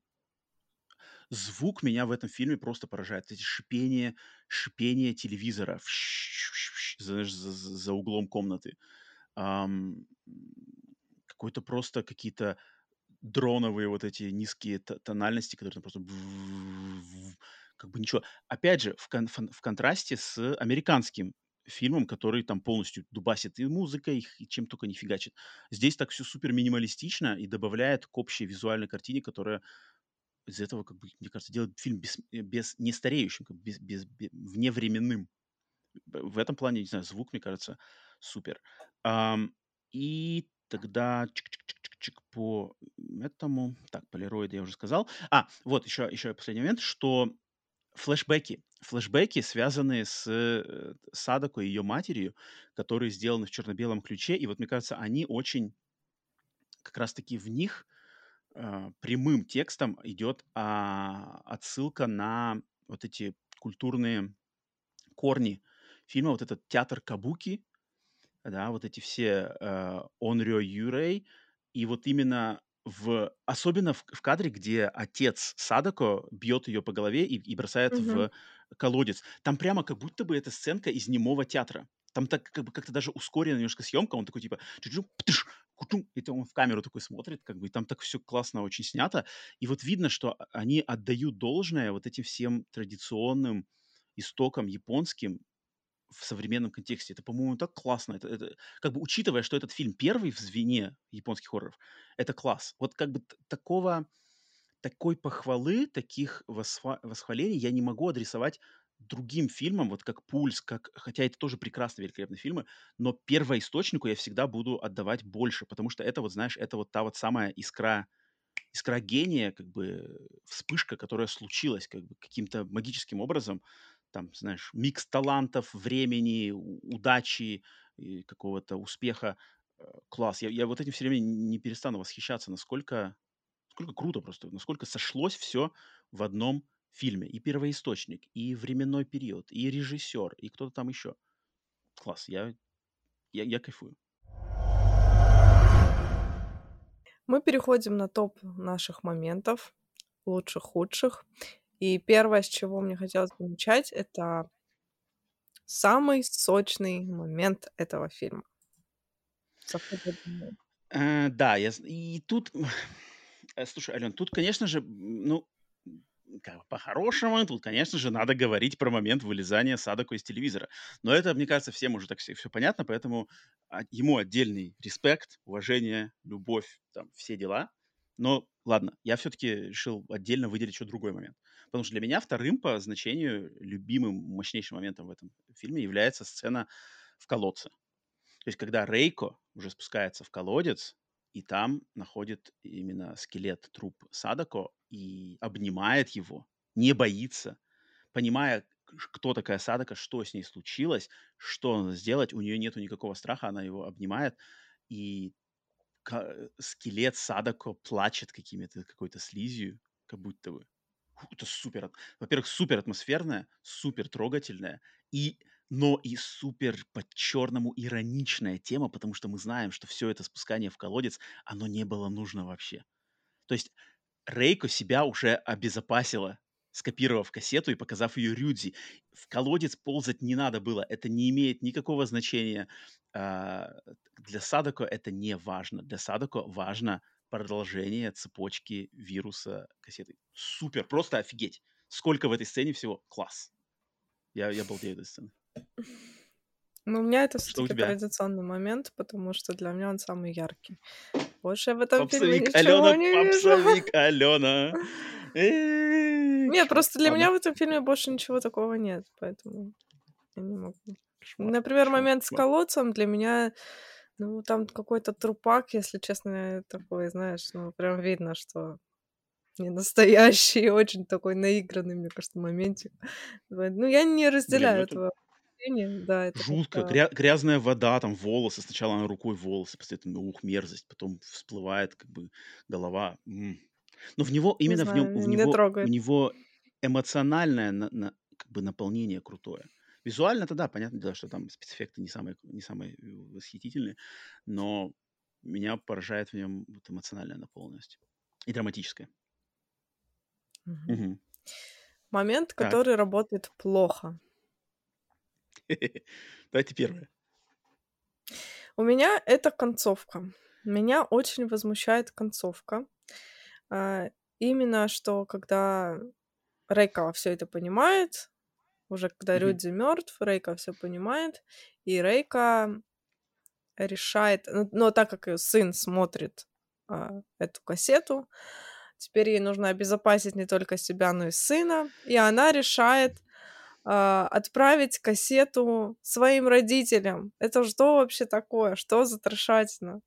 звук меня в этом фильме просто поражает. Эти шипения, шипение телевизора знаешь, за, за- за углом комнаты. Ам, Какой-то просто какие-то дроновые вот эти низкие т- тональности, которые там просто как бы ничего. Опять же, в, кон- фон- в контрасте с американским фильмом, который там полностью дубасит и музыкой, и чем только не фигачит. Здесь так все супер минималистично и добавляет к общей визуальной картине, которая из этого, как бы, мне кажется, делает фильм без, э, без не стареющим, как бы без, без, бе- вневременным. Б- В этом плане, не знаю, звук, мне кажется, супер. Ам, и тогда чик-чик-чик-чик по этому. Так, полироиды я уже сказал. А, вот еще, еще последний момент, что флешбеки. Флешбеки, связанные с э, Садако и ее матерью, которые сделаны в черно-белом ключе. И вот, мне кажется, они очень, как раз-таки в них э, прямым текстом идет а, отсылка на вот эти культурные корни фильма, вот этот театр кабуки, да, вот эти все э, Онрё Юрей, и вот именно в, особенно в, в кадре, где отец Садако бьет ее по голове и, и бросает Мгм. в колодец. Там прямо как будто бы это сценка из немого театра. Там так как бы как-то даже ускорена немножко съемка, он такой типа чу-чу, птыш, кутум, и то он в камеру такой смотрит, как бы, и там так все классно очень снято. И вот видно, что а- они отдают должное вот этим всем традиционным истокам японским, в современном контексте. Это, по-моему, так классно. Это, это как бы учитывая, что этот фильм первый в звене японских хорроров, это класс. Вот как бы т- такого, такой похвалы, таких восхва- восхвалений я не могу адресовать другим фильмам, вот как «Пульс», как, хотя это тоже прекрасные, великолепные фильмы, но первоисточнику я всегда буду отдавать больше, потому что это вот, знаешь, это вот та вот самая искра, искра гения, как бы вспышка, которая случилась как бы каким-то магическим образом, там, знаешь, микс талантов, времени, у- удачи, и какого-то успеха. Э, Класс. Я, я вот этим все время не перестану восхищаться, насколько, насколько круто просто, насколько сошлось все в одном фильме. И первоисточник, и временной период, и режиссер, и кто-то там еще. Класс. Я, я, я кайфую. Мы переходим на топ наших моментов, лучших, худших. И первое, с чего мне хотелось бы начать, это самый сочный момент этого фильма. Сафо Бобине. Э, да, я з и тут, э, слушай, Ален, тут, конечно же, м, ну, м, как бы по-хорошему, тут, конечно же, надо говорить про момент вылезания Садако из телевизора. Но это, мне кажется, всем уже так все всё понятно, поэтому, а, ему отдельный респект, уважение, любовь, там, все дела. Но ладно, я все-таки решил отдельно выделить еще другой момент. Потому что для меня вторым по значению любимым, мощнейшим моментом в этом фильме является сцена в колодце. То есть когда Рейко уже спускается в колодец, и там находит именно скелет, труп Садако и обнимает его, не боится, понимая, к- кто такая Садако, что с ней случилось, что надо сделать, у нее нету никакого страха, она его обнимает, и ка- скелет Садако плачет какими-то, какой-то слизью, как будто бы. Фу, это супер. ат- Во-первых, супер атмосферная, супер трогательная, и, но и супер по-черному ироничная тема, потому что мы знаем, что все это спускание в колодец, оно не было нужно вообще. То есть Рейко себя уже обезопасила, скопировав кассету и показав ее Рюдзи. В колодец ползать не надо было. Это не имеет никакого значения. А, Для Садако это не важно. Для Садако важно продолжение цепочки вируса кассеты. Супер, просто офигеть. Сколько в этой сцене всего. Класс. Я, я балдею этой сцены. Но у меня это все Что у таки тебя? традиционный момент, потому что для меня он самый яркий. Больше я в этом фильме Попсовик ничего Алена, не вижу. попсовик Алена. Эй, Нет, кошмар. просто для Ладно, меня в этом фильме больше ничего такого нет, поэтому я не могу. кошмар, Например, кошмар, момент с кошмар. колодцем для меня, ну, там какой-то трупак, если честно, такой, знаешь, ну, прям видно, что не настоящий, очень такой наигранный, мне кажется, моментик. Вот. Ну, я не Блин, ну разделяю это этого мнения. Да, это жутко. как-то Гря грязная вода, там волосы. Сначала она рукой волосы, после этого, ух, мерзость. Потом всплывает как бы голова. М. Но в него, не именно в нем, знаю, в не него, у трогает. него эмоциональное на на как бы наполнение крутое. Визуально-то да, понятное дело, что там спецэффекты не самые не самые, э, восхитительные, но меня поражает в нем вот эмоциональная наполненность и драматическая. Мгм. Мгм. Момент, Так. который работает плохо. Давайте первое. У меня это концовка. Меня очень возмущает концовка. А, именно что когда Рейка все это понимает, уже когда Мгм. Рюдзи мертв, Рейка все понимает, и Рейка решает, ну, но так как её сын смотрит, а, эту кассету, теперь ей нужно обезопасить не только себя, но и сына, и она решает, а, отправить кассету своим родителям. Это что вообще такое? Что за трешатина?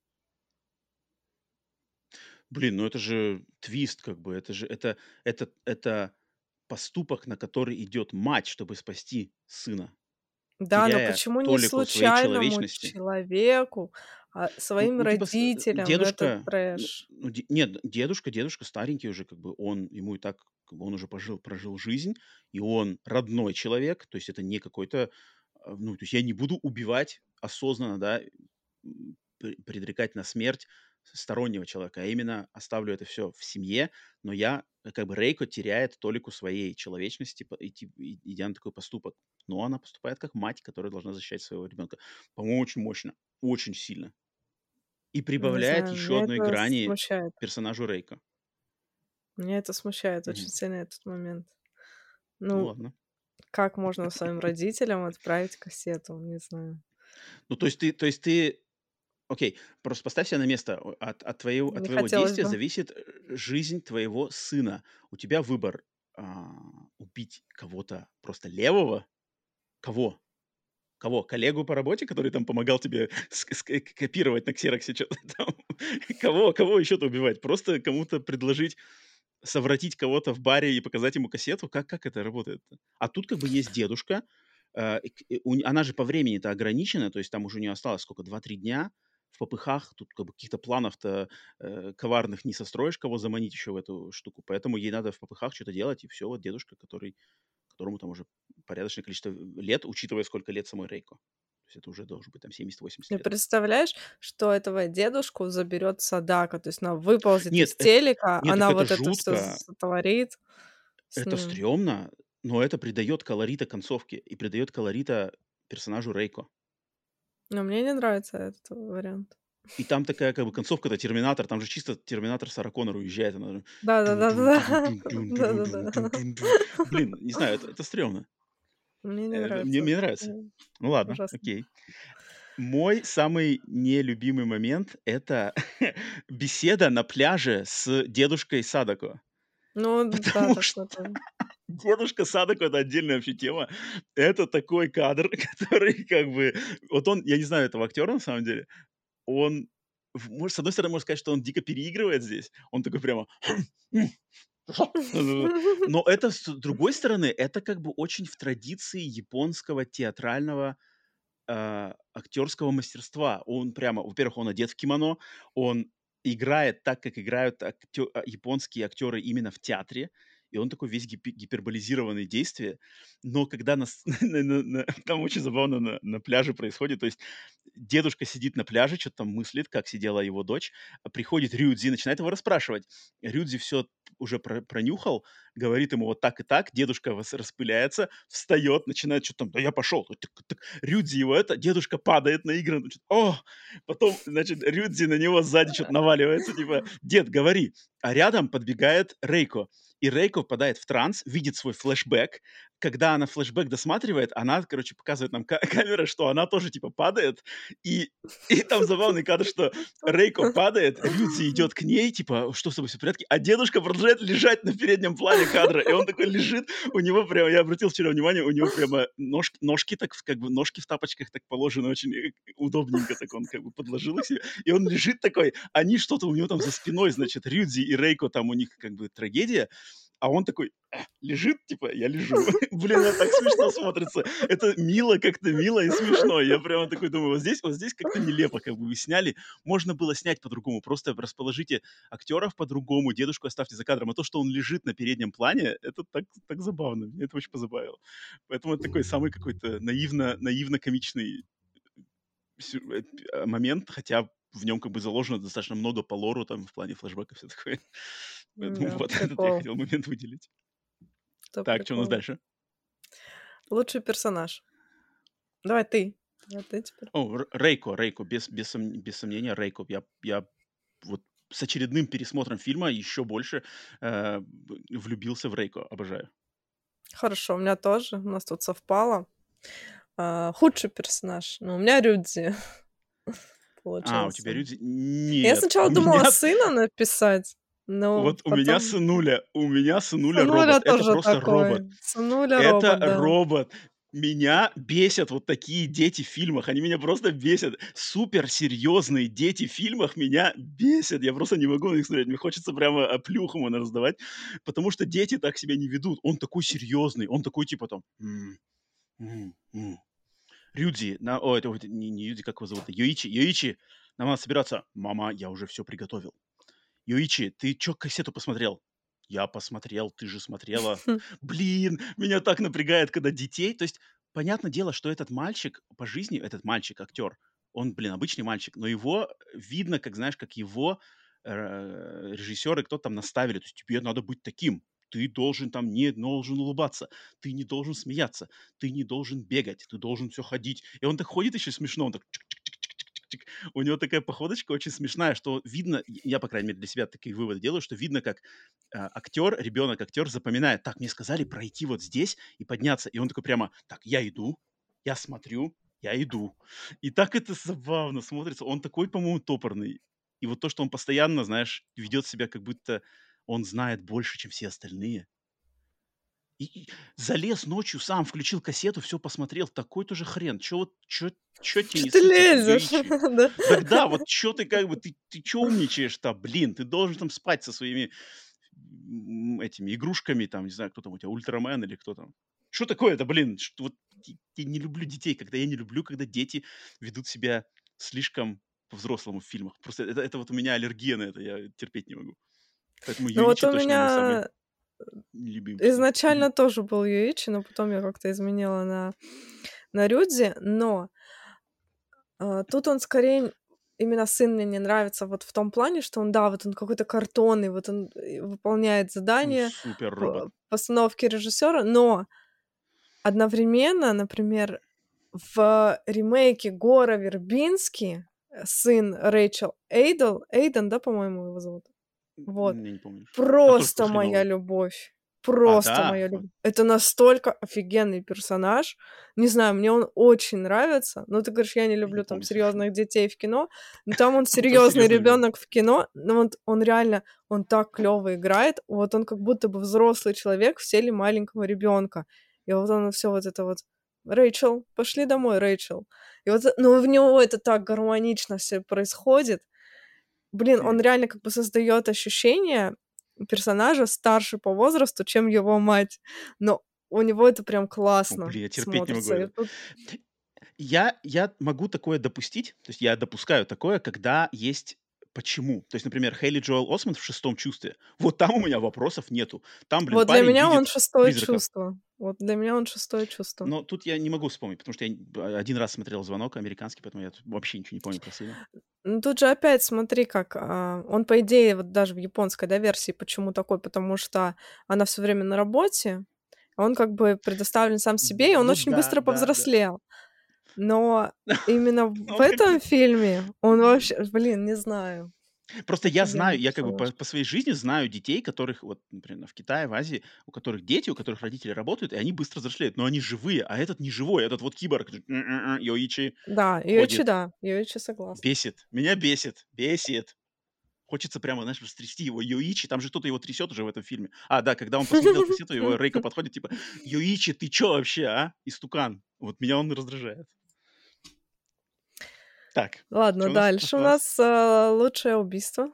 Блин, ну это же твист как бы. Это же это это это поступок, на который идет мать, чтобы спасти сына, Да, но теряя почему не толику своей случайному человечности. человеку, а Ну своим ну, типа, с э, родителям? Ну, это дедушка, ну трэш. ну, де нет, дедушка дедушка старенький уже, как бы он, ему и так, как бы он уже пожил прожил жизнь, и он родной человек. То есть это не какой-то, а, ну, то есть я не буду убивать осознанно, да, м, пре предрекать на смерть стороннего человека, а именно оставлю это все в семье. Но я, э, как бы Рейко теряет толику своей человечности, по идти и идя на такой поступок. Но она поступает как мать, которая должна защищать своего ребенка. По-моему, очень мощно, очень сильно. И Не прибавляет знаю, еще меня одной это грани смущает. персонажу Рейко. Меня это смущает очень Мгм. сильно, этот момент. Ну Ну, ладно. как можно своим родителям отправить кассету? Не знаю. Ну, то есть ты то есть ты окей, просто поставь себя на место. О от от твоего от Не твоего хотелось действия бы. зависит, э, жизнь твоего сына. У тебя выбор, а, убить кого-то просто левого. Кого? Кого? Коллегу по работе, который там помогал тебе ск ск копировать на ксероксе чё-то там? Кого кого еще-то убивать? Просто кому-то предложить совратить кого-то в баре и показать ему кассету? Как как это работает-то? А тут как бы есть дедушка, э, и к и у не она же по времени-то ограничена, то есть там уже у нее осталось сколько, два-три дня в попыхах. Тут как бы каких-то планов-то, э, коварных не состроишь, кого заманить еще в эту штуку. Поэтому ей надо в попыхах что то делать, и все. Вот дедушка, который которому там уже порядочное количество лет, учитывая, сколько лет самой Рейко. То есть это уже должен быть там семьдесят-восемьдесят Ты лет. представляешь, что этого дедушку заберет Садака? То есть она выползет из Нет, эт телека, нет, так она это вот это все жутко, сотворит с это ним. стрёмно, но это придает колорита концовке и придает колорита персонажу Рейко. Но мне не нравится этот вариант. И там такая как бы концовка-то "Терминатор", там же чисто "Терминатор" Сара Коннор уезжает, она Да-да-да-да. Да-да-да. дун-дун-дун-дун-дун-дун-дун-дун-дун. Блин, не знаю, это это стрёмно. Мне не Это мне нравится. мне нравится. М, Ну ладно, ужасно. окей. Мой самый нелюбимый момент — это беседа на пляже с дедушкой Садако. Ну да, Потому что такое тоже. дедушка Садако — это отдельная вообще тема. Это такой кадр, который как бы вот он, я не знаю этого актера на самом деле, он в может, с одной стороны, можно сказать, что он дико переигрывает здесь. Он такой прямо но это, с другой стороны, это как бы очень в традиции японского театрального а, актерского мастерства. Он прямо, во-первых, он одет в кимоно, он играет так, как играют актё а, японские актеры именно в театре, и он такой весь гипе гиперболизированный действия. Но когда нас на на на там очень забавно на на пляже происходит. То есть дедушка сидит на пляже, чё-то там мыслит, как сидела его дочь, а приходит Рюдзи и начинает его расспрашивать. Рюдзи все уже про пронюхал, говорит ему вот так и так, дедушка вос распыляется, встает, начинает чё-то там: "Да я пошел". Рюдзи его это, дедушка падает наигранно, значит, о! Потом, значит, Рюдзи на него сзади что-то наваливается, типа: "Дед, говори". А рядом подбегает Рейко И Рейко впадает в транс, видит свой флешбэк. Когда она флешбэк досматривает, она, короче, показывает нам ка- камера, что она тоже, типа, падает. И, и там забавный кадр, что Рейко падает, Рюдзи идет к ней, типа, что с тобой, все в порядке? А дедушка продолжает лежать на переднем плане кадра. И он такой лежит, у него прямо, я обратил вчера внимание, у него прямо ножки, ножки так, как бы, ножки в тапочках так положены, очень э, удобненько так он как бы подложил их себе. И он лежит такой, они что-то у него там за спиной, значит, Рюдзи и Рейко, там у них как бы трагедия, а он такой э, лежит, типа, я лежу. Блин, это так смешно смотрится. Это мило, как-то мило и смешно. Я прямо такой думаю, вот здесь, вот здесь как-то нелепо, как бы вы сняли. Можно было снять по-другому. Просто расположите актеров по-другому, дедушку оставьте за кадром. А то, что он лежит на переднем плане, это так, так забавно. Мне это очень позабавило. Поэтому это такой самый какой-то наивно, наивно-комичный сю- э, э, момент, хотя в нем как бы заложено достаточно много по лору, там, в плане флешбека, все такое. Поэтому Да, вот этот я прикол. хотел момент выделить. Это Так, что у нас прикол. дальше? Лучший персонаж. Давай ты. Давай ты теперь. О, Р- Рейко, Рейко, без, без, сом- без сомнения, Рейко. Я, я вот с очередным пересмотром фильма еще больше э, б- влюбился в Рейко. Обожаю. Хорошо, у меня тоже. У нас тут совпало. А, худший персонаж. Ну, у меня Рюдзи А, у тебя получился. Рюдзи? Я Нет, у сначала думала меня... с- сына написать, но Вот у меня потом... сынуля, у меня сынуля Сынуля робот. Это тоже просто робот. такой. Сынуля Это робот, да. робот. Меня бесят вот такие дети в фильмах. Они меня просто бесят. Суперсерьезные дети в фильмах меня бесят. Я просто не могу на них смотреть. Мне хочется прямо оплюху ему раздавать. Потому что дети так себя не ведут. Он такой серьезный. Он такой типа там... «М, м, м». Рюдзи. На... О, это вот не, не Рюдзи, как его зовут? Йоичи. Йоичи. Нам надо собираться. Мама, я уже все приготовил. Йоичи, ты чё кассету посмотрел? Я посмотрел, ты же смотрела. Блин, меня так напрягает, когда детей... То есть, понятное дело, что этот мальчик по жизни, этот мальчик, актер, он, блин, обычный мальчик, но его видно, как, знаешь, как его э, режиссеры, кто там наставили. То есть, тебе надо быть таким. Ты должен там не должен улыбаться, ты не должен смеяться, ты не должен бегать, ты должен все ходить. И он так ходит еще смешно, он так чик-чик-чик-чик-чик-чик. У него такая походочка очень смешная, что видно, я, по крайней мере, для себя такие выводы делаю, что видно, как э, актер, ребенок-актер запоминает, так, мне сказали пройти вот здесь и подняться. И он такой прямо, так, я иду, я смотрю, я иду. И так это забавно смотрится. Он такой, по-моему, топорный. И вот то, что он постоянно, знаешь, ведет себя, как будто он знает больше, чем все остальные. И, и залез ночью сам, включил кассету, все посмотрел. Такой тоже хрен. Чё вот, чё, чё тебе Что не ты сыпется, лезешь? Йоичи? Да. Так да, вот чё ты как бы, ты, ты чё умничаешь-то, блин? Ты должен там спать со своими м, этими игрушками, там, не знаю, кто там у тебя, Ультрамен или кто там. Что такое-то, блин? Что, вот, я я не люблю детей, когда я не люблю, когда дети ведут себя слишком по-взрослому в фильмах. Просто это, это вот у меня аллергия на это, я терпеть не могу. Поэтому Ну вот Юичи у точно мой самый меня любимый. Мгм. изначально тоже был Юичи, но потом я как-то изменила на, на Рюдзи, но а, тут он скорее именно сын мне не нравится вот в том плане, что он, да, вот он какой-то картонный, вот он э, выполняет Ну, задания супер робот. по постановке режиссера, но одновременно, например, в ремейке Гора Вербински э, сын Рэйчел Эйдл, Эйден, да, по-моему, его зовут? Вот. М, Я не помню. Там тоже Просто пришли моя новые. любовь. А, Просто да? моя Вот. любовь. Это настолько офигенный персонаж. Не знаю, мне он очень нравится. Ну, ты говоришь, я не Я не люблю там помню совершенно. серьезных детей в кино. Но там он А там серьезный серьезный ребенок. ребенок в кино. Но вот он реально, он так клево играет. Вот он как будто бы взрослый человек в теле маленького ребенка. И вот он все вот это вот. Рэйчел, пошли домой, Рэйчел. И вот, ну, в него это так гармонично все происходит. Блин, он Хм. реально как бы создает ощущение персонажа старше по возрасту, чем его мать. Но у него это прям О, классно блин, я терпеть не могу смотрится. И это. тут Я, я могу такое допустить, то есть я допускаю такое, когда есть почему. То есть, например, Хейли Джоэл Осмонд в «Шестом чувстве». Вот там у меня вопросов нету. Там, блин, вот для парень меня он видит шестое призраков. чувство. Вот для меня он шестое чувство. Но тут я не могу вспомнить, потому что я н- один раз смотрел «Звонок» американский, поэтому я тут вообще ничего не помню про сына. Ну тут же опять смотри, как а, он, по идее, вот даже в японской, да, версии, почему такой, потому что она все время на работе, а он как бы предоставлен сам себе, и он Ну очень да, быстро да, да. повзрослел. Но именно в Он как-то... этом фильме он вообще, блин, не знаю. Просто я Офигенный знаю, я как бы по персонаж. по своей жизни знаю детей, которых вот, например, в Китае, в Азии, у которых дети, у которых родители работают, и они быстро взрослеют, но они живые, а этот не живой, этот вот киборг, м-м-м, Йоичи Да, Йоичи, ходит. да, Йоичи согласна. Бесит, меня бесит, бесит. Хочется прямо, знаешь, растрясти его. Йоичи, там же кто-то его трясет уже в этом фильме. А, да, когда он посмотрел кассету, его Рейко подходит, типа: "Йоичи, ты чё вообще, а, истукан?" Вот меня он раздражает. Так, Ладно, чё у нас дальше у осталось? нас, а, "Лучшее убийство".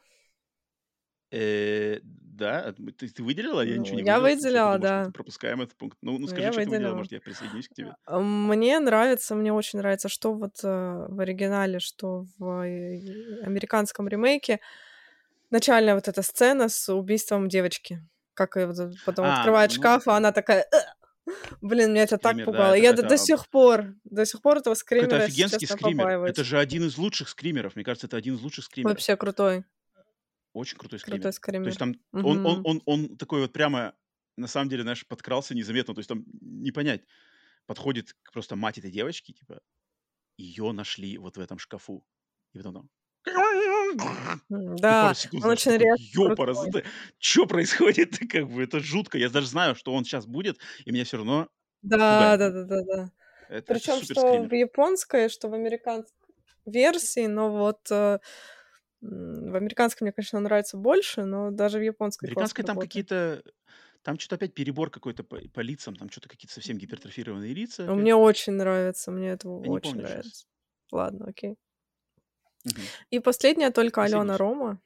Э, да, т ты ты выделила? Я ничего Ну, не я выделил, потому что я выделила, подумал, что мы да. пропускаем этот пункт. Ну ну, Ну, скажи, я чё ты выделила, выделила. может, я присоединюсь к тебе. А, мне нравится, мне очень нравится, что вот, э, в оригинале, что в, э, американском ремейке. Начальная вот эта сцена с убийством девочки. Как её вот зовут, потом А, открывает ну, шкаф, а она такая: "Э!" Блин, меня это так "Скример", да, пугало. это Я до до это сих пор, до сих пор этого так это скримера, если офигенский честно, скример. Это побаиваюсь. же один из лучших скримеров. Мне кажется, это один из лучших скримеров. Вообще крутой. Очень крутой Крутой скример. То есть скример. там он он Мгм. он он такой вот прямо, на самом деле, знаешь, подкрался незаметно. То есть там не понять. Подходит к просто мать этой девочки, типа, ее нашли вот в этом шкафу. И потом там М, и пару да, секунд, он знаешь, ты очень такой: резкий, крутой. "Ёпарасоте, чё происходит?" Как бы это жутко. Я даже знаю, что он сейчас будет, и меня все равно Да, пугает это. да-да-да-да. Это это Причем супер что в скример. японской, что в американской версии, но вот, э, м, в американской мне, конечно, нравится больше, но даже в В японской классно американской там работает. какие-то там чё-то опять перебор какой-то по по лицам, там чё-то какие-то совсем гипертрофированные лица Но опять. мне очень нравится, мне это Я не очень помню щас. нравится. Ладно, окей. Мгм. И последняя только Алена Присоединюсь. Рома.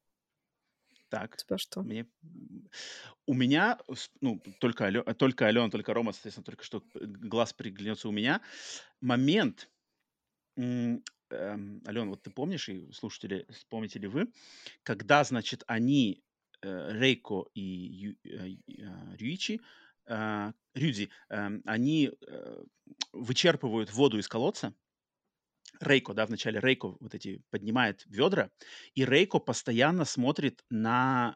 У Так, тебя что? мне м, у меня, с ну, только Алё только Алена, только Рома, соответственно, только что г глаз приглянется у меня. Момент, м, эм, Алён, вот ты помнишь, и слушатели, вспомните ли вы, когда, значит, они, э, Рейко и Ю э, и, а, Рюичи, а, Рюдзи, эм, они, э, вычерпывают воду из колодца. Рейко, да, вначале Рейко вот эти поднимает ведра, и Рейко постоянно смотрит на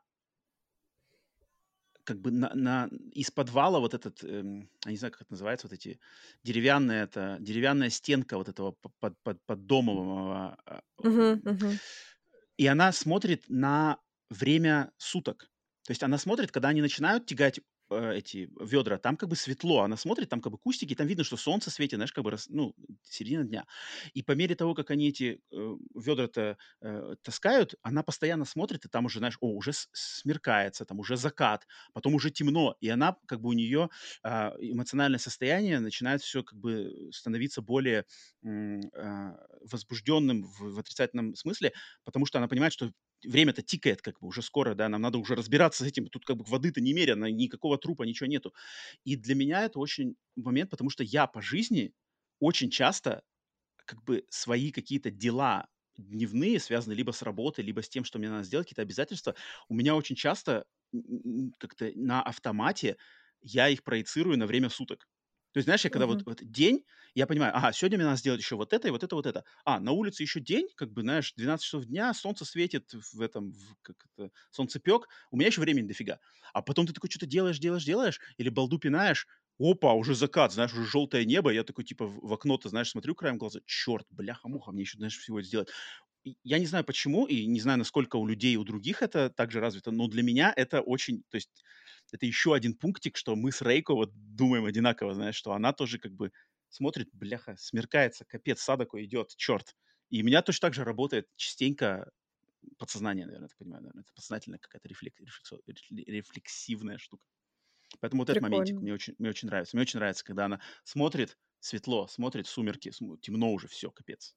как бы на на из подвала вот этот, эм, я не знаю, как это называется, вот эти деревянная это деревянная стенка вот этого п под под поддомового, а, Мгм, м, мгм. и она смотрит на время суток. То есть она смотрит, когда они начинают тягать, э, эти ведра, там как бы светло. Она смотрит, там как бы кустики, там видно, что солнце светит, знаешь, как бы рас ну, середина дня. И по мере того, как они эти, э, ведра-то, э, таскают, она постоянно смотрит, и там уже, знаешь, о, уже с смеркается, там уже закат, потом уже темно, и она как бы у нее, а, эмоциональное состояние начинает все как бы становиться более, м, а, возбужденным в в отрицательном смысле, потому что она понимает, что время-то тикает как бы уже скоро, да, нам надо уже разбираться с этим. Тут как бы воды-то немерено, никакого трупа, ничего нету. И для меня это очень момент, потому что я по жизни очень часто как бы свои какие-то дела дневные, связанные либо с работой, либо с тем, что мне надо сделать, какие-то обязательства, у меня очень часто м, м, как-то на автомате я их проецирую на время суток. То есть, знаешь, я когда вот, Мгм. вот день, я понимаю, ага, сегодня мне надо сделать еще вот это, и вот это, вот это. А, на улице еще день, как бы, знаешь, двенадцать часов дня, солнце светит в этом, в, как это, солнцепек, у меня еще времени дофига. А потом ты такой что-то делаешь, делаешь, делаешь, или балду пинаешь, опа, уже закат, знаешь, уже желтое небо. Я такой, типа, в в окно-то, знаешь, смотрю краем глаза. Черт, бляха-муха, мне еще, знаешь, всего это сделать. И я не знаю почему, и не знаю, насколько у людей, у других это также развито, но для меня это очень, то есть это еще один пунктик, что мы с Рейко вот думаем одинаково, знаешь, что она тоже как бы смотрит, бляха, смеркается, капец, Садако идет, черт. И у меня точно так же работает частенько подсознание, наверное, так понимаю, наверное, это подсознательная какая-то рефлек- рефлексо- рефле- рефлексивная штука. Поэтому вот этот моментик Прикольно. мне очень, мне очень нравится. Мне очень нравится, когда она смотрит светло, смотрит сумерки, см- темно уже, все, капец.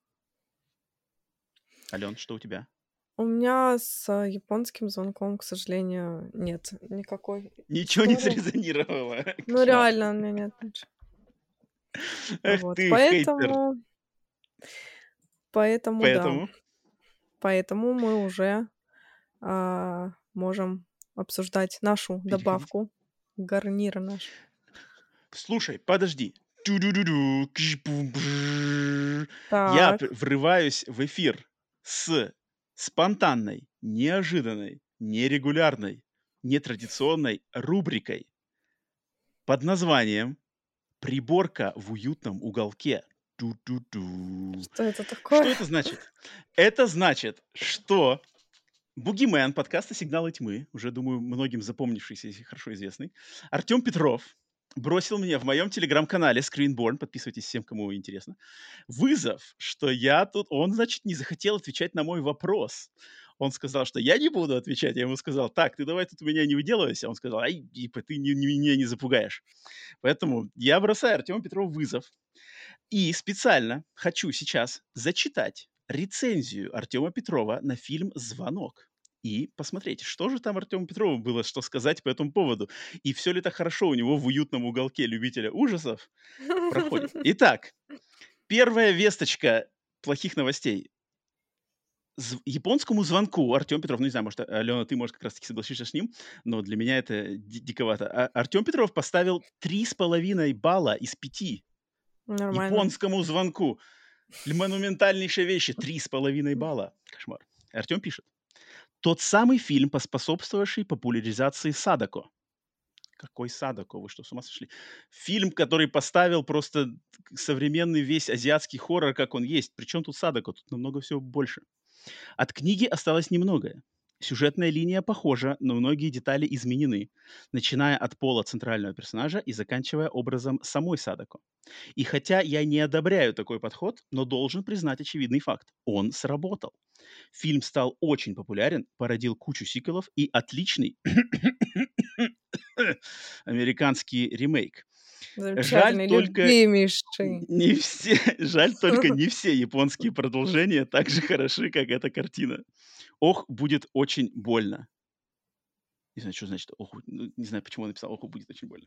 Ален, что у тебя? У меня с, а, японским звонком, к сожалению, нет никакой Ничего не истории. срезонировало. Ну, Кошмар. реально, у меня нет нич Эх Вот, ты, хейтер. поэтому поэтому да, Поэтому, поэтому мы уже, а, можем обсуждать нашу переходить. добавку, гарнир наш. Слушай, подожди. Ту-ду-ду-ду, кш-бум-бжж. Я п- Так. врываюсь в эфир с спонтанной, неожиданной, нерегулярной, нетрадиционной рубрикой под названием "Приборка в уютном уголке". Ту-ту-ту. Что это Что такое? это значит? Это значит, что бугимен подкаста «Сигналы тьмы», уже, думаю, многим запомнившийся и хорошо известный, Артем Петров бросил мне в моем телеграм-канале Screenborn, подписывайтесь всем, кому интересно, вызов, что я тут... Он, значит, не захотел отвечать на мой вопрос. Он сказал, что я не буду отвечать. Я ему сказал: так, ты давай тут у меня не выделывайся. Он сказал: ай, типа, ты не- не- меня не запугаешь. Поэтому я бросаю Артему Петрову вызов. И специально хочу сейчас зачитать рецензию Артема Петрова на фильм «Звонок». И посмотреть, что же там Артему Петрову было что сказать по этому поводу. И все ли так хорошо у него в уютном уголке любителя ужасов проходит. Итак, первая весточка плохих новостей. Зв- японскому звонку Артем Петров, ну не знаю, может, А- Алена, ты, может, как раз-таки согласишься с ним, но для меня это ди- диковато. А- Артем Петров поставил три с половиной балла из пяти Нормально. японскому звонку. Для монументальнейшей вещи три с половиной балла. Кошмар. Артем пишет. Тот самый фильм, поспособствовавший популяризации Садако. Какой Садако? Вы что, с ума сошли? Фильм, который поставил просто современный весь азиатский хоррор, как он есть. Причем тут Садако? Тут намного всего больше. От книги осталось немногое. Сюжетная линия похожа, но многие детали изменены, начиная от пола центрального персонажа и заканчивая образом самой Садако. И хотя я не одобряю такой подход, но должен признать очевидный факт. Он сработал. Фильм стал очень популярен, породил кучу сиквелов и отличный американский ремейк. Жаль Замечательный, только любимейший. не все, жаль только не все японские продолжения так же хороши, как эта картина. Ох, будет очень больно. Не знаю, что значит ох, ну, не знаю, почему он написал ох, будет очень больно.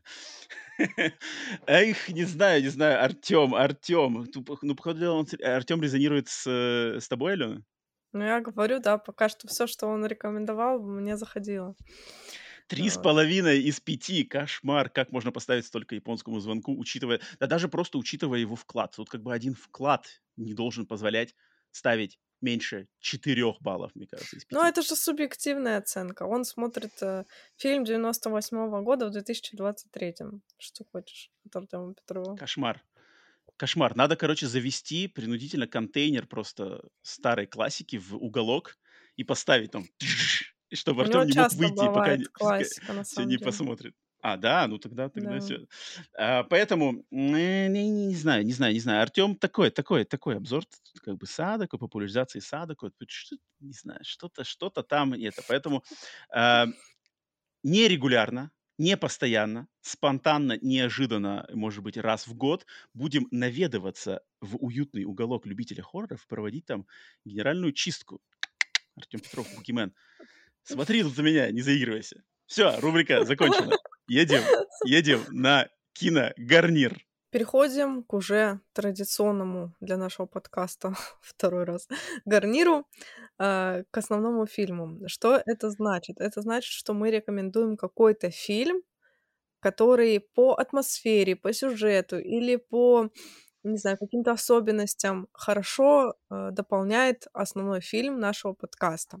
Эх, не знаю, не знаю, Артем, Артем, ну, походу, дела, он с- Артем резонирует с, э, с тобой, Алена? Ну, я говорю, да, пока что все, что он рекомендовал, мне заходило. Три с Вот. половиной из пяти. Кошмар. Как можно поставить столько японскому звонку, учитывая... Да даже просто учитывая его вклад. Тут как бы один вклад не должен позволять ставить меньше четырех баллов, мне кажется, из Ну, пяти. это же субъективная оценка. Он смотрит э, фильм девяносто восьмого года в две тысячи двадцать третьем. Что хочешь от Артема Петрова. Кошмар. Кошмар. Надо, короче, завести принудительно контейнер просто старой классики в уголок и поставить там, и чтобы У него Артем не мог часто выйти, пока бывает классика, на все самом не деле. посмотрит. А, да, ну тогда, тогда Да. все. Поэтому, не, не- не знаю, не знаю, не знаю. Артем такой, такой, такой обзор, т- как бы Садако, популяризации Садако, тут что- не знаю, что-то, что-то там это. Поэтому а, нерегулярно, не постоянно, спонтанно, неожиданно, может быть, раз в год будем наведываться в уютный уголок любителя хорроров, проводить там генеральную чистку. Артем Петров, Бугимен. Смотри тут на меня, не заигрывайся. Все, рубрика закончена. Едем, едем на киногарнир. Переходим к уже традиционному для нашего подкаста второй раз гарниру, а, к основному фильму. Что это значит? Это значит, что мы рекомендуем какой-то фильм, который по атмосфере, по сюжету или по, не знаю, каким-то особенностям хорошо, э, дополняет основной фильм нашего подкаста.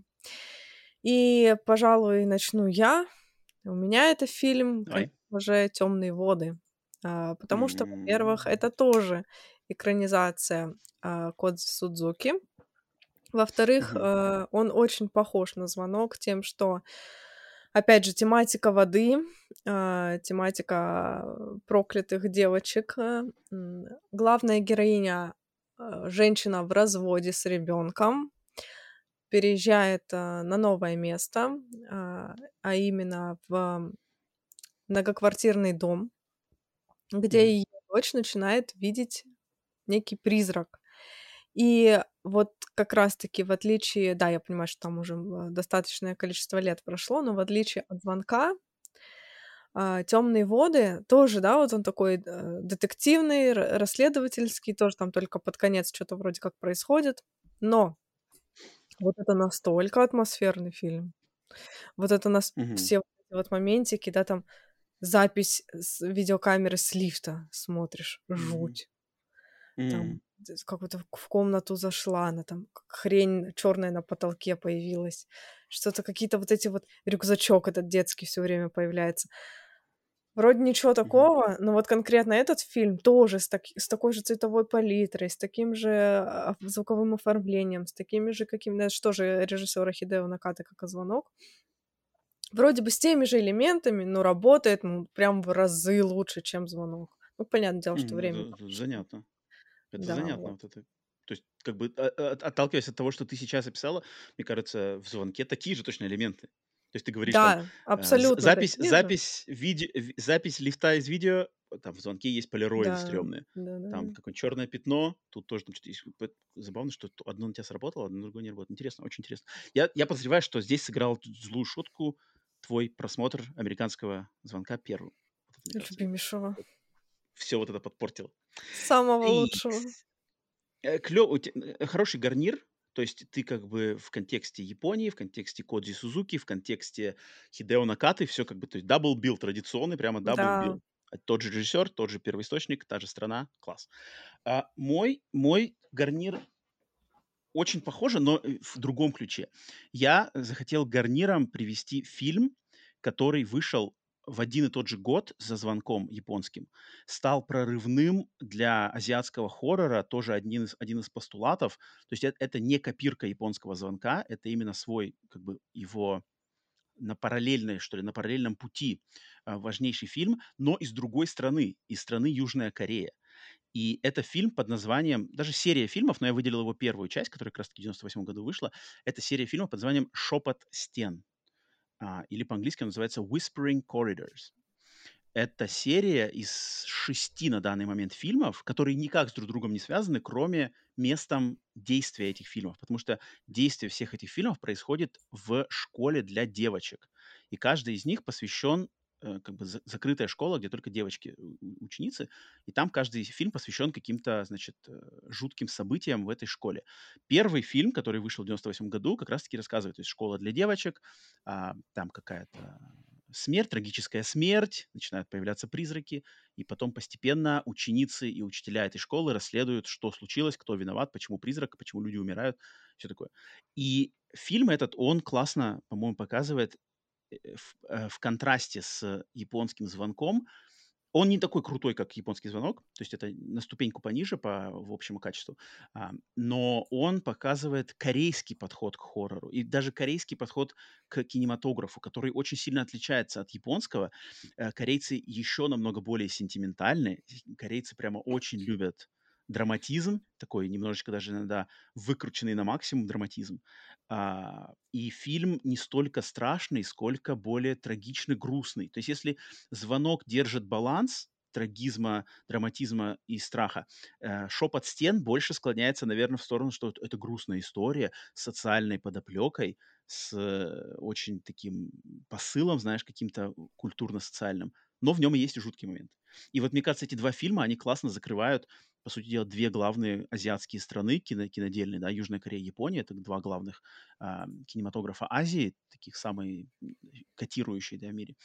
И, пожалуй, начну я. У меня это фильм, Давай. конечно же, "Темные воды". А, потому что, во-первых, М, это тоже экранизация, а, Кодзи Судзуки. Во-вторых, мгм, э, он очень похож на "Звонок" тем, что, опять же, тематика воды, а, тематика э, проклятых девочек. э, м. Главная героиня, э, женщина в разводе с ребенком, переезжает, а, на новое место, а, а именно в многоквартирный дом, где мгм, её дочь начинает видеть некий призрак. И вот как раз таки, в отличие, да, я понимаю, что там уже, м, достаточное количество лет прошло, но в отличие от "Звонка", а, "Тёмные воды" тоже, да, вот он такой, э, детективный, ра расследовательский, тоже там только под конец чё-то вроде как происходит. Но вот это настолько атмосферный фильм. Вот это нас мгм, все вот эти вот моментики, да, там запись с видеокамеры с лифта смотришь, мгм, жуть. мгм, Там т с какую-то в комнату зашла, она там к хрень черная на потолке появилась. Что-то какие-то вот эти вот рюкзачок этот детский все время появляется. Вроде ничего Мгм. такого, но вот конкретно этот фильм тоже с таки с такой же цветовой палитрой, с таким же, а, звуковым оформлением, с такими же какими это ж тоже режиссера Хидео Наката, как и "Звонок". Вроде бы с теми же элементами, но работает, ну, прям в разы лучше, чем "Звонок". Ну, понятное дело, что М, время это это прошло. занятно. Это Да, занятно, вот. вот это. То есть, как бы, а, а, отталкиваясь от того, что ты сейчас описала, мне кажется, в "Звонке" такие же точно элементы. То есть ты говоришь там, Да, э, з абсолютно запись такие же. запись виде в запись лифта из видео, там в "Звонке" есть полироиды Да, стрёмные. Там да-да-да. какое-нибудь чёрное пятно, тут тоже там чё-то есть. Пэт забавно, что т одно на тебя сработало, одно на другое не работает. Интересно, очень интересно. Я я подозреваю, что здесь сыграл т злую шутку твой просмотр "Американского звонка" первого. Вот это, мне кажется, Любимейшего. вот всё вот это подпортило. Самого лучшего. Тикс. Э, клёв у те э, хороший гарнир. То есть ты как бы в контексте Японии, в контексте Кодзи Сузуки, в контексте Хидео Накаты. Всё как бы, то есть дабл билл традиционный, прямо дабл Да. билл. Тот же режиссер, тот же первоисточник, та же страна. Класс. А мой мой гарнир очень похоже, но, э, в другом ключе. Я захотел гарниром привести фильм, который вышел в один и тот же год за "Звонком" японским. Стал прорывным для азиатского хоррора, тоже однин из один из постулатов. То есть эт это не копирка японского "Звонка", это именно свой, как бы, его на параллельной, что ли, на параллельном пути, а, важнейший фильм, но из другой страны, из страны Южная Корея. И это фильм под названием даже серия фильмов, но я выделил его первую часть, которая как раз таки в девяносто восьмом году вышла. Это серия фильмов под названием "Шепот стен", а, или по-английски он называется "Whispering Corridors". Это серия из шести на данный момент фильмов, которые никак с друг другом не связаны, кроме местом действия этих фильмов. Потому что действие всех этих фильмов происходит в школе для девочек. И каждый из них посвящен, э, как бы за закрытая школа, где только девочки у у ученицы. И там каждый фильм посвящен каким-то, значит, э, жутким событиям в этой школе. Первый фильм, который вышел в девяносто восьмом году, как раз таки рассказывает, то есть школа для девочек, а, там какая-то смерть, трагическая смерть, начинают появляться призраки, и потом постепенно ученицы и учителя этой школы расследуют, что случилось, кто виноват, почему призрак, почему люди умирают, всё такое. И фильм этот, он классно, по-моему, показывает, э, в э, в контрасте с японским "Звонком". Он не такой крутой, как японский "Звонок", то есть это на ступеньку пониже по в общему качеству, а, но он показывает корейский подход к хоррору и даже корейский подход к кинематографу, который очень сильно отличается от японского. Э, корейцы еще намного более сентиментальны. Корейцы прямо очень любят драматизм, такой немножечко даже иногда выкрученный на максимум драматизм. А, и фильм не столько страшный, сколько более трагичный, грустный. То есть если "Звонок" держит баланс трагизма, драматизма и страха, э, "Шепот стен" больше склоняется, наверно, в сторону, что это грустная история с социальной подоплекой, с, э, очень таким посылом, знаешь, каким-то культурно-социальным, но в нем и есть и жуткий момент. И вот мне кажется, эти два фильма, они классно закрывают, по сути дела, две главные азиатские страны кино кинодельные, да, Южная Корея и Япония. Это два главных, ам, кинематографа Азии, таких самые, м, котирующие, да, в мире.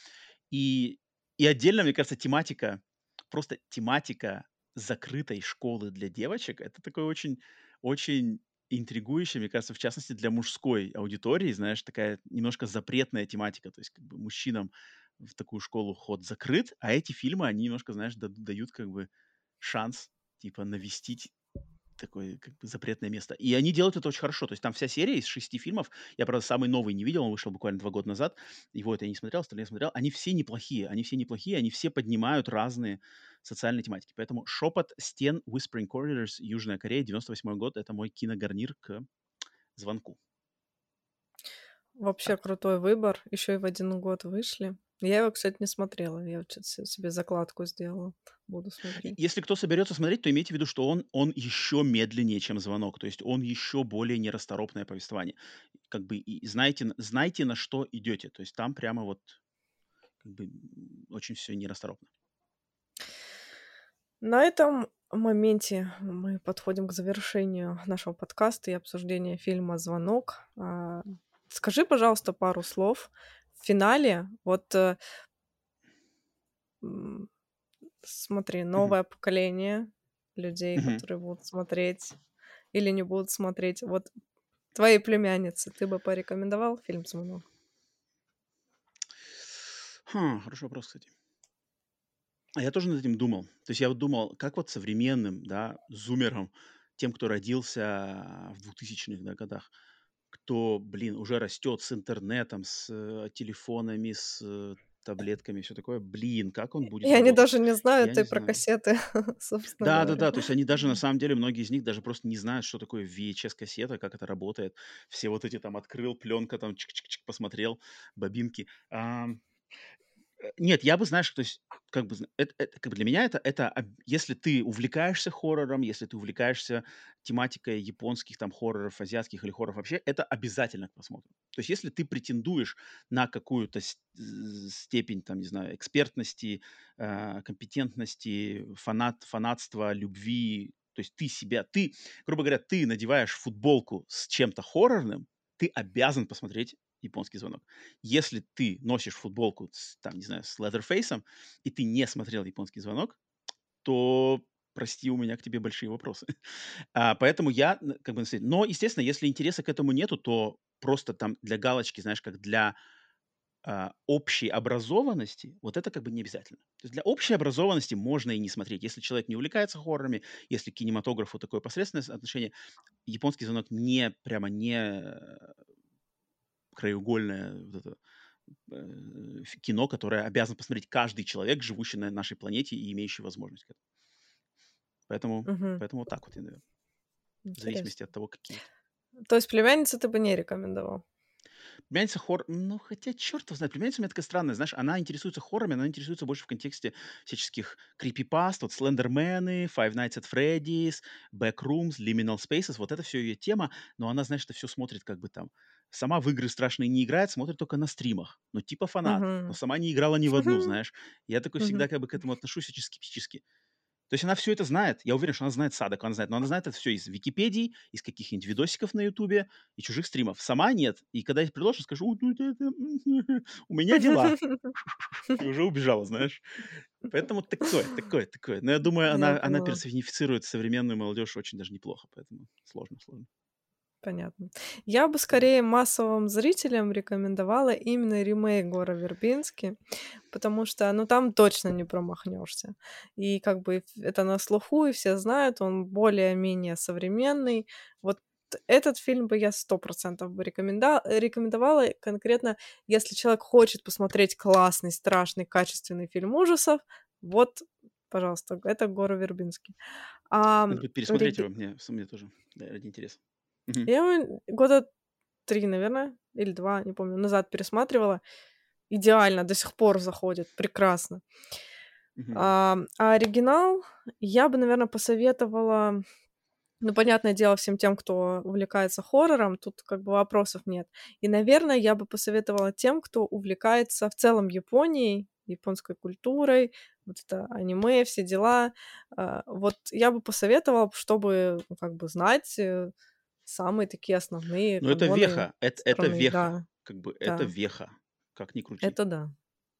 И и отдельно, мне кажется, тематика, просто тематика закрытой школы для девочек- это такой очень очень интригующий, мне кажется, в частности, для мужской аудитории, знаешь, такая немножко запретная тематика. То есть как бы мужчинам в такую школу ход закрыт, а эти фильмы, они немножко, знаешь, да дают как бы шанс, типа, навестить такое как бы запретное место. И они делают это очень хорошо. То есть там вся серия из шести фильмов. Я, правда, самый новый не видел, он вышел буквально два года назад. Его вот я не смотрел, остальные смотрел. Они все неплохие, они все неплохие, они все поднимают разные социальные тематики. Поэтому "Шепот стен", "Whispering Corridors", Южная Корея, девяносто восьмой год- это мой киногарнир к "Звонку". Вообще Так. крутой выбор. Еще и в один год вышли. Я его, кстати, не смотрела. Я вот чё-то се себе закладку сделала. Буду И смотреть. если кто соберется смотреть, то имейте в виду, что он он еще медленнее, чем "Звонок". То есть он еще более нерасторопное повествование. Как бы и знайте н знайте, на что идете. То есть там прямо вот как бы, м, очень всё нерасторопно. На этом моменте мы подходим к завершению нашего подкаста и обсуждения фильма "Звонок". А, скажи, пожалуйста, пару слов. В финале вот, э м, смотри, Мгм. новое поколение людей, Мгм. которые будут смотреть или не будут смотреть. Вот твоей племяннице ты бы порекомендовал фильм "Звонок"? Хм, хороший вопрос, кстати. А я тоже над этим думал. То есть я вот думал, как вот современным, да, зумерам, тем, кто родился в двухтысячных, да, годах, кто, блин, уже растет с интернетом, с э, телефонами, с э, таблетками, все такое, блин, как он будет И они работать? даже не знают Я не и про знаю. кассеты, собственно говоря. Да-да-да, то есть они даже на самом деле, многие из них даже просто не знают, что такое V H S-кассета, как это работает. Все вот эти там открыл, пленка там чик-чик-чик посмотрел, бобинки. Ам, Э, нет, я бы, знаешь, то есть, как бы, зн эт это как бы для меня это это аб если ты увлекаешься хоррором, если ты увлекаешься тематикой японских там хорроров, азиатских или хорроров вообще, это обязательно к просмотру. То есть если ты претендуешь на какую-то ст з степень, там, не знаю, экспертности, а, компетентности, фанат фанатства, любви, то есть ты себя ты, грубо говоря, ты надеваешь футболку с чем-то хоррорным, ты обязан посмотреть "Японский звонок". Если ты носишь футболку с, там, не знаю, с Леатherфейсом, и ты не смотрел "Японский звонок", то, прости, у меня к тебе большие вопросы. А, поэтому я, н как бы, на се но, естественно, если интереса к этому нету, то просто там для галочки, знаешь, как для, а, общей образованности, вот это как бы не обязательно. То есть для общей образованности можно и не смотреть. Если человек не увлекается хоррорами, если к кинематографу такое посредственное с отношение, "Японский звонок" не прямо не, э, краеугольное вот это э, ф кино, которое обязан посмотреть каждый человек, живущий на нашей планете и имеющий возможность к этому. Поэтому Мгм. поэтому вот так вот я, наверно, в зависимости Интересно. от того, какие вот. То есть племяннице ты бы не рекомендовал? Племянница хор ну, хотя черт его знает. Племянница у меня такая странная, знаешь, она интересуется хоррорами, но она интересуется больше в контексте всяческих крипипаст, вот "Слендермены", "Five Nights at Freddy's", "Backrooms", "Liminal Spaces". Вот это все ее тема, но она, знаешь, это все смотрит как бы там сама в игры страшные не играет, смотрит только на стримах. Ну, типа фанат, но Мгм. сама не играла ни в одну, знаешь. Я такой Мгм. всегда как бы к этому отношусь очень скептически. То есть она все это знает. Я уверен, что она знает Садок, она знает, но она знает это все из "Википедии", из каких-нибудь видосиков на "Ютубе" и чужих стримов. Сама нет. И когда я предложу, скажу: "У, ну это это, у меня дела". И уже убежала, знаешь. Поэтому такое, такое, такое. Но я думаю, Я она она поняла. персонифицирует современную молодежь очень даже неплохо, поэтому сложно сложно. Понятно. Я бы Да. скорее массовым зрителям рекомендовала именно ремейк "Гора Вербински", потому что, ну, там точно не промахнешься. И как бы ф это на слуху, и все знают, он более-менее современный. Вот этот фильм бы я сто процентов бы рекоменда рекомендовала, конкретно если человек хочет посмотреть классный, страшный, качественный фильм ужасов, вот, пожалуйста, это "Гора Вербински". Надо Ам, будет пересмотреть реги его мне, с мне тоже, да, ради интереса. Мгм, я его года три, наверное, или два, не помню, назад пересматривала. Идеально, до сих пор заходит, прекрасно. мгм. Ам, а оригинал я бы, наверно, посоветовала, ну, понятное дело, всем тем, кто увлекается хоррором, тут как бы вопросов нет. И, наверное, я бы посоветовала тем, кто увлекается в целом Японией, японской культурой, вот это аниме, все дела. А, вот я бы посоветовала, чтобы, ну, как бы знать, э, самые такие основные Но это каноны веха, эт это страны. веха, Да, как бы это да, веха, как ни крути. это да.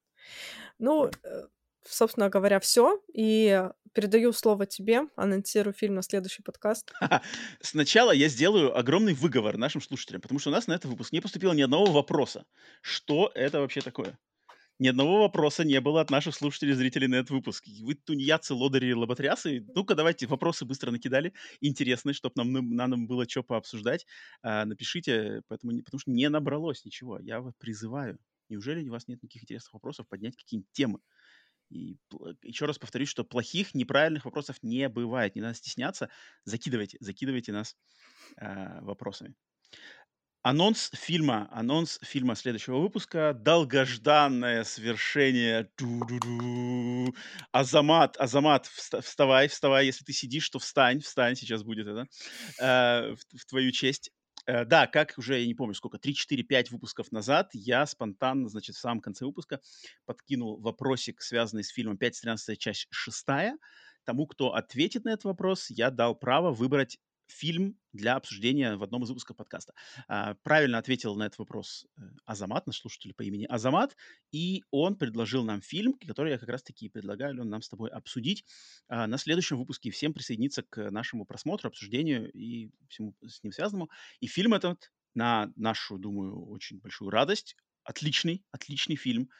Ну, э, собственно говоря, все. И передаю слово тебе. Анонсирую фильм на следующий подкаст. Сначала я сделаю огромный выговор нашим слушателям, потому что у нас на этот выпуск не поступило ни одного вопроса. Что это вообще такое? Ни одного вопроса не было от наших слушателей и зрителей на этот выпуск. И вы тунеядцы, лодыри, лоботрясы. Ну-ка, давайте, вопросы быстро накидали. Интересные, чтобы нам, нам, нам было что пообсуждать. А, напишите, поэтому, не- потому что не набралось ничего. Я вас призываю. Неужели у вас нет никаких интересных вопросов поднять какие-нибудь темы? И пл- еще раз повторюсь, что плохих, неправильных вопросов не бывает. Не надо стесняться. Закидывайте, закидывайте нас а, вопросами. Анонс фильма анонс фильма следующего выпуска. Долгожданное свершение. Ду-ду-ду. Азамат, Азамат, вста вставай, вставай. Если ты сидишь, то встань, встань, сейчас будет это, э, в в твою честь. Э, да, как уже, я не помню сколько, три, четыре, пять выпусков назад я спонтанно, значит, в самом конце выпуска подкинул вопросик, связанный с фильмом "пять тринадцатая часть шестая". Тому, кто ответит на этот вопрос, я дал право выбрать фильм для обсуждения в одном из выпусков подкаста. А, правильно ответил на этот вопрос э, Азамат, наш слушатель по имени Азамат, и он предложил нам фильм, который я как раз-таки и предлагаю, Лен, нам с тобой обсудить а, на следующем выпуске. Всем присоединиться к нашему просмотру, обсуждению и всему с ним связанному. И фильм этот, на нашу, думаю, очень большую радость, отличный, отличный фильм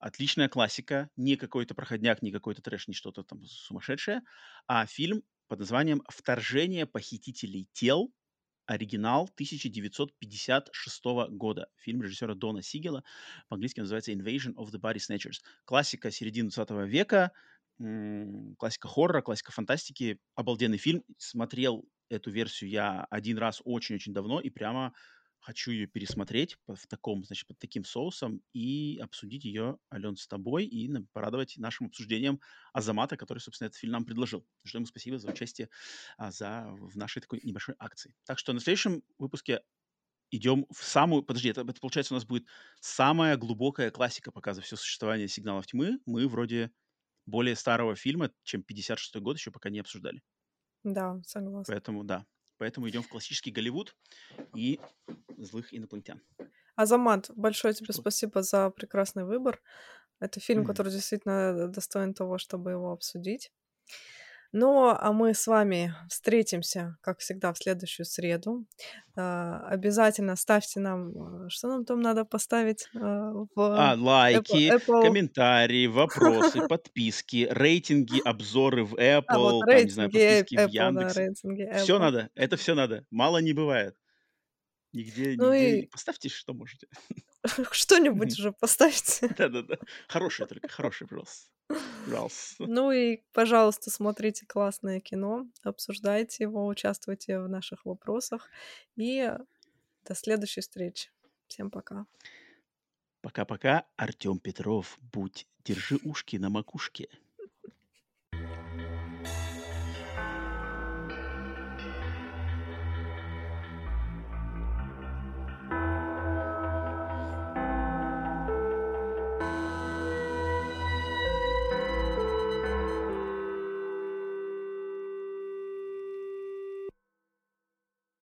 Отличная классика, не какой-то проходняк, не какой-то трэш, не что-то там сумасшедшее, а фильм под названием «Вторжение похитителей тел». Оригинал тысяча девятьсот пятьдесят шестого года. Фильм режиссера Дона Сигела. По-английски называется Invasion of the Body Snatchers. Классика середины двадцатого века, м, классика хоррора, классика фантастики. Обалденный фильм. Смотрел эту версию я один раз очень-очень давно и прямо хочу ее пересмотреть по- в таком, значит, под таким соусом и обсудить ее, Ален, с тобой и на- порадовать нашим обсуждением Азамата, который, собственно, этот фильм нам предложил. Что ему спасибо за участие а, за, в нашей такой небольшой акции. Так что на следующем выпуске идем в самую... Подожди, это, это получается у нас будет самая глубокая классика пока за все существование «Сигналов тьмы». Мы вроде более старого фильма, чем пятьдесят шестой год, еще пока не обсуждали. Да, согласна. Поэтому, да. Поэтому идем в классический Голливуд и злых инопланетян. Азамат, большое тебе Что? спасибо за прекрасный выбор. Это фильм, М. который действительно достоин того, чтобы его обсудить. Ну, а мы с вами встретимся, как всегда, в следующую среду. А, обязательно ставьте нам, э, что нам там надо поставить, а, в А, Apple лайки, Apple. комментарии, вопросы, подписки, рейтинги, обзоры в А, вот Apple, там, не знаю, рейтинги подписки в Apple, да, Яндексе. рейтинги Все Apple. надо, это все надо. Мало не бывает. Нигде, Ну нигде. и Поставьте, что можете. что-нибудь уже поставьте. Да-да-да. Хорошее только, хорошее, пожалуйста. Пожалуйста. Ну и, пожалуйста, смотрите классное кино, обсуждайте его, участвуйте в наших вопросах. И до следующей встречи. Всем пока. Пока-пока. Артем Петров. Будь, держи ушки на макушке.